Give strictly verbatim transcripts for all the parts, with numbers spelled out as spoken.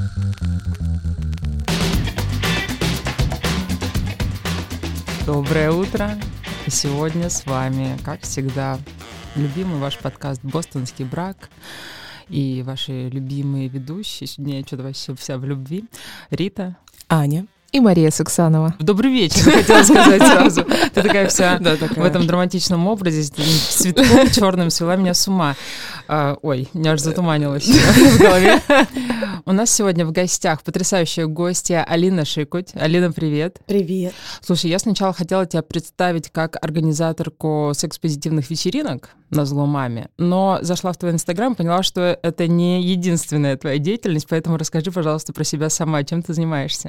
Доброе утро! Сегодня с вами, как всегда, любимый ваш подкаст «Бостонский брак» и ваши любимые ведущие. Сегодня я что-то вообще вся в любви. Рита, Аня и Мария Суксанова. Добрый вечер, хотела сказать сразу. Ты такая вся в этом драматичном образе, с цветком черным, свела меня с ума. Ой, меня аж затуманилось в голове. У нас сегодня в гостях потрясающая гостья Алина Шикуть. Алина, привет. Привет. Слушай, я сначала хотела тебя представить как организаторку секс-позитивных вечеринок назло маме, но зашла в твой инстаграм и поняла, что это не единственная твоя деятельность, поэтому расскажи, пожалуйста, про себя сама, чем ты занимаешься.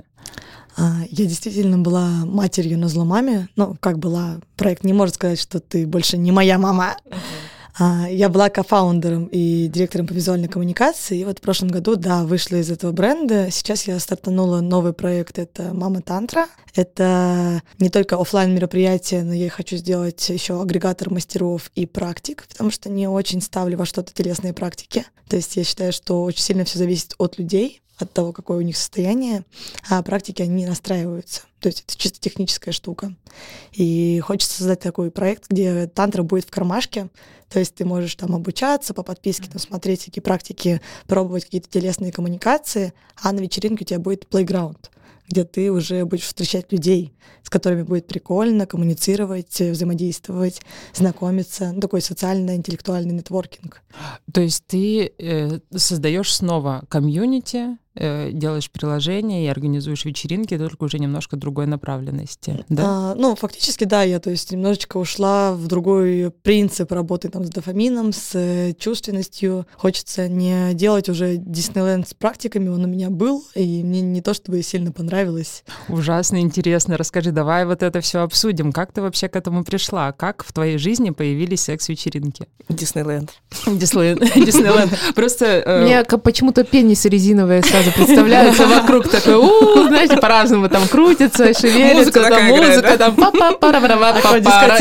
Я действительно была матерью назло маме. Ну, как была, проект не может сказать, что ты больше не моя мама. Uh-huh. Я была кофаундером и директором по визуальной коммуникации, и вот в прошлом году, да, вышла из этого бренда. Сейчас я стартанула новый проект, это «Мама Тантра». Это не только офлайн мероприятие, но я хочу сделать еще агрегатор мастеров и практик, потому что не очень ставлю во что-то телесные практики. То есть я считаю, что очень сильно все зависит от людей, от того, какое у них состояние, а практики, они настраиваются. То есть это чисто техническая штука. И хочется создать такой проект, где тантра будет в кармашке, то есть ты можешь там обучаться по подписке, там, смотреть какие практики, пробовать какие-то телесные коммуникации, а на вечеринке у тебя будет плейграунд, где ты уже будешь встречать людей, с которыми будет прикольно коммуницировать, взаимодействовать, знакомиться. Ну, такой социально-интеллектуальный нетворкинг. То есть ты э, создаешь снова комьюнити, э, делаешь приложение и организуешь вечеринки, только уже немножко другой направленности, да? А, ну, фактически, да, я то есть немножечко ушла в другой принцип работы там, с дофамином, с чувственностью. Хочется не делать уже Диснейленд с практиками, он у меня был, и мне не то чтобы сильно понравилось. Ужасно интересно. Расскажи, давай вот это все обсудим. Как ты вообще к этому пришла? Как в твоей жизни появились секс-вечеринки? Диснейленд. Диснейленд. Просто... Мне почему-то пенисы резиновые сразу представляются вокруг. Такой, у знаете, по-разному там крутится, шевелится, там музыка, там па-па-пара-пара-пара-пара.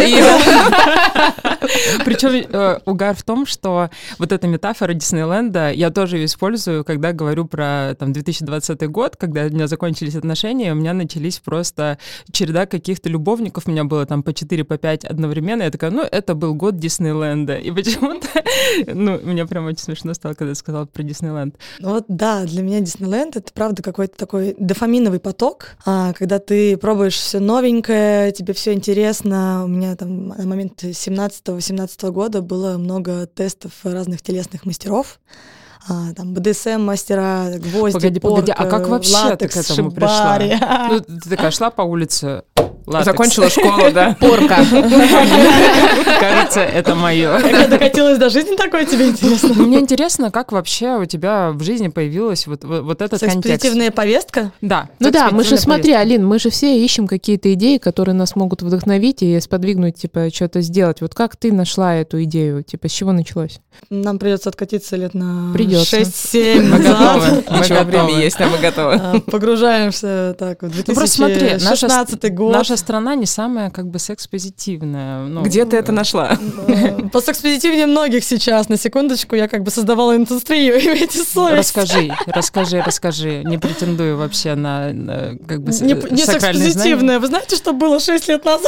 Причем угар в том, что вот эта метафора Диснейленда, я тоже ее использую, когда говорю про там две тысячи двадцатый год, когда у меня закончились отношения, у меня начались просто череда каких-то любовников, у меня было там по четыре, по пять одновременно, я такая, ну, это был год Диснейленда. И почему-то, ну, мне прям очень смешно стало, когда я сказала про Диснейленд. Вот, да, для меня Диснейленд — это, правда, какой-то такой дофаминовый поток, когда ты пробуешь все новенькое, тебе все интересно. У меня там на момент семнадцатого-восемнадцатого года было много тестов разных телесных мастеров. А, там бэ дэ эс эм-мастера, гвозди, погоди, порка, погоди, а как вообще латекс, ты к этому шибари. пришла? Ну, ты такая шла по улице, латекс. Закончила школу, да? Порка. Кажется, это мое. Как я докатилась до жизни такой, тебе интересно? Мне интересно, как вообще у тебя в жизни появилась вот, вот этот контекст. Секс-позитивная повестка? Да. Ну да, мы же, смотри, повестка. Алин, мы же все ищем какие-то идеи, которые нас могут вдохновить и сподвигнуть, типа, что-то сделать. Вот как ты нашла эту идею? Типа, с чего началось? Нам придется откатиться лет на Придется. шесть-семь Мы назад. готовы. Мы Еще готовы. время есть, а мы готовы. Погружаемся так в Ну, просто смотри, две тысячи шестнадцатый наша, год. наша страна не самая как бы секс-позитивная. Ну, Где ты это нашла? По секс-позитивнее многих сейчас. На секундочку, я как бы создавала индустрию, имейте совесть. Расскажи, расскажи, расскажи. Не претендую вообще на, на как бы Не, не сакральные секс-позитивная. знания. Вы знаете, что было шесть лет назад?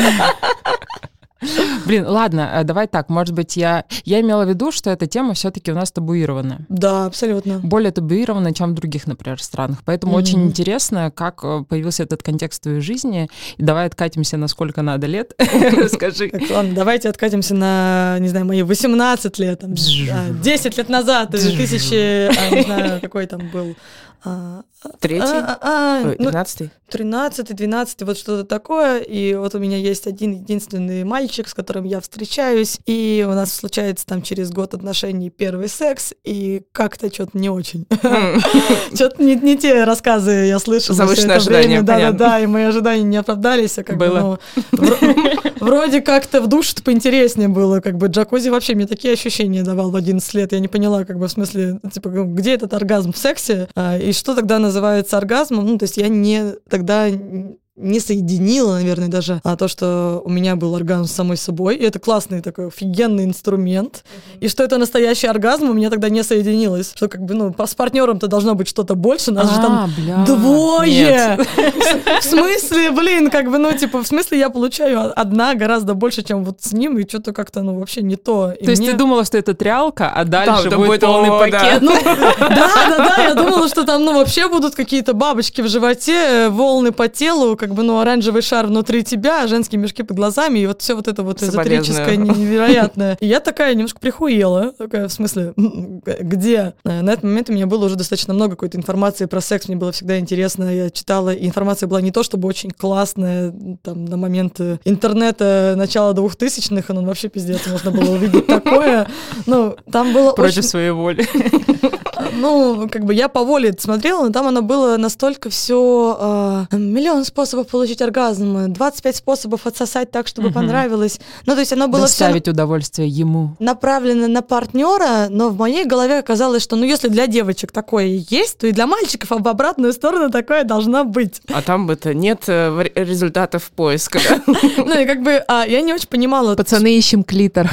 Блин, ладно, давай так, может быть, я, я имела в виду, что эта тема все-таки у нас табуирована. Да, абсолютно. Более табуирована, чем в других, например, странах. Поэтому mm-hmm. очень интересно, как появился этот контекст в твоей жизни. И давай откатимся на сколько надо лет. Расскажи. Ладно, давайте откатимся на, не знаю, мои восемнадцать лет, десять лет назад, две тысячи, не знаю, какой там был... Третий? Двенадцатый? Тринадцатый, двенадцатый, вот что-то такое. И вот у меня есть один единственный мальчик, с которым я встречаюсь, и у нас случается там через год отношений первый секс, и как-то что-то не очень. Что-то не те рассказы я слышала. Завышенные ожидания, понятно. Да-да-да, и мои ожидания не оправдались. Было. Вроде как-то в душе поинтереснее было, как бы джакузи вообще мне такие ощущения давал в одиннадцать лет. Я не поняла, как бы в смысле, типа, где этот оргазм в сексе, и что тогда называется оргазмом. Ну, то есть я не тогда не соединило, наверное, даже а, то, что у меня был оргазм с самой собой. И это классный такой офигенный инструмент. Mm-hmm. И что это настоящий оргазм, у меня тогда не соединилось. Что как бы, ну, с партнером-то должно быть что-то больше, нас а, же там бля. двое. В смысле, блин, как бы, ну, типа, в смысле я получаю одна гораздо больше, чем вот с ним, и что-то как-то, ну, вообще не то. То есть ты думала, что это трялка, а дальше будет полный пакет? Да, да, да, я думала, что там, ну, вообще будут какие-то бабочки в животе, волны по телу, как бы, ну, оранжевый шар внутри тебя, женские мешки под глазами, и вот все вот это вот эзотерическое, невероятное. И я такая немножко прихуела, такая, в смысле, где? На этот момент у меня было уже достаточно много какой-то информации про секс, мне было всегда интересно, я читала, и информация была не то чтобы очень классная, там, на момент интернета начала двухтысячных, но вообще пиздец, можно было увидеть такое. Ну, там было против очень... своей воли. Ну, как бы я по воле это смотрела, но там оно было настолько все э, миллион способов получить оргазм, двадцать пять способов отсосать так, чтобы угу. понравилось. Ну, то есть оно было доставить удовольствие ему. Направлено на партнера, но в моей голове оказалось, что, ну, если для девочек такое есть, то и для мальчиков в обратную сторону такое должно быть. А там бы-то нет результатов поиска, да? Ну, и как бы я не очень понимала. Пацаны, ищем клитор.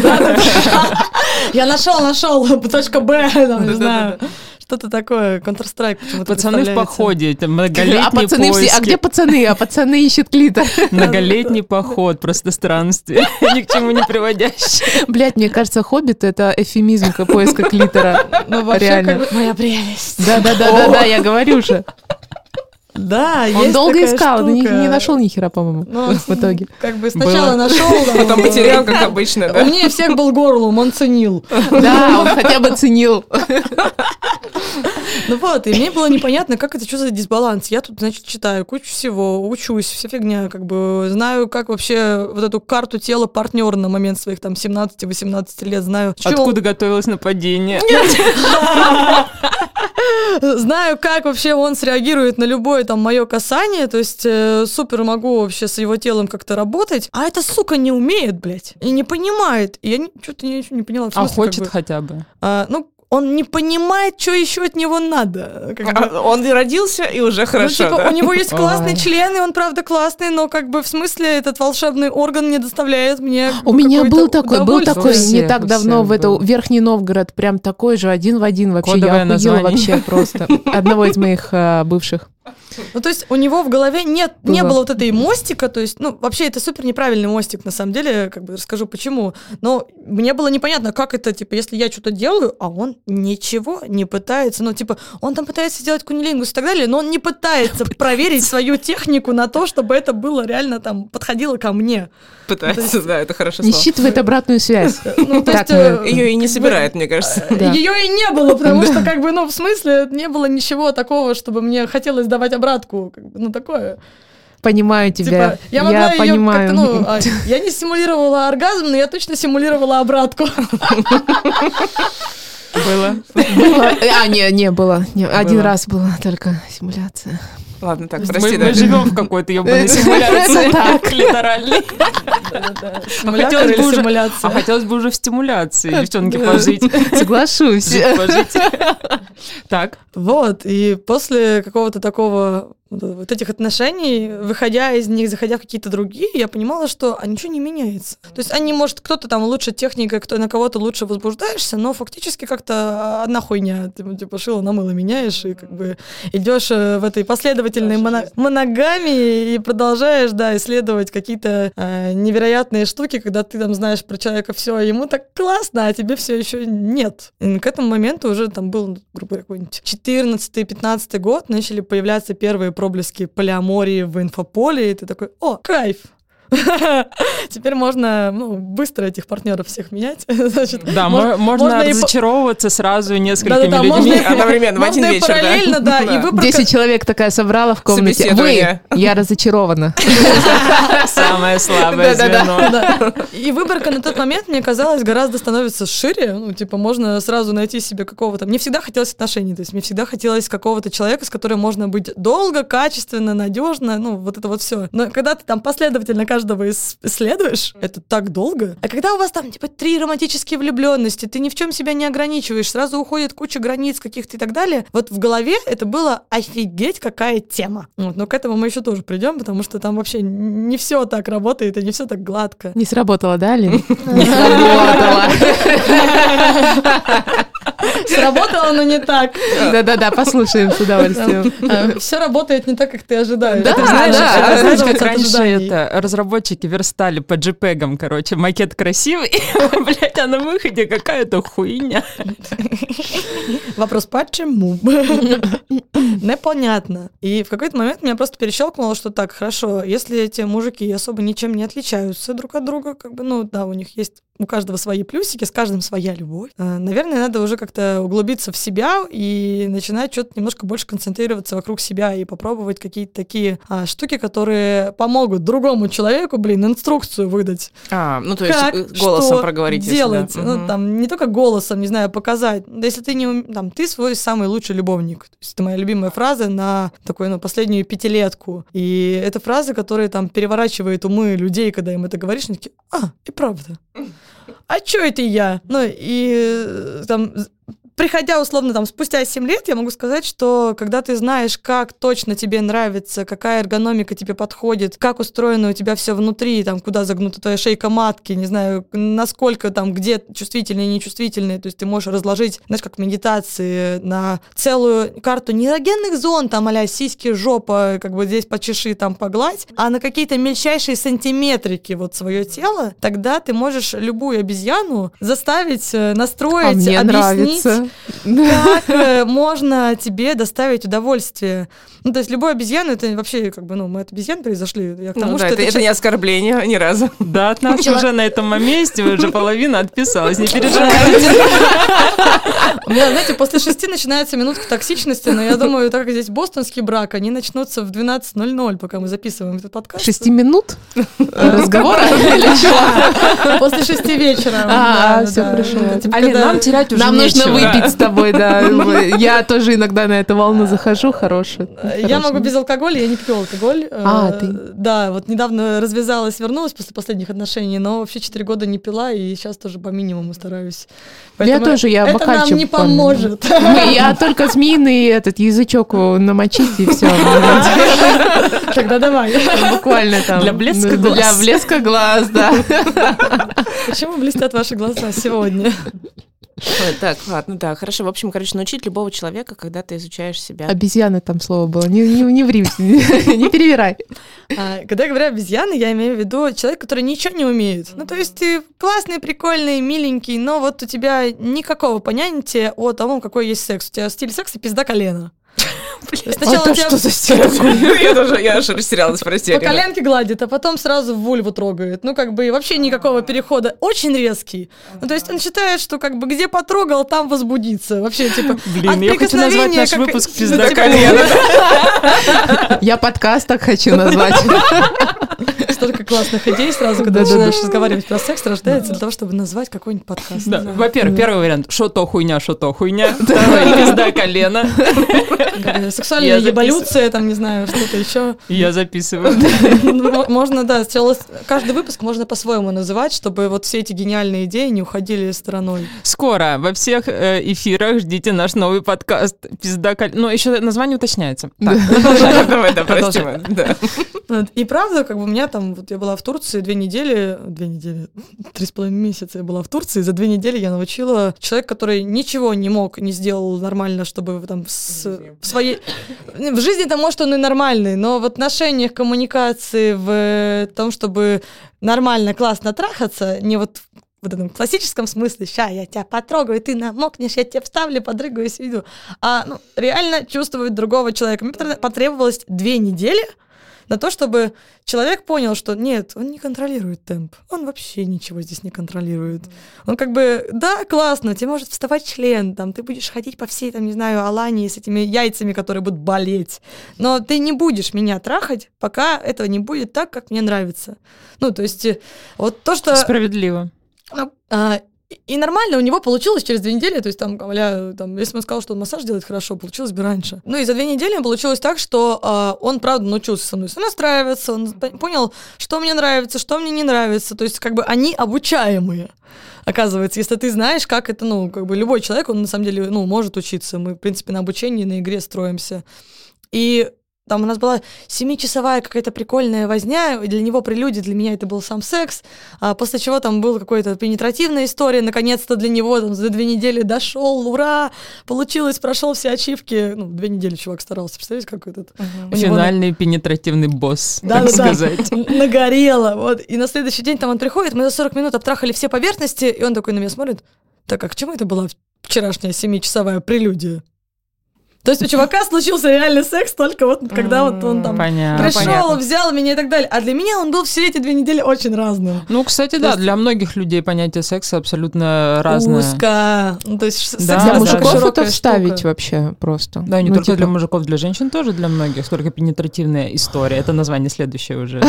Я нашел, нашел, точка Б, не знаю. Что-то такое, Counter-Strike почему-то пацаны в походе, это многолетний а пацаны поиски. Все, а где пацаны? А пацаны ищут клитор. Многолетний поход, просто странствие, ни к чему не приводящее. Блядь, мне кажется, «Хоббит» — это эфемизм поиска клитора. Ну, вообще, реально. Как бы, моя прелесть. Да-да-да, я говорю же. Да, он есть долго такая искал, штука. не, не нашел ни хера, по-моему, ну, в итоге. Как бы сначала Было. нашел, потом потерял, как обычно, да? Умнее всех был Горлум, он ценил. Да, он хотя бы ценил. Ну вот, и мне было непонятно, как это, что за дисбаланс. Я тут, значит, читаю кучу всего, учусь, вся фигня, как бы знаю, как вообще вот эту карту тела партнера на момент своих там семнадцати-восемнадцати лет знаю. Откуда готовилось нападение? Знаю, как вообще он среагирует на любое там мое касание, то есть э, супер могу вообще с его телом как-то работать, а эта сука не умеет, блядь, и не понимает. И я не, что-то не, не поняла. В смысле, а хочет как бы, хотя бы? А, ну, он не понимает, что еще от него надо. Как бы. А, он родился, и уже хорошо, ну, типа, да? у него есть классный член, и он, правда, классный, но как бы в смысле этот волшебный орган не доставляет мне у меня был такой, был такой не так давно в эту Верхний Новгород, прям такой же, один в один вообще. Кодовое я охуела название. Вообще просто. Одного из моих а, бывших. Ну, то есть у него в голове нет, было. не было вот этой мостика, то есть, ну, вообще это супер неправильный мостик, на самом деле, как бы расскажу почему, но мне было непонятно, как это, типа, если я что-то делаю, а он ничего не пытается, ну, типа, он там пытается сделать кунилингус и так далее, но он не пытается проверить свою технику на то, чтобы это было реально там, подходило ко мне. Пытается, да, это хорошо слово. Не считывает обратную связь. Ее и не собирает, мне кажется. Ее и не было, потому что, как бы, ну, в смысле, не было ничего такого, чтобы мне хотелось давать обратку, как бы, ну, такое. Понимаю тебя, типа, я, я понимаю. Ну, а, я не симулировала оргазм, но я точно симулировала обратку. Было? Было. А, не, не было. Не, один было. Раз была только симуляция. Ладно, так, прости, мы, да. Мы живем в какой-то ебаной симуляции. Так, литеральной. А хотелось бы уже в стимуляции, девчонки, пожить. Соглашусь. Пожить. Так. Вот, и после какого-то такого вот этих отношений, выходя из них, заходя в какие-то другие, я понимала, что а ничего не меняется. То есть они, может, кто-то там лучше техникой, кто на кого-то лучше возбуждаешься, но фактически как-то одна хуйня. Ты типа шила на мыло меняешь, и как бы идешь в этой последовательной моно- моногамии и продолжаешь, да, исследовать какие-то э, невероятные штуки, когда ты там знаешь про человека все, а ему так классно, а тебе все еще нет. И к этому моменту уже там был, грубо говоря, какой-нибудь четырнадцатый-пятнадцатый год, начали появляться первые проблески полиамории в инфополе, и ты такой, о, кайф! Теперь можно ну, быстро этих партнеров всех менять. Значит, да, можно, можно разочаровываться и... сразу несколькими да, да, людьми можно, одновременно в один вечер. Параллельно, да. да. И выборка... Десять человек такая собрала в комнате. Вы, я разочарована. Самое слабое звено. И выборка на тот момент, мне казалось, гораздо становится шире. Ну, типа, можно сразу найти себе какого-то... Мне всегда хотелось отношений, то есть мне всегда хотелось какого-то человека, с которым можно быть долго, качественно, надежно, ну, вот это вот все. Но когда ты там последовательно каждый каждого исследуешь, это так долго. А когда у вас там, типа, три романтические влюбленности, ты ни в чем себя не ограничиваешь, сразу уходит куча границ каких-то и так далее, вот в голове это было офигеть, какая тема. Вот, но к этому мы еще тоже придем, потому что там вообще не все так работает и не все так гладко. Не сработало, да, Алина? Не сработало. Сработало, но не так. Да-да-да, послушаем с удовольствием. Все работает не так, как ты ожидаешь. Да, Ты знаешь, да, это, знаешь, как раньше это, разработчики верстали по джипегам, короче, макет красивый, блять, а на выходе какая-то хуйня. Вопрос, почему? Непонятно. И в какой-то момент меня просто перещелкнуло, что так, хорошо, если эти мужики особо ничем не отличаются друг от друга, как бы, ну да, у них есть у каждого свои плюсики, с каждым своя любовь. Наверное, надо уже как-то углубиться в себя и начинать что-то немножко больше концентрироваться вокруг себя и попробовать какие-то такие а, штуки, которые помогут другому человеку, блин, инструкцию выдать. А, ну то есть как, голосом что проговорить. делать. Если, да. Ну, там, не только голосом, не знаю, показать. Если ты не ум... там, ты свой самый лучший любовник. То есть это моя любимая фраза на такую, ну, последнюю пятилетку. И это фраза, которая там переворачивает умы людей, когда им это говоришь, они такие, а, и правда. А чё это я? Ну, и там, приходя, условно, там, спустя семь лет, я могу сказать, что когда ты знаешь, как точно тебе нравится, какая эргономика тебе подходит, как устроено у тебя все внутри, там, куда загнута твоя шейка матки, не знаю, насколько там, где чувствительные и нечувствительные, то есть ты можешь разложить, знаешь, как в медитации, на целую карту не эрогенных зон, там, а-ля сиськи, жопа, как бы здесь почеши, там, погладь, а на какие-то мельчайшие сантиметрики вот свое тело, тогда ты можешь любую обезьяну заставить, настроить, а мне объяснить, нравится. как э, можно тебе доставить удовольствие. Ну, то есть любую обезьяну, это вообще, как бы, ну, мы от обезьян произошли. Я к тому, ну, что да, это, это, это не оскорбление ни разу. Да, от нас уже на этом месте уже половина отписалась, не переживайте. У меня, знаете, после шести начинается минутка токсичности, но я думаю, так как здесь бостонский брак, они начнутся в двенадцать ноль ноль, пока мы записываем этот подкаст. Шести минут разговора или чего? После шести вечера. А, все хорошо. Алин, нам терять уже Нам нужно нечего. выпить с тобой, да. Я тоже иногда на эту волну захожу, хорошая. Я могу без алкоголя, я не пью алкоголь. А, ты? Да, вот недавно развязалась, вернулась после последних отношений, но вообще четыре года не пила, и сейчас тоже по минимуму стараюсь. Я тоже, я это бокальчик. нам не поможет. Я только змеиный этот язычок намочить, и все. Тогда давай. Буквально там. Для блеска глаз. Для блеска глаз, да. Почему блестят ваши глаза сегодня? Ой, так, ладно, да, хорошо. В общем, короче, научить любого человека, когда ты изучаешь себя. Обезьяны там слово было. Не, не, не ври, не перевирай. А, когда я говорю обезьяны, я имею в виду человек, который ничего не умеет. Ну, то есть ты классный, прикольный, миленький, но вот у тебя никакого понятия о том, какой есть секс. У тебя стиль секса пизда колено. Сначала это тебя... что за стиль? Я тоже, я аж растерялась, прости. По коленке гладит, а потом сразу в вульву трогает. Ну, как бы, и вообще никакого перехода. Очень резкий. Ну, то есть он считает, что, как бы, где потрогал, там возбудится. Вообще, типа, блин, я хочу назвать наш как... выпуск «Пизда ну, колено». Я подкаст так хочу назвать. Столько классных идей сразу, когда начинаешь разговаривать про секс, рождается для того, чтобы назвать какой-нибудь подкаст. Во-первых, первый вариант. Шо то хуйня, шо то хуйня. Второй, пизда колено. Сексуальная эволюция, там, не знаю, что-то еще. Я записываю. Можно, да, каждый выпуск можно по-своему называть, чтобы вот все эти гениальные идеи не уходили стороной. Скоро во всех эфирах ждите наш новый подкаст «Пизда колено». Ну, еще название уточняется. Давай, да, прости. И правда, как бы у меня там, вот я была в Турции две недели, две недели, три с половиной месяца я была в Турции, за две недели я научила человека, который ничего не мог, не сделал нормально, чтобы там с, в своей... В жизни-то, может, он и нормальный, но в отношениях, коммуникации, в том, чтобы нормально, классно трахаться, не вот в этом классическом смысле, ща я тебя потрогаю, ты намокнешь, я тебя вставлю, подрыгаюсь, иду, а ну, реально чувствовать другого человека. Мне потребовалось две недели на то, чтобы человек понял, что нет, он не контролирует темп, он вообще ничего здесь не контролирует. Он как бы, да, классно, тебе может вставать член, там, ты будешь ходить по всей, там, не знаю, Алании с этими яйцами, которые будут болеть, но ты не будешь меня трахать, пока этого не будет так, как мне нравится. Ну, то есть, вот то, что... Справедливо. А, И нормально, у него получилось через две недели, то есть там, а там если он сказал, что он массаж делает хорошо, получилось бы раньше. Ну и за две недели получилось так, что э, он, правда, научился со мной настраиваться, он понял, что мне нравится, что мне не нравится, то есть как бы они обучаемые. Оказывается, если ты знаешь, как это, ну, как бы любой человек, он на самом деле, ну, может учиться. Мы, в принципе, на обучении, на игре строимся. И там у нас была семичасовая какая-то прикольная возня, для него прелюдия, для меня это был сам секс, а после чего там была какая-то пенетративная история, наконец-то для него там за две недели дошел, ура, получилось, прошел все ачивки, ну, две недели чувак старался, представляете, как этот... Uh-huh. Финальный него... пенетративный босс, да, так да, сказать. Да, нагорело, вот, и на следующий день там он приходит, мы за сорок минут обтрахали все поверхности, и он такой на меня смотрит, так, а к чему это была вчерашняя семичасовая прелюдия? То есть у чувака случился реальный секс только вот когда вот он там понятно, пришел, понятно. взял меня и так далее. А для меня он был все эти две недели очень разным. Ну, кстати, то да, есть... для многих людей понятие секса абсолютно разное. Узко. Ну, то есть да, секс для да, мужиков да, это вставить штука. Вообще просто. Да, не ну, только типа... для мужиков, для женщин тоже, для многих. Только пенетративная история. Это название следующее уже.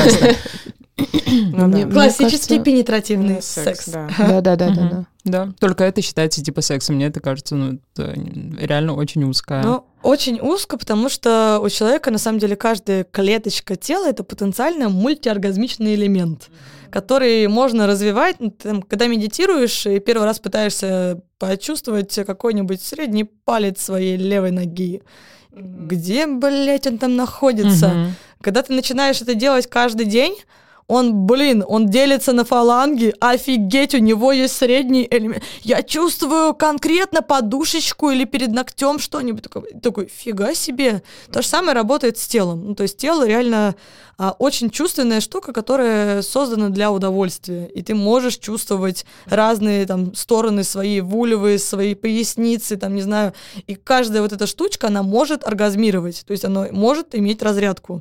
Ну, мне, классический мне кажется... пенетративный секс. Да-да-да. Да, только это считается типа сексом. Мне это кажется, ну, это реально очень узкое. Ну, очень узко, потому что у человека, на самом деле, каждая клеточка тела — это потенциально мультиоргазмичный элемент, который можно развивать. Там, когда медитируешь и первый раз пытаешься почувствовать какой-нибудь средний палец своей левой ноги, где, блядь, он там находится? Mm-hmm. Когда ты начинаешь это делать каждый день, он, блин, он делится на фаланги, офигеть, у него есть средний элемент. Я чувствую конкретно подушечку или перед ногтем что-нибудь. Такой, такой фига себе. То же самое работает с телом. Ну, то есть тело реально а, очень чувственная штука, которая создана для удовольствия. И ты можешь чувствовать разные там стороны свои, вульвы, свои поясницы, там, не знаю. И каждая вот эта штучка, она может оргазмировать. То есть она может иметь разрядку.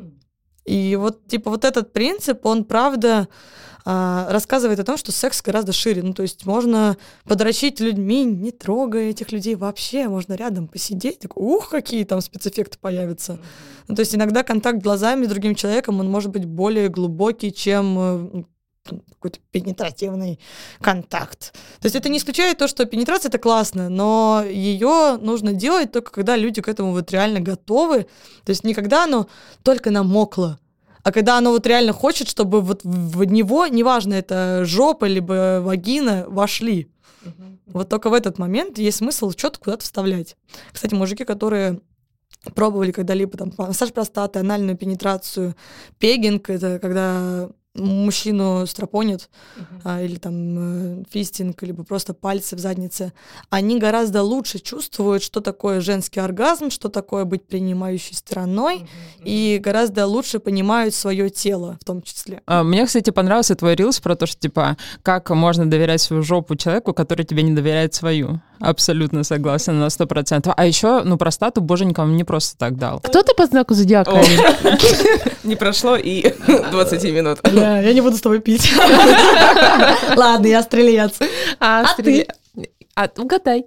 И вот, типа, вот этот принцип, он, правда, а, рассказывает о том, что секс гораздо шире. Ну, то есть можно подрочить людьми, не трогая этих людей вообще. Можно рядом посидеть, такой, ух, какие там спецэффекты появятся. Ну, то есть иногда контакт глазами с другим человеком, он может быть более глубокий, чем какой-то пенетративный контакт. То есть это не исключает то, что пенетрация — это классно, но ее нужно делать только когда люди к этому вот реально готовы. То есть не когда оно только намокло, а когда оно вот реально хочет, чтобы вот в него, неважно, это жопа либо вагина, вошли. Uh-huh. Вот только в этот момент есть смысл что-то куда-то вставлять. Кстати, мужики, которые пробовали когда-либо там массаж простаты, анальную пенетрацию, пегинг — это когда мужчину стропонят, uh-huh. а, или там э, фистинг, либо просто пальцы в заднице, они гораздо лучше чувствуют, что такое женский оргазм, что такое быть принимающей стороной, uh-huh. и гораздо лучше понимают свое тело в том числе. А, мне, кстати, понравился твой рилс про то, что, типа, как можно доверять свою жопу человеку, который тебе не доверяет свою. Абсолютно согласна на сто процентов. А еще, ну, простату боженька он не просто так дал. Кто ты по знаку зодиака? Не прошло и двадцать минут. Да, я не буду с тобой пить. Ладно, я стрелец. А ты? А угадай.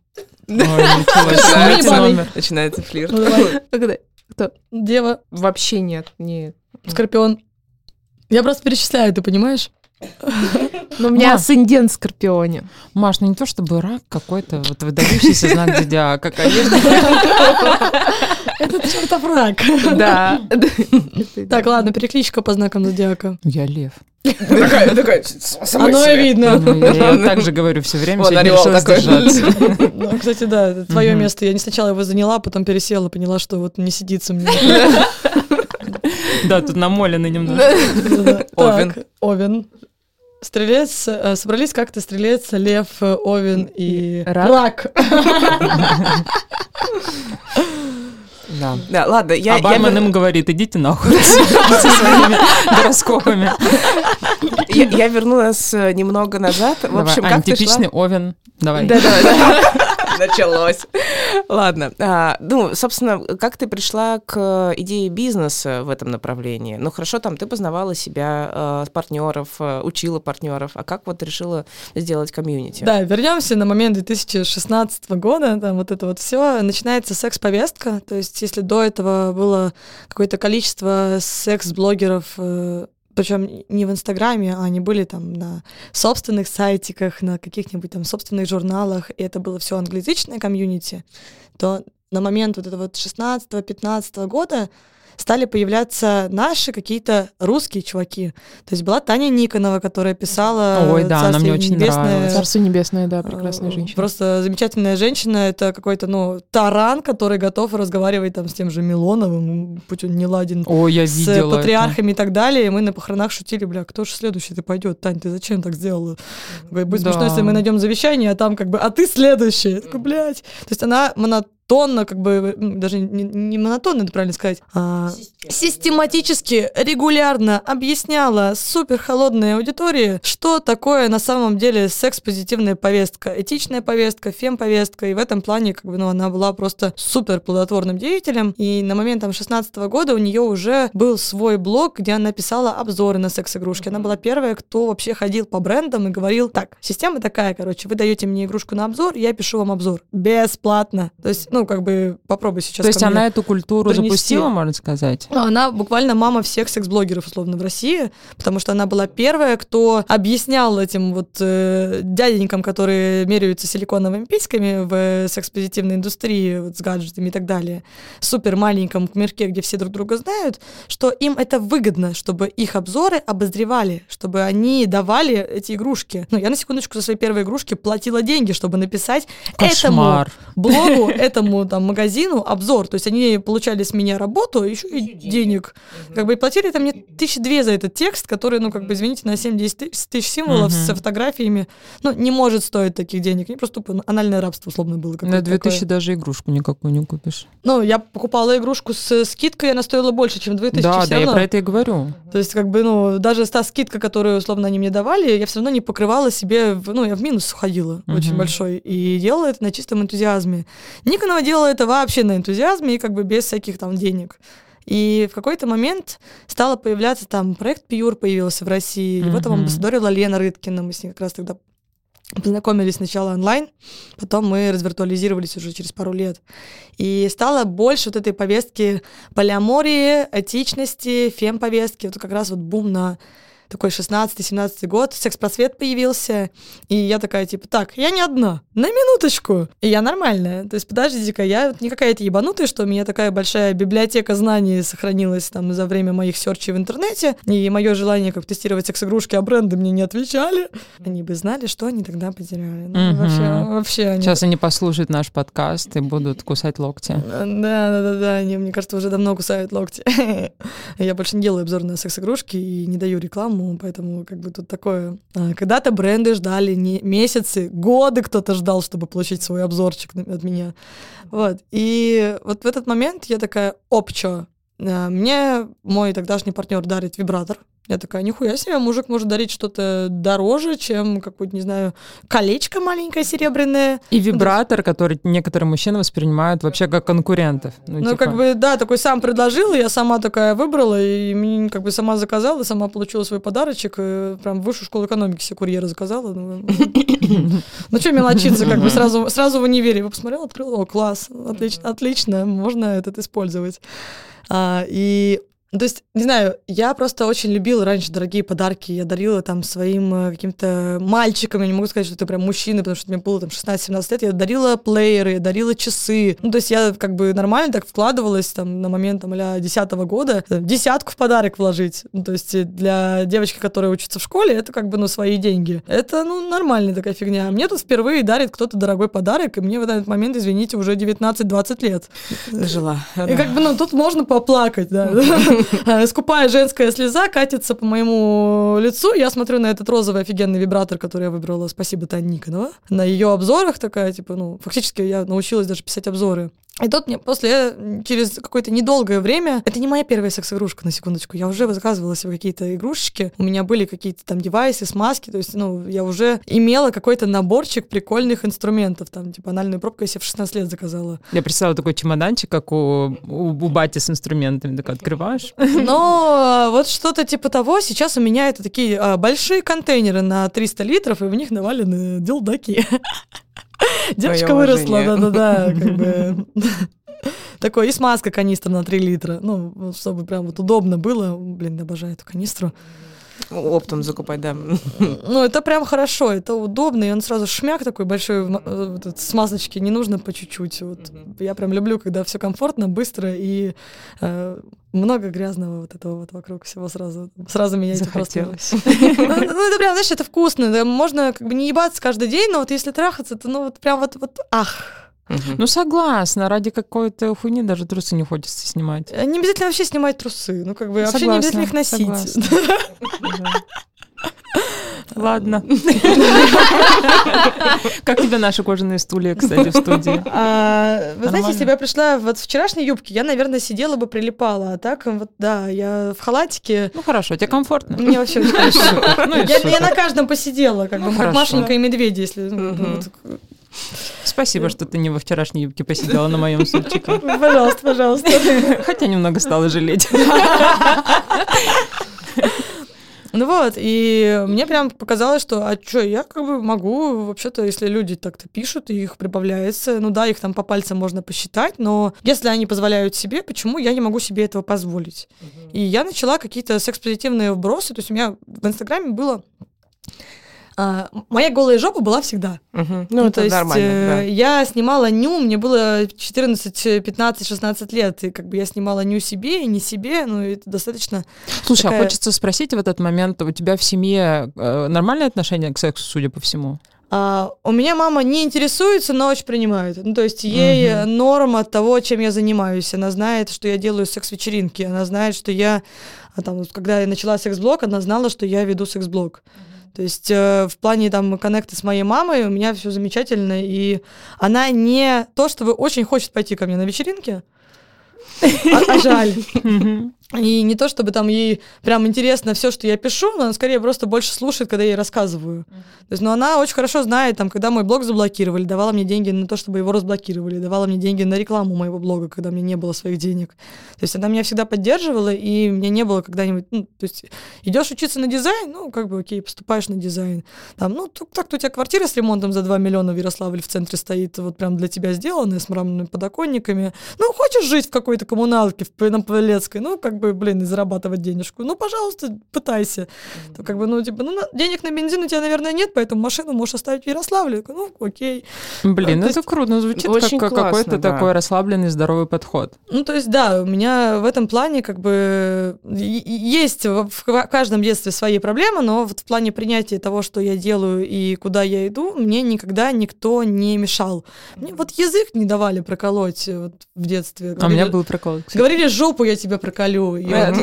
Начинается флирт. Угадай. Кто? Дева. Вообще нет. Нет. Скорпион. Я просто перечисляю, ты понимаешь? Но у меня асцендент в Скорпионе. Маш, ну не то чтобы рак какой-то, вот выдающийся знак зодиака, конечно. Это чертов рак. Да. Так, ладно, перекличка по знакам зодиака. Я лев. Такая, такая, оно и видно. Я так же говорю все время, сегодня решила сдержаться. Ну, кстати, да, твое место. Я не сначала его заняла, потом пересела, поняла, что вот не сидится мне. Да, тут намолены немножко. Овен. Овен. Стрелец, собрались как-то стрелец, лев, овен и рак. Да. Да, ладно, я... А бармен им говорит, идите нахуй со своими гороскопами. Я верну нас немного назад. В общем, как ты шла... Антипичный овен. Давай. Да, да, да. Началось. Ладно. А, ну, собственно, как ты пришла к идее бизнеса в этом направлении? Ну, хорошо, там ты познавала себя, э, партнеров, э, учила партнеров. А как вот решила сделать комьюнити? Да, вернемся на момент две тысячи шестнадцатого года. Там вот это вот все. Начинается секс-повестка. То есть, если до этого было какое-то количество секс-блогеров, э, причем не в Инстаграме, а они были там на собственных сайтиках, на каких-нибудь там собственных журналах, и это было все англоязычное комьюнити, то на момент вот этого вот шестнадцатого-пятнадцатого года стали появляться наши какие-то русские чуваки. То есть была Таня Никонова, которая писала Ой, да, она мне очень нравилась. «Царство небесное», да, прекрасная женщина. Просто замечательная женщина. Это какой-то, ну, таран, который готов разговаривать там с тем же Милоновым, будь он не ладен, Ой, я с видела патриархами это. и так далее. И мы на похоронах шутили, бля, кто же следующий-то пойдет? Тань, ты зачем так сделала? Будет Да. смешно, если мы найдем завещание, а там как бы, а ты следующий. Я такой, блядь. То есть она монотонно, как бы, даже не, не монотонно, это правильно сказать, а систематически, регулярно объясняла супер холодной аудитории, что такое на самом деле секс-позитивная повестка, этичная повестка, фем-повестка, и в этом плане, как бы, ну, она была просто супер плодотворным деятелем, и на момент там шестнадцатого года у нее уже был свой блог, где она писала обзоры на секс-игрушки. Она была первая, кто вообще ходил по брендам и говорил: так, система такая, короче, вы даете мне игрушку на обзор, я пишу вам обзор бесплатно. То есть, ну, как бы, попробуй сейчас. То есть она эту культуру принести. запустила, можно сказать? Ну, она буквально мама всех секс-блогеров, условно, в России, потому что она была первая, кто объяснял этим вот э, дяденькам, которые меряются силиконовыми письками в секс-позитивной индустрии, вот, с гаджетами и так далее, супер маленьком мирке, где все друг друга знают, что им это выгодно, чтобы их обзоры обозревали, чтобы они давали эти игрушки. Ну, я на секундочку за свои первые игрушки платила деньги, чтобы написать Кошмар. этому блогу, этому там магазину обзор. То есть они получали с меня работу, еще и денег. Как бы и платили там мне тысячи две за этот текст, который, ну, как бы, извините, на семьдесят тысяч символов Мгм. с фотографиями, ну, не может стоить таких денег. Не просто тупо анальное рабство, условно, было. На какое-то две тысячи такое. даже игрушку никакую не купишь. Ну, я покупала игрушку с скидкой, она стоила больше, чем две тысячи. Да, всё да, я равно. про это и говорю. То есть, как бы, ну, даже та скидка, которую, условно, они мне давали, я все равно не покрывала себе, в- ну, я в минус уходила Мгм. очень большой. И делала это на чистом энтузиазме. Никонова делала это вообще на энтузиазме и как бы без всяких там денег. И в какой-то момент стало появляться там проект Пьюр появился в России. Его там Мгм. амбассадорила Лена Рыткина. Мы с ней как раз тогда познакомились сначала онлайн, потом мы развиртуализировались уже через пару лет. И стало больше вот этой повестки полиамории, этичности, фем-повестки. Вот как раз вот бум на такой шестнадцатый-семнадцатый год, секс-просвет появился, и я такая, типа, так, я не одна, на минуточку, и я нормальная. То есть, подождите-ка, я вот не какая-то ебанутая, что у меня такая большая библиотека знаний сохранилась там за время моих серчей в интернете, и мое желание как тестировать секс-игрушки, а бренды мне не отвечали. Они бы знали, что они тогда потеряли. Ну, Мгм. вообще, вообще они... Сейчас они послушают наш подкаст и будут кусать локти. Да, да, да, да, они, мне кажется, уже давно кусают локти. Я больше не делаю обзор на секс-игрушки и не даю рекламу, поэтому как бы тут такое. А, Когда-то бренды ждали не месяцы, годы кто-то ждал, чтобы получить свой обзорчик на- от меня. Вот. И вот в этот момент я такая, оп, чё? А, Мне мой тогдашний партнер дарит вибратор. Я такая, нихуя себе, мужик может дарить что-то дороже, чем какое-то, не знаю, колечко маленькое серебряное. И вибратор, который некоторые мужчины воспринимают вообще как конкурентов. Ну, Ну, типа, как бы, да, такой сам предложил, и я сама такая выбрала, и мне как бы сама заказала, сама получила свой подарочек, и прям в высшую школу экономики себе курьера заказала. Ну, ну что мелочиться, как бы сразу, сразу в универе. Я посмотрела, открыла, о, класс, отлично, отлично, можно этот использовать. А, и то есть, не знаю, я просто очень любила раньше дорогие подарки. Я дарила там своим э, каким-то мальчикам. Я не могу сказать, что это прям мужчины, потому что мне было там шестнадцать-семнадцать лет. Я дарила плееры, я дарила часы. Ну, то есть я как бы нормально так вкладывалась там на момент там а-ля десятого года. э, Десятку в подарок вложить. Ну, то есть для девочки, которая учится в школе, это как бы, ну, свои деньги. Это, ну, нормальная такая фигня. Мне тут впервые дарит кто-то дорогой подарок, и мне в этот момент, извините, уже девятнадцать-двадцать лет. Жила. И как бы, ну, тут можно поплакать, да. Скупая женская слеза катится по моему лицу. Я смотрю на этот розовый офигенный вибратор, который я выбрала, спасибо Тане Никонова. На ее обзорах такая, типа, ну, фактически я научилась даже писать обзоры. И тут мне после, через какое-то недолгое время, это не моя первая секс-игрушка, на секундочку, я уже заказывала себе какие-то игрушечки, у меня были какие-то там девайсы, смазки, то есть, ну, я уже имела какой-то наборчик прикольных инструментов, там, типа, анальную пробку я себе в шестнадцать лет заказала. Я представила такой чемоданчик, как у, у, у бати с инструментами. Такой открываешь. Но вот что-то типа того, сейчас у меня это такие а, большие контейнеры на триста литров, и в них навалены дилдаки. Девочка Твоё выросла, уважение. да-да-да, как бы. Такой, и смазка канистра на три литра. Ну, чтобы прям вот удобно было. Блин, обожаю эту канистру. Оптом закупать, да. Ну, это прям хорошо, это удобно, и он сразу шмяк такой большой, вот, смазочки не нужно по чуть-чуть. Вот. Mm-hmm. Я прям люблю, когда все комфортно, быстро и э, много грязного вот этого вот вокруг всего сразу. Сразу меня это просто... Ну, это прям, знаешь, это вкусно, можно как бы не ебаться каждый день, но вот если трахаться, то ну вот прям вот, вот ах. Uh-huh. Ну, согласна, ради какой-то хуйни даже трусы не хочется снимать. Не обязательно вообще снимать трусы, ну, как бы, вообще не обязательно их носить. Ладно. Как тебе наши кожаные стулья, кстати, в студии? Вы знаете, если бы я пришла вот в вчерашней юбке, я, наверное, сидела бы, прилипала. А так, вот, да, я в халатике. Ну, хорошо, тебе комфортно? Мне вообще очень хорошо. Я на каждом посидела, как бы, как Машенька и медведь, если... Спасибо, что ты не во вчерашней юбке посидела на моем стульчике. Пожалуйста, пожалуйста. Хотя немного стала жалеть. Ну вот, и мне прям показалось, что, а что, я как бы могу, вообще-то, если люди так-то пишут, и их прибавляется, ну да, их там по пальцам можно посчитать, но если они позволяют себе, почему я не могу себе этого позволить? Uh-huh. И я начала какие-то секс-позитивные вбросы, то есть у меня в Инстаграме было... А, моя голая жопа была всегда. Угу. Ну, ну, это то есть, нормально, э, да. Я снимала ню, мне было четырнадцать, пятнадцать, шестнадцать лет, и как бы я снимала ню себе и не себе, ну, это достаточно... Слушай, такая... а хочется спросить в этот момент, у тебя в семье э, нормальное отношение к сексу, судя по всему? А, у меня мама не интересуется, но очень принимает. Ну, то есть ей uh-huh. норма того, чем я занимаюсь. Она знает, что я делаю секс-вечеринки, она знает, что я... А там, когда я начала секс-блог, она знала, что я веду секс-блог. То есть э, в плане там коннекта с моей мамой у меня все замечательно, и она не то, чтобы очень хочет пойти ко мне на вечеринки, а, а жаль. И не то, чтобы там ей прям интересно все, что я пишу, но она скорее просто больше слушает, когда я ей рассказываю. То есть, но она очень хорошо знает, там, когда мой блог заблокировали, давала мне деньги на то, чтобы его разблокировали, давала мне деньги на рекламу моего блога, когда у меня не было своих денег. То есть она меня всегда поддерживала, и мне не было когда-нибудь... Ну, то есть идешь учиться на дизайн, ну, как бы, окей, поступаешь на дизайн. Там, ну, так-то у тебя квартира с ремонтом за два миллиона в Ярославле в центре стоит, вот прям для тебя сделанная, с мраморными подоконниками. Ну, хочешь жить в какой-то коммуналке, в на Павелецкой, ну, как бы, блин, и зарабатывать денежку. Ну, пожалуйста, пытайся. Mm-hmm. То, как бы, ну, типа, ну, денег на бензин у тебя, наверное, нет, поэтому машину можешь оставить в Ярославле. Ну, окей. Блин, ну, это есть... круто. Звучит очень как классно, какой-то да. такой расслабленный, здоровый подход. Ну, то есть, да, у меня в этом плане, как бы, есть в каждом детстве свои проблемы, но вот в плане принятия того, что я делаю и куда я иду, мне никогда никто не мешал. Мне вот язык не давали проколоть вот, в детстве. Говорили, а у меня был прокол. Говорили, жопу я тебя проколю.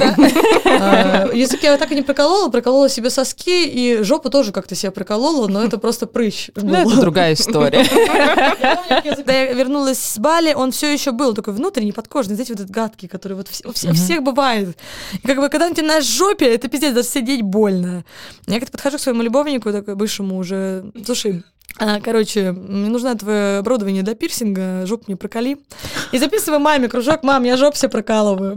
Язык я так и не проколола, проколола себе соски, и жопу тоже как-то себя проколола, но это просто прыщ. Ну, это другая история. Когда я вернулась с Бали, он все еще был такой внутренний, подкожный, знаете, вот этот гадкий, который вот у всех бывает. И как бы, когда он тебе на жопе, это пиздец, даже сидеть больно. Я как-то подхожу к своему любовнику, такой бывшему уже, слушай, А, короче, мне нужно твое оборудование для пирсинга, жопу мне проколи. И записывай маме кружок, мам, я жопу себе прокалываю.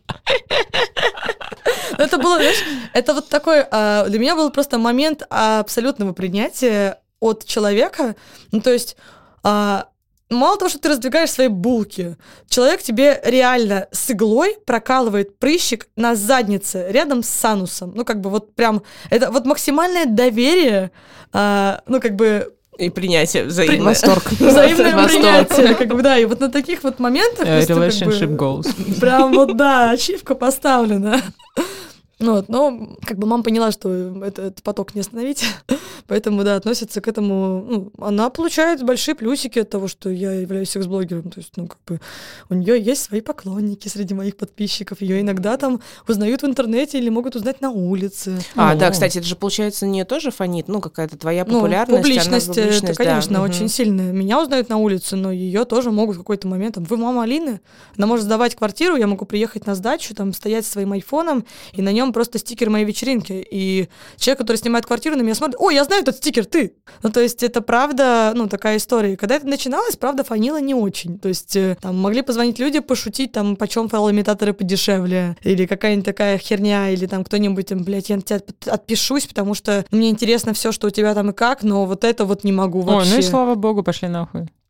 Это было, знаешь, это вот такой, для меня был просто момент абсолютного принятия от человека. Ну, то есть, мало того, что ты раздвигаешь свои булки, человек тебе реально с иглой прокалывает прыщик на заднице рядом с санусом. Ну, как бы вот прям, это вот максимальное доверие, ну, как бы... И принятие, взаимное. Восторг. Взаимное принятие, как бы, да, и вот на таких вот моментах... Uh, relationship goals. Прям вот, да, ачивка поставлена. Ну, вот, но как бы мама поняла, что это, этот поток не остановить, поэтому, да, относится к этому... Ну, она получает большие плюсики от того, что я являюсь секс-блогером, то есть, ну, как бы у нее есть свои поклонники среди моих подписчиков, ее иногда там узнают в интернете или могут узнать на улице. А, О. да, кстати, это же, получается, не тоже фонит, ну, какая-то твоя популярность. Ну, публичность, она, публичность это, конечно, да. очень угу. сильная. Меня узнают на улице, но ее тоже могут в какой-то момент, там, вы мама Алины? Она может сдавать квартиру, я могу приехать на сдачу, там, стоять со своим айфоном, и на нем просто стикер моей вечеринки. И человек, который снимает квартиру, на меня смотрит: о, я знаю этот стикер, ты! Ну, то есть это правда, ну, такая история. Когда это начиналось, правда, фанило не очень. То есть там могли позвонить люди, пошутить, там, почем файлоимитаторы подешевле, или какая-нибудь такая херня, или там кто-нибудь, там, блядь, я на тебя отпишусь, потому что мне интересно все, что у тебя там и как, но вот это вот не могу вообще. Ой, ну и слава богу, пошли нахуй.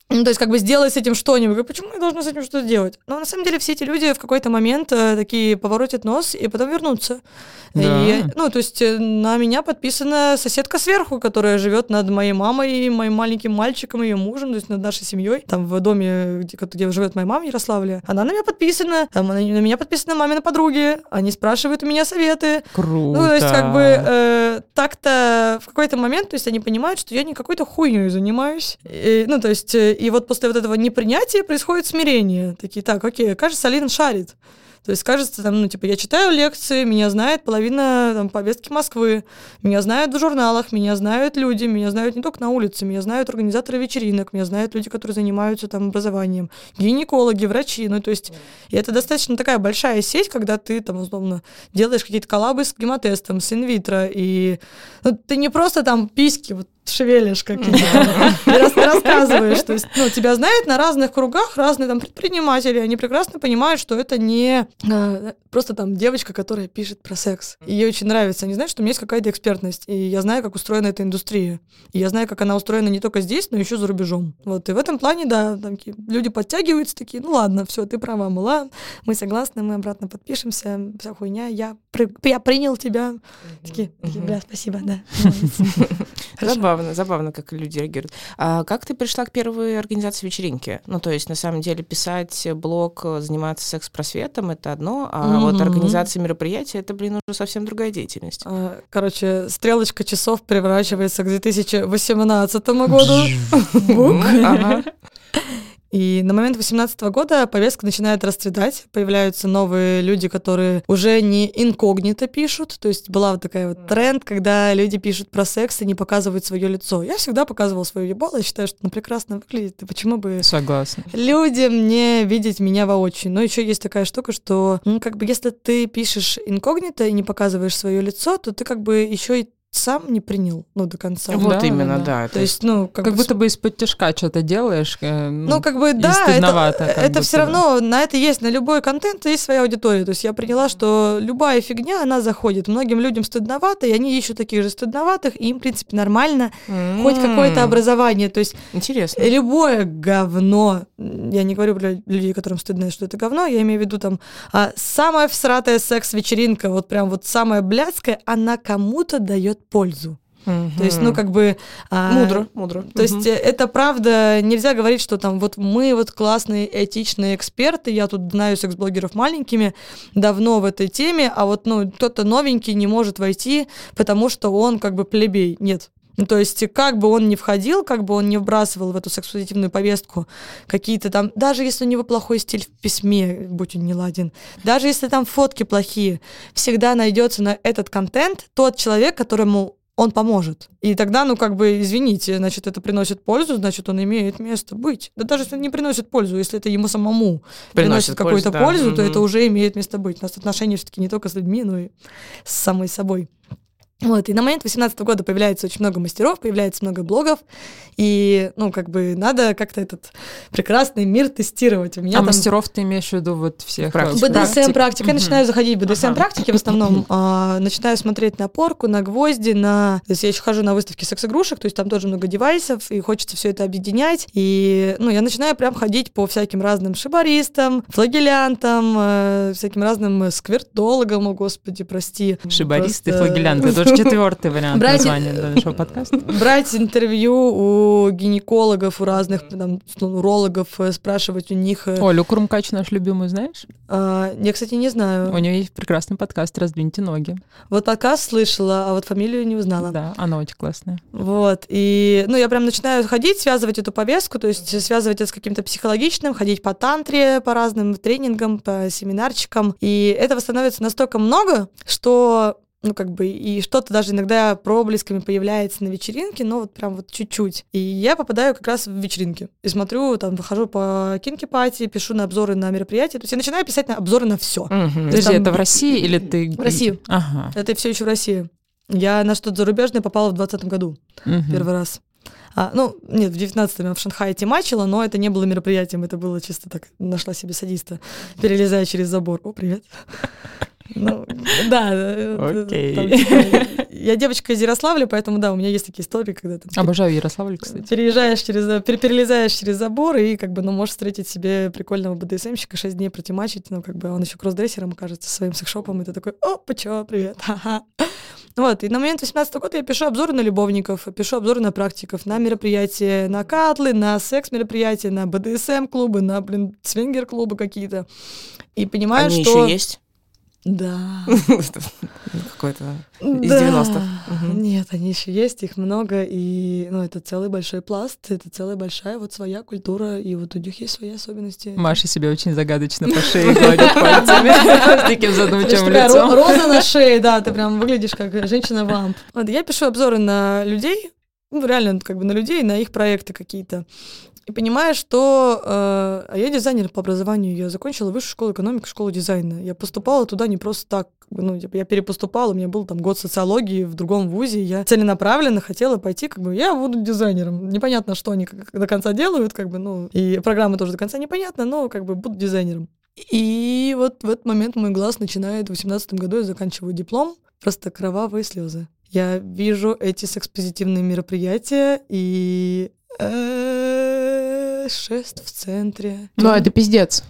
Ну, то есть, как бы сделай с этим что-нибудь. Говорю, почему я должна с этим что-то делать? Но на самом деле все эти люди в какой-то момент э, такие поворотят нос и потом вернутся. Да. И, ну, то есть э, на меня подписана соседка сверху, которая живет над моей мамой, моим маленьким мальчиком, ее мужем, то есть над нашей семьей. Там в доме, где, где живет моя мама в Ярославле. Она на меня подписана, там, на меня подписаны мамины подруги. Они спрашивают у меня советы. Круто. Ну, то есть, как бы, э, так-то в какой-то момент, то есть, они понимают, что я не какой-то хуйней занимаюсь. И, ну, то есть, и вот после вот этого непринятия происходит смирение. Такие, так, окей, кажется, Алина шарит. То есть, кажется, там, ну, типа, я читаю лекции, меня знает половина там, повестки Москвы, меня знают в журналах, меня знают люди, меня знают не только на улице, меня знают организаторы вечеринок, меня знают люди, которые занимаются там образованием, гинекологи, врачи, ну, то есть, и это достаточно такая большая сеть, когда ты, там, условно, делаешь какие-то коллабы с гемотестом, с инвитро, и ну, ты не просто там письки вот шевелишь какие-то, и рассказываешь. То есть, ну, тебя знают на разных кругах разные там предприниматели, они прекрасно понимают, что это не а, просто там девочка, которая пишет про секс. И ей очень нравится. Они знают, что у меня есть какая-то экспертность, и я знаю, как устроена эта индустрия. И я знаю, как она устроена не только здесь, но еще за рубежом. Вот, и в этом плане, да, там такие люди подтягиваются, такие, ну ладно, все, ты права, мала, мы согласны, мы обратно подпишемся, вся хуйня, я, при, я принял тебя. Такие, такие, бля, спасибо, да. Забавно, забавно, как люди реагируют. А как ты пришла к первой организации вечеринки? Ну, то есть, на самом деле, писать блог, заниматься секс-просветом — это одно, а mm-hmm. вот организация мероприятия — это, блин, уже совсем другая деятельность. Короче, стрелочка часов превращается к две тысячи восемнадцатому году. И на момент две тысячи восемнадцатого года повестка начинает расцветать, появляются новые люди, которые уже не инкогнито пишут, то есть была вот такая вот тренд, когда люди пишут про секс и не показывают свое лицо. Я всегда показывала свое ебало, я считаю, что оно прекрасно выглядит, и почему бы Согласна. людям не видеть меня воочию. Но еще есть такая штука, что, ну, как бы, если ты пишешь инкогнито и не показываешь свое лицо, то ты как бы еще и сам не принял, ну, до конца. Вот да, именно, да. да. То, то есть, ну, как, как будто бы из-под тяжка что-то делаешь. Ну, ну как бы, да, это, это все равно, на это есть, на любой контент есть своя аудитория. То есть я приняла, что любая фигня, она заходит. Многим людям стыдновато, и они ищут таких же стыдноватых, и им, в принципе, нормально mm-hmm. хоть какое-то образование. То есть интересно. Любое говно, я не говорю про людей, которым стыдно, что это говно, я имею в виду там а, самая всратая секс-вечеринка, вот прям вот самая блядская, она кому-то дает пользу. Mm-hmm. То есть, ну, как бы... А, мудро, мудро. То mm-hmm. есть, это правда, нельзя говорить, что там вот мы вот классные, этичные эксперты, я тут знаю секс-блогеров маленькими, давно в этой теме, а вот, ну, кто-то новенький не может войти, потому что он как бы плебей. Нет. Ну, то есть, как бы он ни входил, как бы он не вбрасывал в эту секс-позитивную повестку какие-то там, даже если у него плохой стиль в письме, будь он не ладен, даже если там фотки плохие, всегда найдется на этот контент тот человек, которому он поможет. И тогда, ну, как бы, извините, значит, это приносит пользу, значит, он имеет место быть. Да даже если он не приносит пользу, если это ему самому приносит, приносит какую-то пользу, пользу да. то mm-hmm. это уже имеет место быть. У нас отношения все-таки не только с людьми, но и с самой собой. Вот, и на момент две тысячи восемнадцатого года появляется очень много мастеров, появляется много блогов, и, ну, как бы, надо как-то этот прекрасный мир тестировать. У меня а там... мастеров ты имеешь в виду вот всех? Практик. бэ дэ эс эм-практика. Я начинаю заходить в бэ дэ эс эм-практики в основном, а, начинаю смотреть на порку, на гвозди, на... То есть я еще хожу на выставки секс-игрушек, то есть там тоже много девайсов, и хочется все это объединять, и, ну, я начинаю прям ходить по всяким разным шибаристам, флагелянтам, э, всяким разным сквертологам, о, господи, прости. Шибаристы, Просто... флагелянты, это четвертый вариант брать, названия нашего подкаста. Брать интервью у гинекологов, у разных там, урологов, спрашивать у них... Олю Курмкач, наш любимый, знаешь? А, я, кстати, не знаю. У нее есть прекрасный подкаст «Раздвиньте ноги». Вот подкаст слышала, а вот фамилию не узнала. Да, она очень классная. Вот, и, ну, я прям начинаю ходить, связывать эту повестку, то есть связывать это с каким-то психологичным, ходить по тантре, по разным тренингам, по семинарчикам, и этого становится настолько много, что... Ну, как бы, и что-то даже иногда проблесками появляется на вечеринке, но вот прям вот чуть-чуть. И я попадаю как раз в вечеринки. И смотрю, там, выхожу по кинки-пати, пишу на обзоры на мероприятия. То есть я начинаю писать на обзоры на все. Угу. Подожди, там... это в России или ты... В России. Ага. Это все еще в России. Я на что-то зарубежное попала в двадцатом году. Угу. Первый раз. А, ну, нет, в девятнадцатом я в Шанхае темачила, но это не было мероприятием, это было чисто так, нашла себе садиста, перелезая через забор. О, привет. Ну, да. Окей. Там, типа, я девочка из Ярославля, поэтому, да, у меня есть такие истории, когда ты... Обожаю Ярославль, кстати. Переезжаешь через... Перелезаешь через забор и, как бы, ну, можешь встретить себе прикольного БДСМщика, шесть дней протимачить, ну, как бы, он еще кроссдрессером окажется, своим секс-шопом, и ты такой, опа, чё, привет, ха-ха. Вот, и на момент восемнадцатого года я пишу обзоры на любовников, пишу обзоры на практиков, на мероприятия, на катлы, на секс-мероприятия, на БДСМ-клубы, на, блин, свингер-клубы какие-то. И понимаю, Они что... еще есть? Да. Какой-то из девяностых. Нет, они еще есть, их много, и, ну, это целый большой пласт, это целая большая вот своя культура, и вот у них есть свои особенности. Маша себе очень загадочно по шее гладит пальцами с таким задумчивым лицом. Роза на шее, да, ты прям выглядишь как женщина-вамп. Вот, я пишу обзоры на людей, ну, реально, как бы на людей, на их проекты какие-то. И понимаю, что э, я дизайнер по образованию, я закончила высшую школу экономики, школу дизайна. Я поступала туда не просто так, как бы, ну, я перепоступала, у меня был там год социологии в другом вузе, я целенаправленно хотела пойти, как бы, я буду дизайнером. Непонятно, что они как, до конца делают, как бы, ну, и программа тоже до конца непонятна, но, как бы, буду дизайнером. И вот в этот момент мой глаз начинает, в восемнадцатом году я заканчиваю диплом, просто кровавые слезы. Я вижу эти секс-позитивные мероприятия, и... Шест в центре. Ну, это пиздец.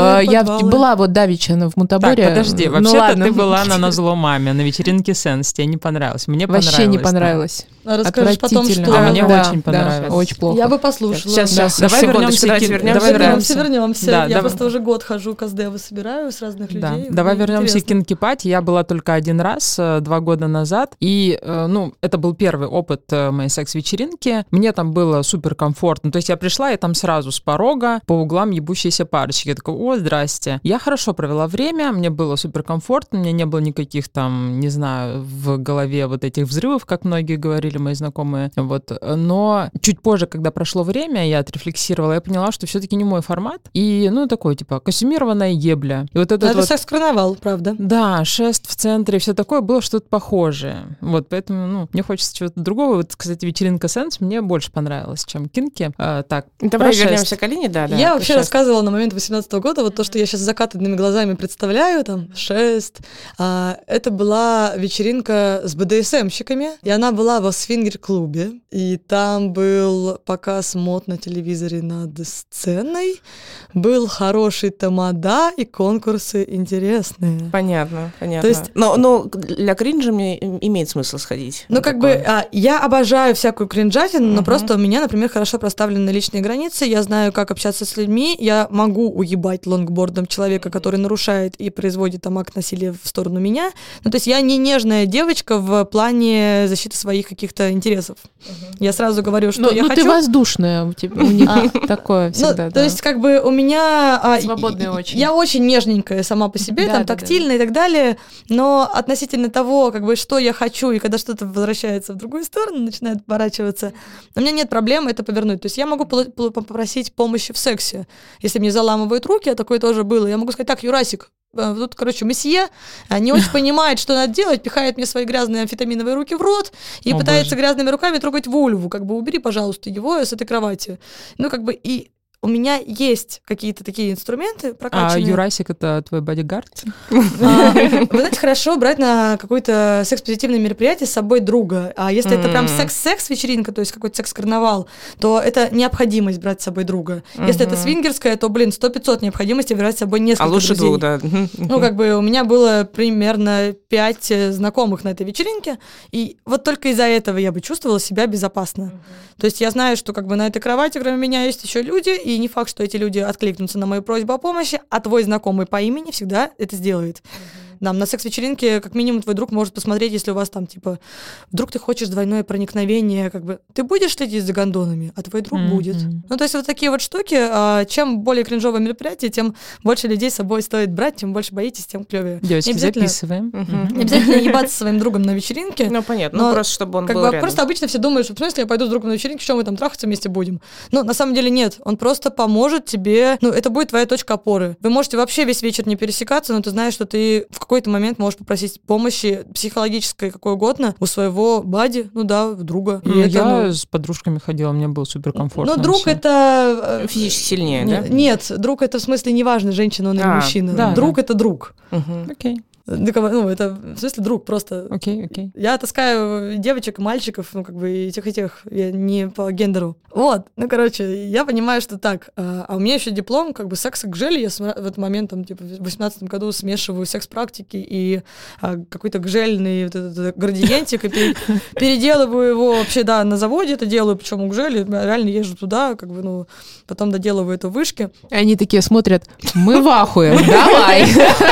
Я была вот давеча в Мутаборе. Так, подожди, вообще-то ты была на назло маме, на вечеринке Сенс, тебе не понравилось? Мне понравилось. Вообще не понравилось. Расскажешь потом, что... А мне очень понравилось. Очень плохо. Я бы послушала. Сейчас, сейчас, давай вернемся. Давайте вернемся. Давай вернемся, вернемся. Да, я давай. просто уже год хожу, каздевы собираю с разных Да. людей. Давай Мне вернемся к интересно. кинки-пати. Я была только один раз, э, два года назад, и, э, ну, это был первый опыт э, моей секс-вечеринки. Мне там было супер комфортно. То есть я пришла, и там сразу с порога по углам ебущиеся парочки. Я такая, о, здрасте. Я хорошо провела время, мне было супер комфортно, у меня не было никаких там, не знаю, в голове вот этих взрывов, как многие говорили мои знакомые. Вот. Но чуть позже, когда прошло время, я отрефлексировала, я поняла, что все-таки не мой формат. И, ну, такой, типа, костюмированная ебля. И вот Но этот это вот... секс-карнавал, правда. Да, шест в центре, все такое, было что-то похожее. Вот, поэтому, ну, мне хочется чего-то другого. Вот, кстати, вечеринка Сенс мне больше понравилась, чем кинки. А, так, Давай про шест. вернемся к Алине, да, да. Я вообще Сейчас. рассказывала на момент восемнадцатого года, вот то, что я сейчас закатанными глазами представляю, там, шест. А, это была вечеринка с БДСМщиками, и она была во свингер-клубе, и там был показ мод на телевизоре над сценой, был хороший тамада и конкурсы интересные. Понятно, понятно. То есть- но, но для кринжа мне имеет смысл сходить. Ну, на как такое. бы, а, я обожаю всякую кринжатину, но Мгм. просто у меня, например, хорошо проставлены личные границы, я знаю, как общаться с людьми, я могу уебать лонгбордом человека, который нарушает и производит там акт насилия в сторону меня. Ну, то есть я не нежная девочка в плане защиты своих каких-то интересов. Я сразу говорю, что Ну, я ну, хочу... ты воздушная, у тебя у них А, такое Ну, всегда. то да. есть, как бы у меня... а, Свободная и- очень. Я очень нежненькая сама по себе, Да, там, да, тактильная и так далее, но относительно того, как бы, что я хочу, и когда что-то возвращается в другую сторону, начинает поворачиваться, у меня нет проблем это повернуть. То есть я могу пол- пол- попросить помощи в сексе. Если мне заламывают руки, а такое тоже было, я могу сказать, так, Юрасик, э, тут, короче, месье а, не очень понимает, что надо делать, пихает мне свои грязные амфетаминовые руки в рот и О, пытается боже. грязными руками трогать вульву. Как бы убери, пожалуйста, его с этой кровати. Ну, как бы и у меня есть какие-то такие инструменты А прокачанные. Юрасик — это твой бодигард? А, Вы знаете, хорошо брать на какое-то секс-позитивное мероприятие с собой друга. А если это прям М. секс-секс-вечеринка, то есть какой-то секс-карнавал, то это необходимость брать с собой друга. Если это Мгм. свингерская, то, блин, сто пятьсот необходимости брать с собой несколько А лучше друзей. двух, да. Ну, как бы у меня было примерно пять э, знакомых на этой вечеринке, и вот только из-за этого я бы чувствовала себя безопасно. То есть я знаю, что как бы на этой кровати, кроме меня, есть еще люди, и не факт, что эти люди откликнутся на мою просьбу о помощи, а твой знакомый по имени всегда это сделает. Там, на секс-вечеринке, как минимум, твой друг может посмотреть, если у вас там, типа, вдруг ты хочешь двойное проникновение, как бы, ты будешь следить за гондонами, а твой друг Мгм. будет. Ну, то есть вот такие вот штуки, а, чем более кринжовое мероприятие, тем больше людей с собой стоит брать, тем больше боитесь, тем клевее. Девочки, Не обязательно- записываем. Мгм. Не обязательно ебаться со своим другом на вечеринке. Ну, понятно, Но ну, просто чтобы он Как был бы рядом. просто обычно все думают, что в смысле я пойду с другом на вечеринку, что мы там трахаться вместе будем. Но на самом деле нет, он просто поможет тебе, ну, это будет твоя точка опоры. Вы можете вообще весь вечер не пересекаться, но ты знаешь, что ты в какой-то момент можешь попросить помощи психологической, какой угодно, у своего бади, ну да, друга. И Ну, это, я ну, с подружками ходила, мне было супер комфортно. ну, друг это... э, Физически сильнее, не- да? Нет, друг это в смысле неважно, женщина он или А, мужчина. да, Друг это друг. Мгм. Окей. Ну, это, в смысле, друг просто. Окей, окей. Я таскаю девочек и мальчиков, ну, как бы, и тех, и тех, я не по гендеру. Вот, ну, короче, я понимаю, что так. А, а у меня еще диплом, как бы, секса к гжели. Я в этот момент, там, типа, в восемнадцатом году смешиваю секс-практики и а, какой-то гжельный вот этот градиентик, и пере, переделываю его вообще, да, на заводе это делаю, причем у гжели, реально езжу туда, как бы, ну, потом доделываю это в вышке. И они такие смотрят, мы в ахуе, давай.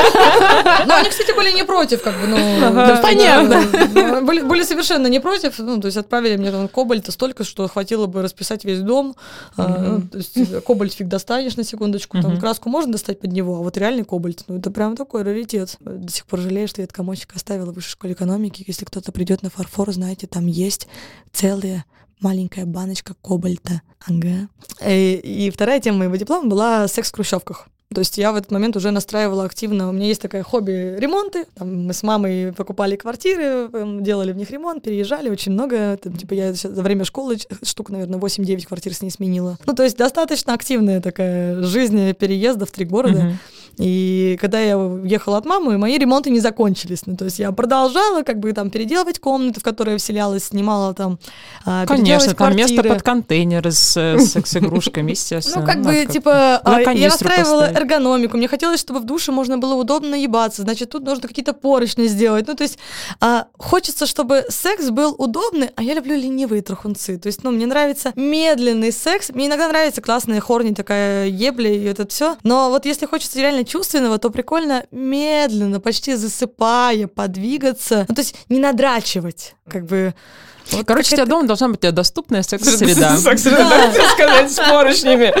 Ну, они, кстати, были не против, как бы, ну... Ага, да, понятно. Да, были, были совершенно не против, ну, то есть отправили мне там кобальта столько, что хватило бы расписать весь дом. Mm-hmm. А, ну, то есть кобальт фиг достанешь, на секундочку, mm-hmm. там краску можно достать под него, а вот реальный кобальт, ну, это прям такой раритет. До сих пор жалею, что я этот комочек оставила в высшей школе экономики. Если кто-то придет на фарфор, знаете, там есть целая маленькая баночка кобальта. Ага. И, и вторая тема моего диплома была секс в хрущевках. То есть я в этот момент уже настраивала активно. У меня есть такое хобби ремонты. Там мы с мамой покупали квартиры, делали в них ремонт, переезжали очень много. Там, типа я за время школы штук, наверное, восемь-девять квартир с ней сменила. Ну, то есть достаточно активная такая жизнь переезда в три города. Uh-huh. И когда я уехала от мамы, мои ремонты не закончились. Ну, то есть я продолжала как бы там переделывать комнаты, в которые я вселялась, снимала там, конечно, там квартиры. Место под контейнеры с секс-игрушками, естественно. Ну, как бы, типа, я настраивала эргономику, мне хотелось, чтобы в душе можно было удобно ебаться, значит, тут нужно какие-то поручни сделать. Ну, то есть а, хочется, чтобы секс был удобный, а я люблю ленивые трахунцы. То есть, ну, мне нравится медленный секс, мне иногда нравится классная хорни, такая ебля и это все. Но вот если хочется реально чувственного, то прикольно медленно, почти засыпая, подвигаться. Ну, то есть не надрачивать, как бы. Вот короче, у тебя дома должна быть доступная секс-среда. Секс-среда, да, сказать, с поручнями.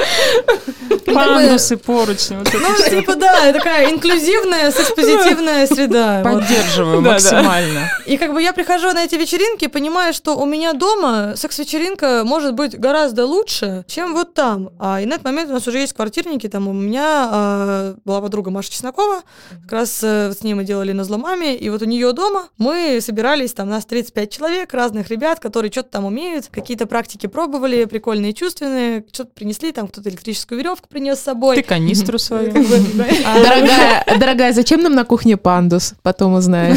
Пандусы, поручни. Ну, типа, да, такая инклюзивная, секс-позитивная среда. Поддерживаю максимально. И как бы я прихожу на эти вечеринки и понимаю, что у меня дома секс-вечеринка может быть гораздо лучше, чем вот там. А и на этот момент у нас уже есть квартирники. Там у меня была подруга Маша Чеснокова, как раз с ней мы делали на зломаме, и вот у нее дома мы собирались, там нас тридцать пять человек, разных ребят, которые что-то там умеют, какие-то практики пробовали, прикольные, чувственные, что-то принесли, там кто-то электрическую веревку принес с собой. Ты канистру свою. Дорогая, дорогая, зачем нам на кухне пандус? Потом узнаешь.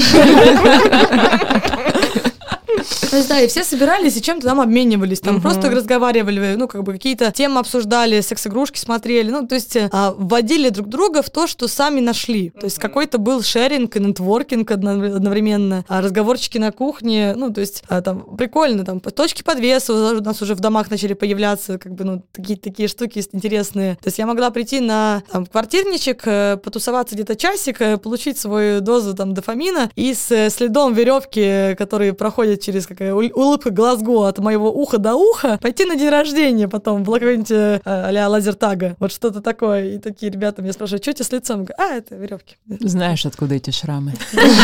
То есть, да, и все собирались и чем-то там обменивались, там uh-huh. просто разговаривали, ну, как бы какие-то темы обсуждали, секс-игрушки смотрели, ну, то есть а, вводили друг друга в то, что сами нашли. Uh-huh. То есть какой-то был шеринг и нетворкинг одновременно, а разговорчики на кухне, ну, то есть а, там прикольно, там точки подвеса у нас уже в домах начали появляться, как бы, ну, такие, такие штуки интересные. То есть я могла прийти на там, квартирничек, потусоваться где-то часик, получить свою дозу там дофамина и с следом веревки, которые проходят через какая улыбка Глазго от моего уха до уха, пойти на день рождения потом, было какое-нибудь э, а-ля лазертага, вот что-то такое. И такие ребята меня спрашивают, что у тебя с лицом? Я говорю, а, это веревки. Знаешь, откуда эти шрамы?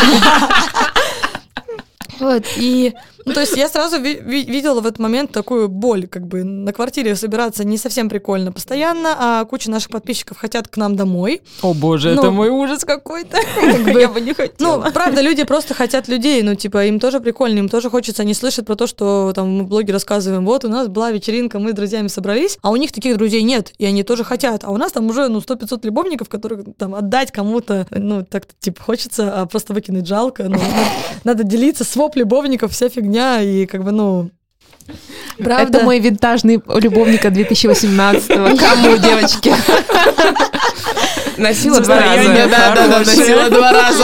Вот, и, ну, то есть я сразу ви- ви- видела в этот момент такую боль, как бы на квартире собираться не совсем прикольно постоянно, а куча наших подписчиков хотят к нам домой. О боже, ну, это мой ужас какой-то. Как бы, я бы не хотела. Ну, правда, люди просто хотят людей, ну, типа, им тоже прикольно, им тоже хочется, они слышат про то, что там мы в блоге рассказываем, вот у нас была вечеринка, мы с друзьями собрались, а у них таких друзей нет, и они тоже хотят, а у нас там уже, ну, сто-пятьсот любовников, которых там отдать кому-то, ну, так-то, типа, хочется, а просто выкинуть жалко, ну, надо делиться, своп любовников, вся фигня, и как бы, ну... Правда? Это мой винтажный любовника две тысячи восемнадцатого. Кому, девочки? Носила два раза. Да, да, да, носила два раза.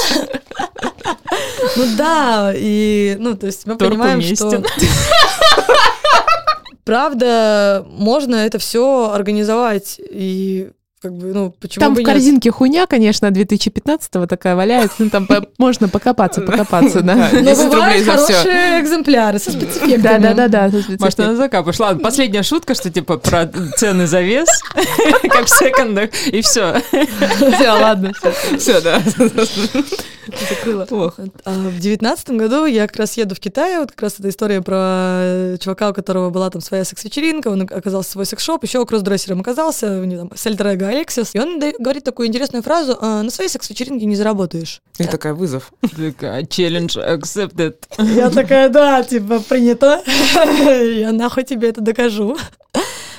Ну да, и, ну, то есть мы понимаем, что... Правда, можно это все организовать, и... Как бы, ну, почему там бы в корзинке нет? Хуйня, конечно, две тысячи пятнадцатого такая валяется, ну там можно покопаться, покопаться, да. Но бывают хорошие экземпляры со спецэффектами. Да-да-да. Может, она закапаешь. Ладно, последняя шутка, что типа про цены за вес, как в секондах, и все. Все, ладно, все, да. Закрыла. В девятнадцатом году я как раз еду в Китай, вот как раз эта история про чувака, у которого была там своя секс-вечеринка, он оказался свой секс-шоп, еще кросс-дрессером оказался, у него там сельтер-эго Алексис, и он говорит такую интересную фразу: на своей секс-вечеринке не заработаешь. И такая вызов. Такая, challenge accepted. Я такая, да, типа, принято. Я нахуй тебе это докажу.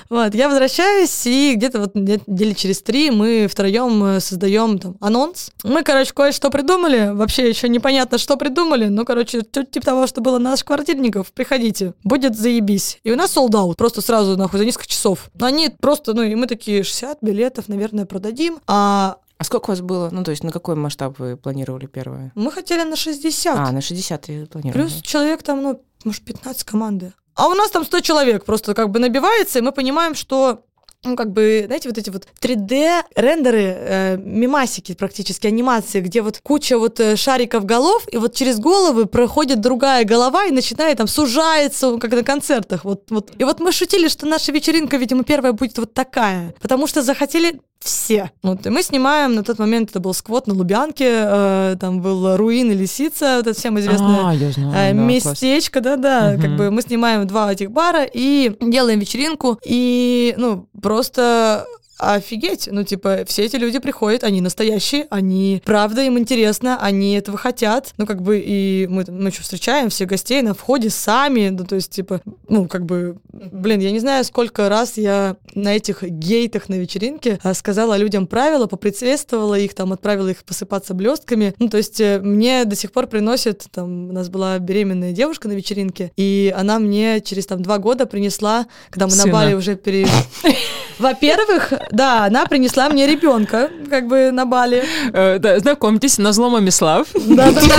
Вот, я возвращаюсь, и где-то вот недели через три мы втроем создаем там анонс. Мы, короче, кое-что придумали. Вообще еще непонятно, что придумали. Ну, короче, типа того, что было на наших квартирников. Приходите, будет заебись. И у нас sold out. Просто сразу, нахуй, за несколько часов. Но они просто, ну, и мы такие, шестьдесят билетов, наверное, продадим. А А сколько у вас было? Ну, то есть на какой масштаб вы планировали первое? мы хотели на шестьдесят. А, на шестьдесят и планировали. Плюс человек там, ну, может, пятнадцать команды. А у нас там сто человек просто как бы набивается, и мы понимаем, что, ну, как бы, знаете, вот эти вот три дэ-рендеры, э, мемасики практически, анимации, где вот куча вот э, шариков голов, и вот через головы проходит другая голова и начинает там сужается, как на концертах. Вот, вот. И вот мы шутили, что наша вечеринка, видимо, первая будет вот такая, потому что захотели все. Вот, и мы снимаем, на тот момент это был сквот на Лубянке, э, там был Руин и Лисица, вот это всем известное А, я знаю, э, да, местечко, да-да, Мгм. как бы мы снимаем два этих бара и делаем вечеринку, и, ну, просто... Офигеть, ну, типа, все эти люди приходят, они настоящие, они, правда, им интересно, они этого хотят, ну, как бы, и мы, мы еще встречаем всех гостей на входе сами, ну, то есть, типа, ну, как бы, блин, я не знаю, сколько раз я на этих гейтах на вечеринке а, сказала людям правила, поприветствовала их, там, отправила их посыпаться блестками, ну, то есть, э, мне до сих пор приносят, там, у нас была беременная девушка на вечеринке, и она мне через, там, два года принесла, когда мы Сына. на Бали уже пере... Во-первых, да, она принесла мне ребенка, как бы на Бали. Э, да, знакомьтесь, Назло Мамислав. Да-да-да.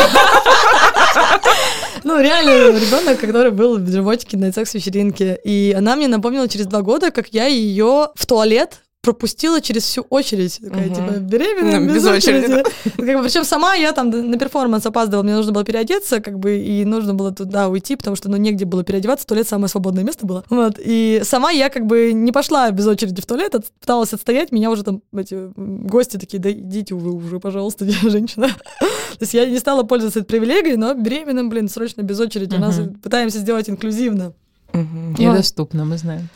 Ну, реально, ребенок, который был в животике на секс-вечеринке. И она мне напомнила через два года, как я ее в туалет пропустила через всю очередь. Такая, Мгм. типа, беременная, Ну, без, без очереди, очереди. Как бы, причем сама я там на перформанс опаздывала, мне нужно было переодеться, как бы, и нужно было туда уйти, потому что, ну, негде было переодеваться, туалет самое свободное место было. Вот. И сама я, как бы, не пошла без очереди в туалет, от- пыталась отстоять, меня уже там эти м, гости такие, да идите вы уже, пожалуйста, женщина. То есть я не стала пользоваться этой привилегией, но беременным, блин, срочно без очереди. У нас Мгм. пытаемся сделать инклюзивно. Мгм. И Вот. доступно, мы знаем.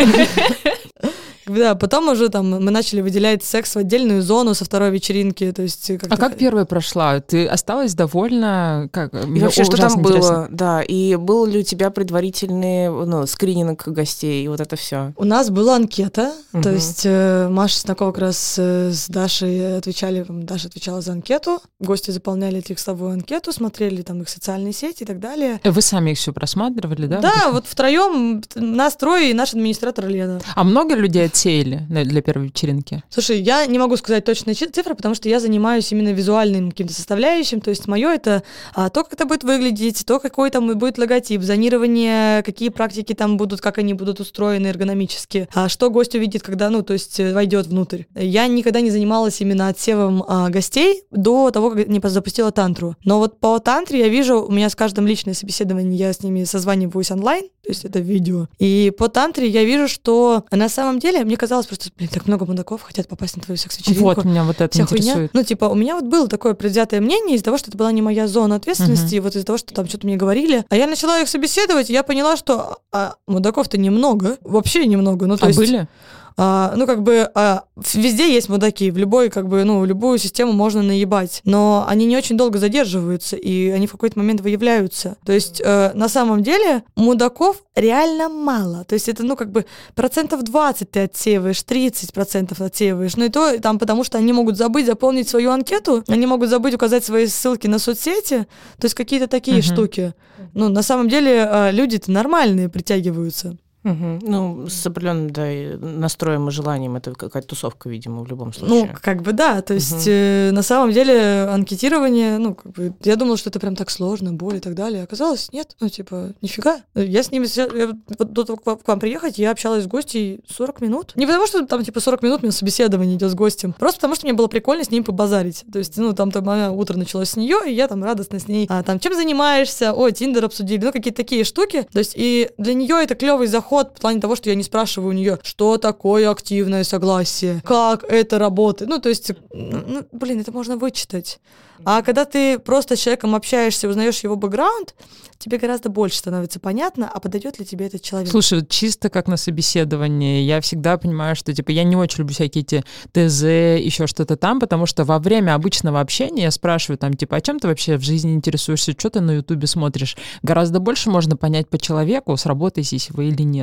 Да, потом уже там мы начали выделять секс в отдельную зону со второй вечеринки, то есть... А как первая прошла? Ты осталась довольна? Как? И Мне вообще, что ужасно там было, интересно. да, и был ли у тебя предварительный, ну, скрининг гостей, и вот это все? У нас была анкета, Мгм. то есть э, Маша Снакова как раз э, с Дашей отвечали, там, Даша отвечала за анкету, гости заполняли текстовую анкету, смотрели там их социальные сети и так далее. Вы сами их все просматривали, да? Да, Вот это? вот втроем нас трое и наш администратор Лена. А много людей отсеяли на- для первой вечеринки? Слушай, я не могу сказать точные чи- цифры, потому что я занимаюсь именно визуальным каким-то составляющим, то есть мое это а, то, как это будет выглядеть, то, какой там будет логотип, зонирование, какие практики там будут, как они будут устроены эргономически, а что гость увидит, когда, ну, то есть э, войдет внутрь. Я никогда не занималась именно отсевом а, гостей до того, как не запустила тантру. Но вот по тантре я вижу, у меня с каждым личное собеседование, я с ними созваниваюсь онлайн, то есть это видео. И по тантре я вижу, что на самом деле, мне казалось просто, блин, так много мудаков хотят попасть на твою секс-вечеринку. Вот, меня вот это Вся хуйня. интересует. Ну, типа, у меня вот было такое предвзятое мнение из-за того, что это была не моя зона ответственности, Мгм. вот из-за того, что там что-то мне говорили. А я начала их собеседовать, и я поняла, что а, мудаков-то немного, вообще немного. Ну, то А есть, были? а, ну, как бы, а, везде есть мудаки, в любой, как бы, ну, в любую систему можно наебать, но они не очень долго задерживаются, и они в какой-то момент выявляются. То есть, э, на самом деле, мудаков реально мало. То есть, это, ну, как бы, процентов двадцать ты отсеиваешь, тридцать процентов отсеиваешь, ну, и то, там, потому что они могут забыть заполнить свою анкету, они могут забыть указать свои ссылки на соцсети, то есть, какие-то такие Мгм. штуки. Ну, на самом деле, э, люди-то нормальные притягиваются. Мгм. Ну, с определенным, да, и настроем и желанием, это какая-то тусовка, видимо, в любом Ну, случае. как бы да, то есть Мгм. э, на самом деле анкетирование, ну, как бы, я думала, что это прям так сложно, боль и так далее. Оказалось, нет, ну, типа, нифига. Я с ними, сейчас- я вот до того, как к вам приехать, я общалась с гостей сорок минут. Не потому, что там, типа, сорок минут у меня собеседование идет с гостем, просто потому, что мне было прикольно с ним побазарить. То есть, ну, там, там а, утро началось с нее, и я там радостно с ней, а, там, чем занимаешься, о, Тиндер обсудили, ну, какие-то такие штуки. То есть, и для нее это клевый заход в плане того, что я не спрашиваю у нее, что такое активное согласие, как это работает. Ну, то есть, ну, блин, это можно вычитать. А когда ты просто с человеком общаешься, узнаешь его бэкграунд, тебе гораздо больше становится понятно, а подойдет ли тебе этот человек. Слушай, вот чисто как на собеседовании, я всегда понимаю, что типа я не очень люблю всякие эти ТЗ, еще что-то там, потому что во время обычного общения я спрашиваю там, типа, о чем ты вообще в жизни интересуешься, что ты на Ютубе смотришь? Гораздо больше можно понять по человеку, сработаетесь вы или нет.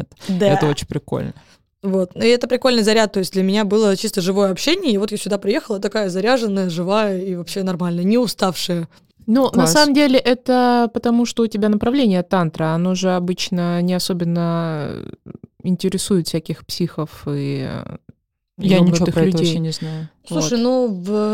нет. Да. Это очень прикольно. Вот. И это прикольный заряд, то есть для меня было чисто живое общение, и вот я сюда приехала такая заряженная, живая и вообще нормальная, не уставшая. Ну, Класс. на самом деле, это потому, что у тебя направление тантра, оно же обычно не особенно интересует всяких психов и Я ничего ёбнутых про это людей. вообще не знаю. Слушай, Вот. ну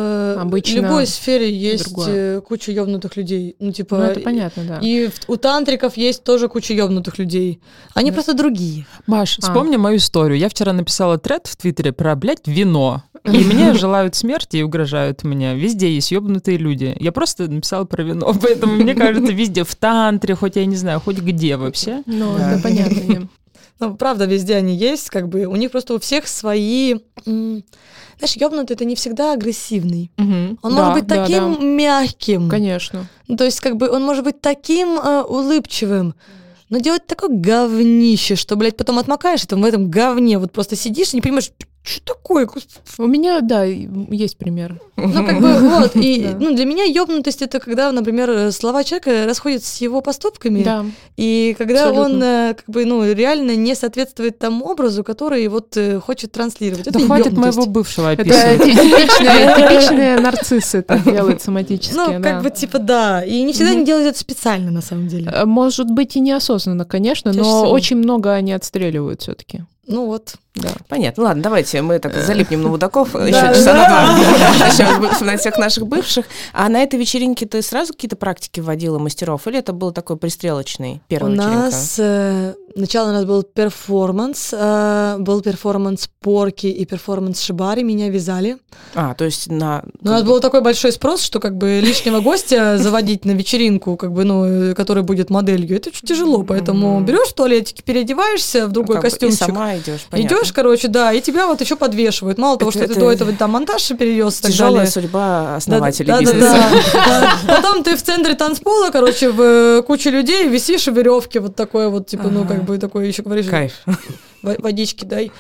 в Обычно любой сфере есть другое. э, куча ёбнутых людей. Ну, типа, Ну, это понятно, да. и в- у тантриков есть тоже куча ёбнутых людей. Они Да. просто другие. Маш, А. вспомни мою историю. Я вчера написала тред в Твиттере про, блядь, вино. И мне желают смерти и угрожают мне. Везде есть ёбнутые люди. Я просто написала про вино. Поэтому, мне кажется, везде, в тантре, хоть я не знаю, хоть где вообще. Ну, Да. это понятно. Ну, правда, везде они есть, как бы у них просто у всех свои... м, Знаешь, ёбнутый — это не всегда агрессивный. Мгм. Он Да, может быть да, таким да. мягким. Конечно. Ну, то есть, как бы, он может быть таким э, улыбчивым, но делать такое говнище, что, блядь, потом отмокаешь, и там в этом говне вот просто сидишь и не понимаешь, что такое? У меня, да, есть пример. Ну, как бы, вот. И Да. ну, для меня ёбнутость — это когда, например, слова человека расходятся с его поступками, Да. и когда он, Абсолютно. э, как бы, ну, реально не соответствует тому образу, который вот э, хочет транслировать. Да Это хватит ёбнутость. моего бывшего Это описывать. ти- типичные, типичные нарциссы так делают соматически. Ну, да. как бы, типа, да. И не всегда Мгм. они делают это специально, на самом деле. Э, Может быть, и неосознанно, конечно, Чаще но всего. очень много они отстреливают все-таки. Ну, вот. Да. Понятно. Ладно, давайте мы так залипнем на Вудаков еще Да, часа на да. два. Начнем вспоминать всех наших бывших. А на этой вечеринке ты сразу какие-то практики вводила мастеров? Или это был такой пристрелочный первая У вечеринка? нас э, сначала у нас был перформанс, э, был перформанс Порки и перформанс Шибари, меня вязали. А, то есть на... Но у нас был такой большой спрос, что как бы лишнего гостя заводить на вечеринку, как бы, ну, э, которая будет моделью, это очень тяжело, поэтому Мгм. берешь в туалетике, переодеваешься в другой как бы и костюмчик. сама идешь, понятно. Идешь, короче, да, и тебя вот еще подвешивают. Мало того, Это- что ты это до этого там монтаж перевез и так Тяжелая далее. судьба основателей Да, да, бизнеса. да, да. Потом ты в центре танцпола, короче, в э, куче людей висишь в веревке вот такой вот, типа, ну, как бы такой еще говоришь, Кайф. «Во- водички дай.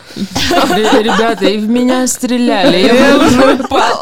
Ре- Ребята, и в меня стреляли. Я бы упал.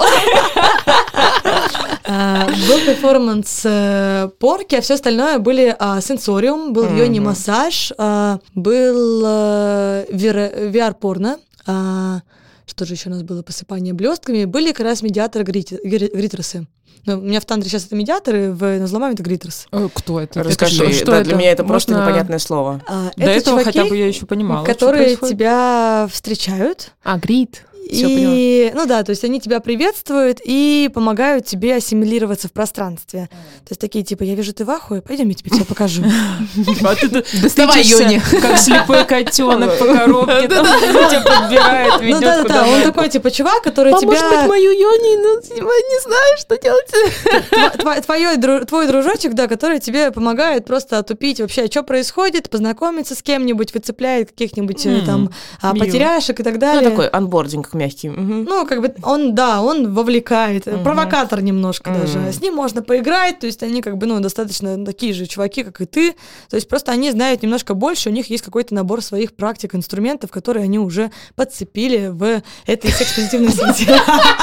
А, Был перформанс э, Порки, а все остальное были а, сенсориум, был Мгм. йони-массаж, а, был э, ви ар-порно, а, что же еще у нас было, посыпание блестками, были как раз медиаторы грити- гри- гритерсы. Ну, у меня в тантре сейчас это медиаторы, в Назломаме это гритерс. Э, Кто это? Расскажи, что- что да, это? для меня это просто Можно- непонятное слово. А, До это этого чуваки, хотя бы я еще понимала, что которые происходит. тебя встречают. А, грид. Всё, И, ну да, то есть они тебя приветствуют и помогают тебе ассимилироваться в пространстве. То есть такие типа, я вижу, ты в ахуе, пойдем, я тебе все покажу. А ты тут Доставай, тычешься, Йони. как слепой котенок по коробке, там тебя подбирает, Ну ведет да, да, да, он куда-то. такой типа чувак, который Поможешь быть тебя... мою Йони, но не знаю, что делать. Тво- тво- твоё дру- Твой дружочек, да, который тебе помогает просто отупить вообще, что происходит, познакомиться с кем-нибудь, выцепляет каких-нибудь э, М, там а, мило. потеряшек и так Ну, далее. такой анбординг мягкий. Мгм. Ну, как бы он, да, он вовлекает, Мгм. провокатор немножко Мгм. даже. С ним можно поиграть, то есть они как бы, ну, достаточно такие же чуваки, как и ты. То есть просто они знают немножко больше, у них есть какой-то набор своих практик, инструментов, которые они уже подцепили в этой секс-позитивной среде.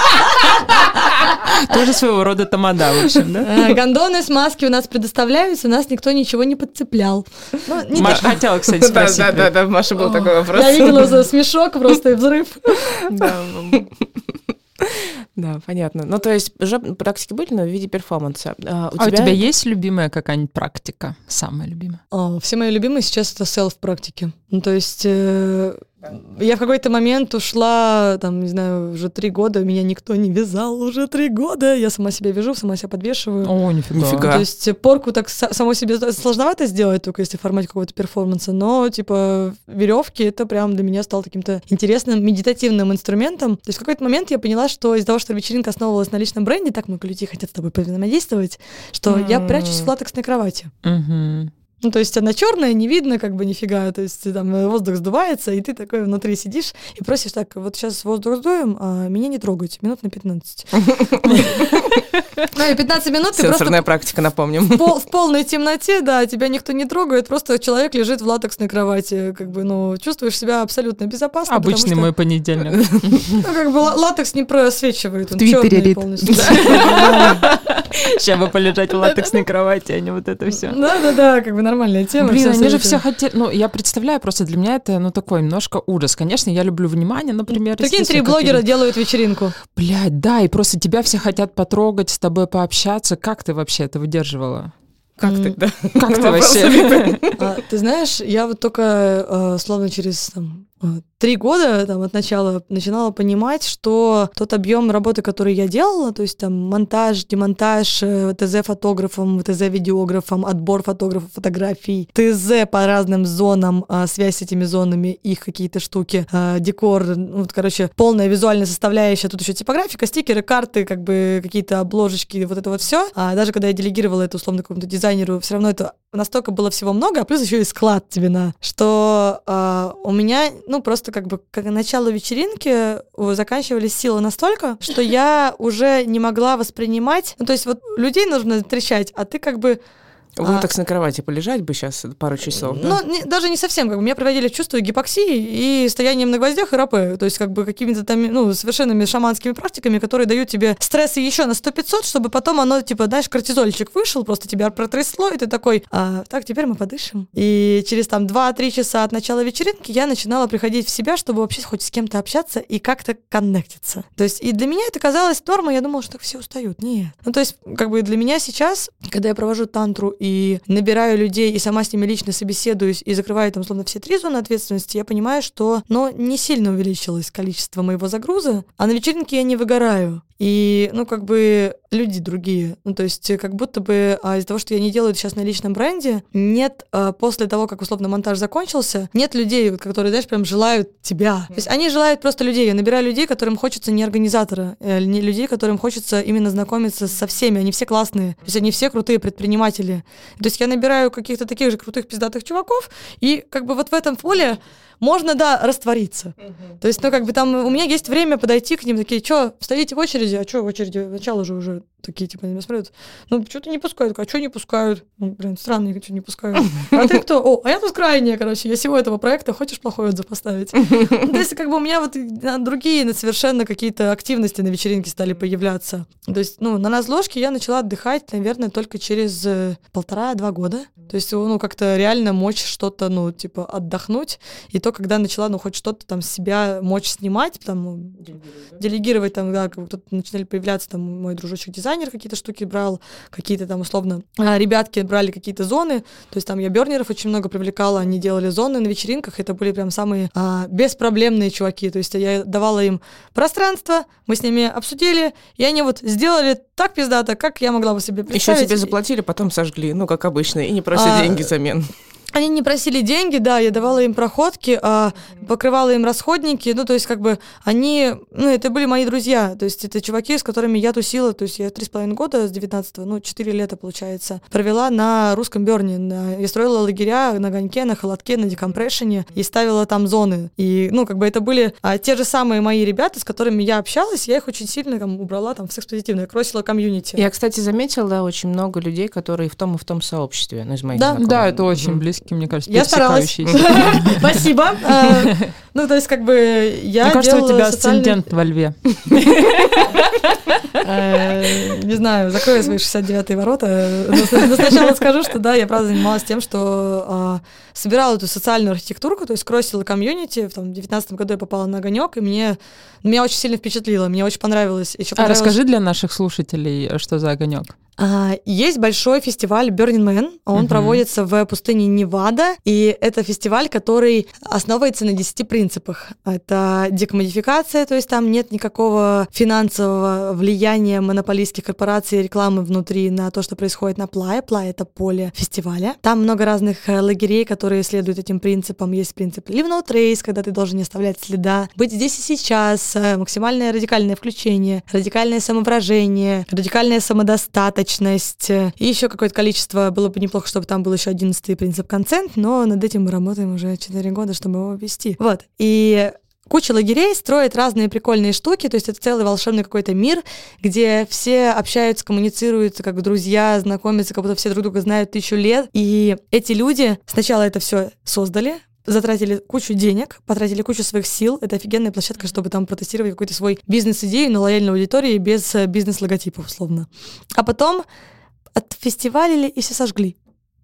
Тоже своего рода тамада, в общем, да? Э, Гондоны, смазки у нас предоставляются, нас никто ничего не подцеплял. Ну, не Маш, так. хотела, кстати, Да, спросить. да, да, да, Маша, был такой вопрос. Я видела за смешок просто и взрыв. Да. Да, понятно. Ну, то есть уже практики были, но в виде перформанса. А А у тебя есть любимая какая-нибудь практика? Самая любимая? О, все мои любимые сейчас это селф-практики. Ну, то есть э, я в какой-то момент ушла, там, не знаю, уже три года, меня никто не вязал уже три года. Я сама себя вяжу, сама себя подвешиваю. О, нифига. Нифига. То есть э, порку так са- самой себе сложновато сделать, только если в формате какого-то перформанса, но, типа, веревки это прям для меня стало каким-то интересным медитативным инструментом. То есть в какой-то момент я поняла, что из-за того, что вечеринка основывалась на личном бренде, так много людей хотят с тобой взаимодействовать, что я М. прячусь в латексной кровати. Мгм. Ну, то есть она черная, не видно, как бы нифига. То есть там э, воздух сдувается, и ты такой внутри сидишь и просишь так, вот сейчас воздух сдуем, а меня не трогайте, минут на пятнадцать. Ну и пятнадцать минут ты Сенсорная просто практика, напомним. в, пол- в полной темноте, да, тебя никто не трогает, просто человек лежит в латексной кровати, как бы, ну, чувствуешь себя абсолютно безопасно. Обычный потому что, мой понедельник. ну, как бы ла- латекс не просвечивает, он В Твиттере чёрный рит. полностью. Да. Сейчас бы полежать в латексной кровати, а не вот это все. Да-да-да, как бы нормальная тема. Блин, всё они же абсолютно. все хотели... Ну, я представляю, просто для меня это, ну, такой немножко ужас. Конечно, я люблю внимание, например. Такие три естественно, блогера какие-то- делают вечеринку. Блядь, да, и просто тебя все хотят потрогать, с тобой пообщаться. Как ты вообще это выдерживала? Как ты, да? Как ты Вопрос. вообще? А, ты знаешь, я вот только э, словно через там, э, три года там, от начала начинала понимать, что тот объем работы, который я делала, то есть там монтаж, демонтаж, э, ТЗ-фотографом, ТЗ-видеографом, отбор фотографов, фотографий, ТЗ по разным зонам, э, связь с этими зонами, их какие-то штуки, э, декор, ну, вот, короче, полная визуальная составляющая, тут еще типографика, стикеры, карты, как бы какие-то обложечки, вот это вот все. А даже когда я делегировала это условно какому-то дизайнеру, все равно это настолько было всего много, а плюс еще и склад тебе на, что э, у меня, ну, просто как бы к началу вечеринки э, заканчивались силы настолько, что я уже не могла воспринимать, ну, то есть вот людей нужно встречать, а ты как бы В латексной кровати полежать бы сейчас пару часов. Ну, не- даже не совсем, как бы меня приводили в чувство гипоксии и стоянием на гвоздях и рапе, то есть как бы какими-то там, ну, совершенными шаманскими практиками, которые дают тебе стрессы еще на сто пятьсот, чтобы потом оно, типа, знаешь, кортизольчик вышел, просто тебя протрясло, и ты такой, а, так, теперь мы подышим. И через там два-три часа от начала вечеринки я начинала приходить в себя, чтобы вообще хоть с кем-то общаться и как-то коннектиться. То есть и для меня это казалось нормой, я думала, что так все устают. Нет. Ну, то есть как бы для меня сейчас, когда я провожу тантру и набираю людей, и сама с ними лично собеседуюсь, и закрываю там, условно, все три зоны ответственности, я понимаю, что, ну, не сильно увеличилось количество моего загруза, а на вечеринке я не выгораю. И, ну, как бы люди другие. Ну, то есть как будто бы а, из-за того, что я не делаю это сейчас на личном бренде, нет, а, после того, как, условно, монтаж закончился, нет людей, вот, которые, знаешь, прям желают тебя. То есть они желают просто людей. Я набираю людей, которым хочется не организатора, э, не людей, которым хочется именно знакомиться со всеми. Они все классные. То есть они все крутые предприниматели. То есть я набираю каких-то таких же крутых пиздатых чуваков, и как бы вот в этом поле можно, да, раствориться. Uh-huh. То есть, ну, как бы там у меня есть время подойти к ним, такие, что, стоите в очереди? А что в очереди? Начало же уже такие, типа, они меня смотрят. Ну, что-то не пускают. А что не пускают? Ну, блин, странно, что не пускают. А ты кто? О, а я тут крайняя, короче, я всего этого проекта, хочешь плохой отзыв поставить? Ну, то есть, как бы у меня вот другие совершенно какие-то активности на вечеринке стали появляться. То есть, ну, на разложке я начала отдыхать, наверное, только через полтора-два года. То есть, ну, как-то реально мочь что-то, ну, типа, отдохнуть. И то, когда начала, ну, хоть что-то там с себя мочь снимать, там, делегировать, делегировать там, да, как тут начинали появляться, там, мой дружочек-дизайнер какие-то штуки брал, какие-то там, условно, ребятки брали какие-то зоны, то есть там я бернеров очень много привлекала, они делали зоны на вечеринках, это были прям самые а, беспроблемные чуваки, то есть я давала им пространство, мы с ними обсудили, и они вот сделали так пиздато, как я могла бы себе представить. Еще тебе заплатили, потом сожгли, ну, как обычно, и не просят а... деньги взамен. Они не просили деньги, да, я давала им проходки, а покрывала им расходники, ну, то есть, как бы, они, ну, это были мои друзья, то есть, это чуваки, с которыми я тусила, то есть, я три с половиной года с девятнадцатого, ну, четыре лета, получается, провела на русском Берне, на, я строила лагеря на Огоньке, на Холодке, на Декомпрешене, и ставила там зоны, и, ну, как бы, это были а, те же самые мои ребята, с которыми я общалась, я их очень сильно, там, убрала, там, в секс-позитивно, я кросила комьюнити. Я, кстати, заметила, да, очень много людей, которые в том и в том сообществе, ну, из моих да? знакомых. Да, это очень близко. Мне кажется, я старалась. Спасибо. Ну, то есть, как бы, я Мне кажется, у тебя социальный... асцендент во льве. Не знаю, закрою свои шестьдесят девятые ворота. Но сначала скажу, что да, я правда занималась тем, что собирала эту социальную архитектуру, то есть кросила комьюнити. В девятнадцатом году я попала на Огонек, и мне меня очень сильно впечатлило, мне очень понравилось. А расскажи для наших слушателей, что за Огонек. Uh, есть большой фестиваль Burning Man, он uh-huh. проводится в пустыне Невада, и это фестиваль, который основывается на десяти принципах. Это декомодификация, то есть там нет никакого финансового влияния монополистских корпораций и рекламы внутри на то, что происходит на Плае. Плая — это поле фестиваля. Там много разных лагерей, которые следуют этим принципам. Есть принцип Leave No Trace, когда ты должен не оставлять следа, быть здесь и сейчас, максимальное радикальное включение, радикальное самовыражение, радикальная самодостаточность, и еще какое-то количество. Было бы неплохо, чтобы там был еще одиннадцатый принцип консент, но над этим мы работаем уже четыре года, чтобы его ввести. Вот. И куча лагерей, строят разные прикольные штуки, то есть это целый волшебный какой-то мир, где все общаются, коммуницируют, как друзья, знакомятся, как будто все друг друга знают тысячу лет. И эти люди сначала это все создали, затратили кучу денег, потратили кучу своих сил. Это офигенная площадка, чтобы там протестировать какую-то свой бизнес-идею на лояльной аудитории без бизнес-логотипов, условно. А потом отфестивалили и все сожгли.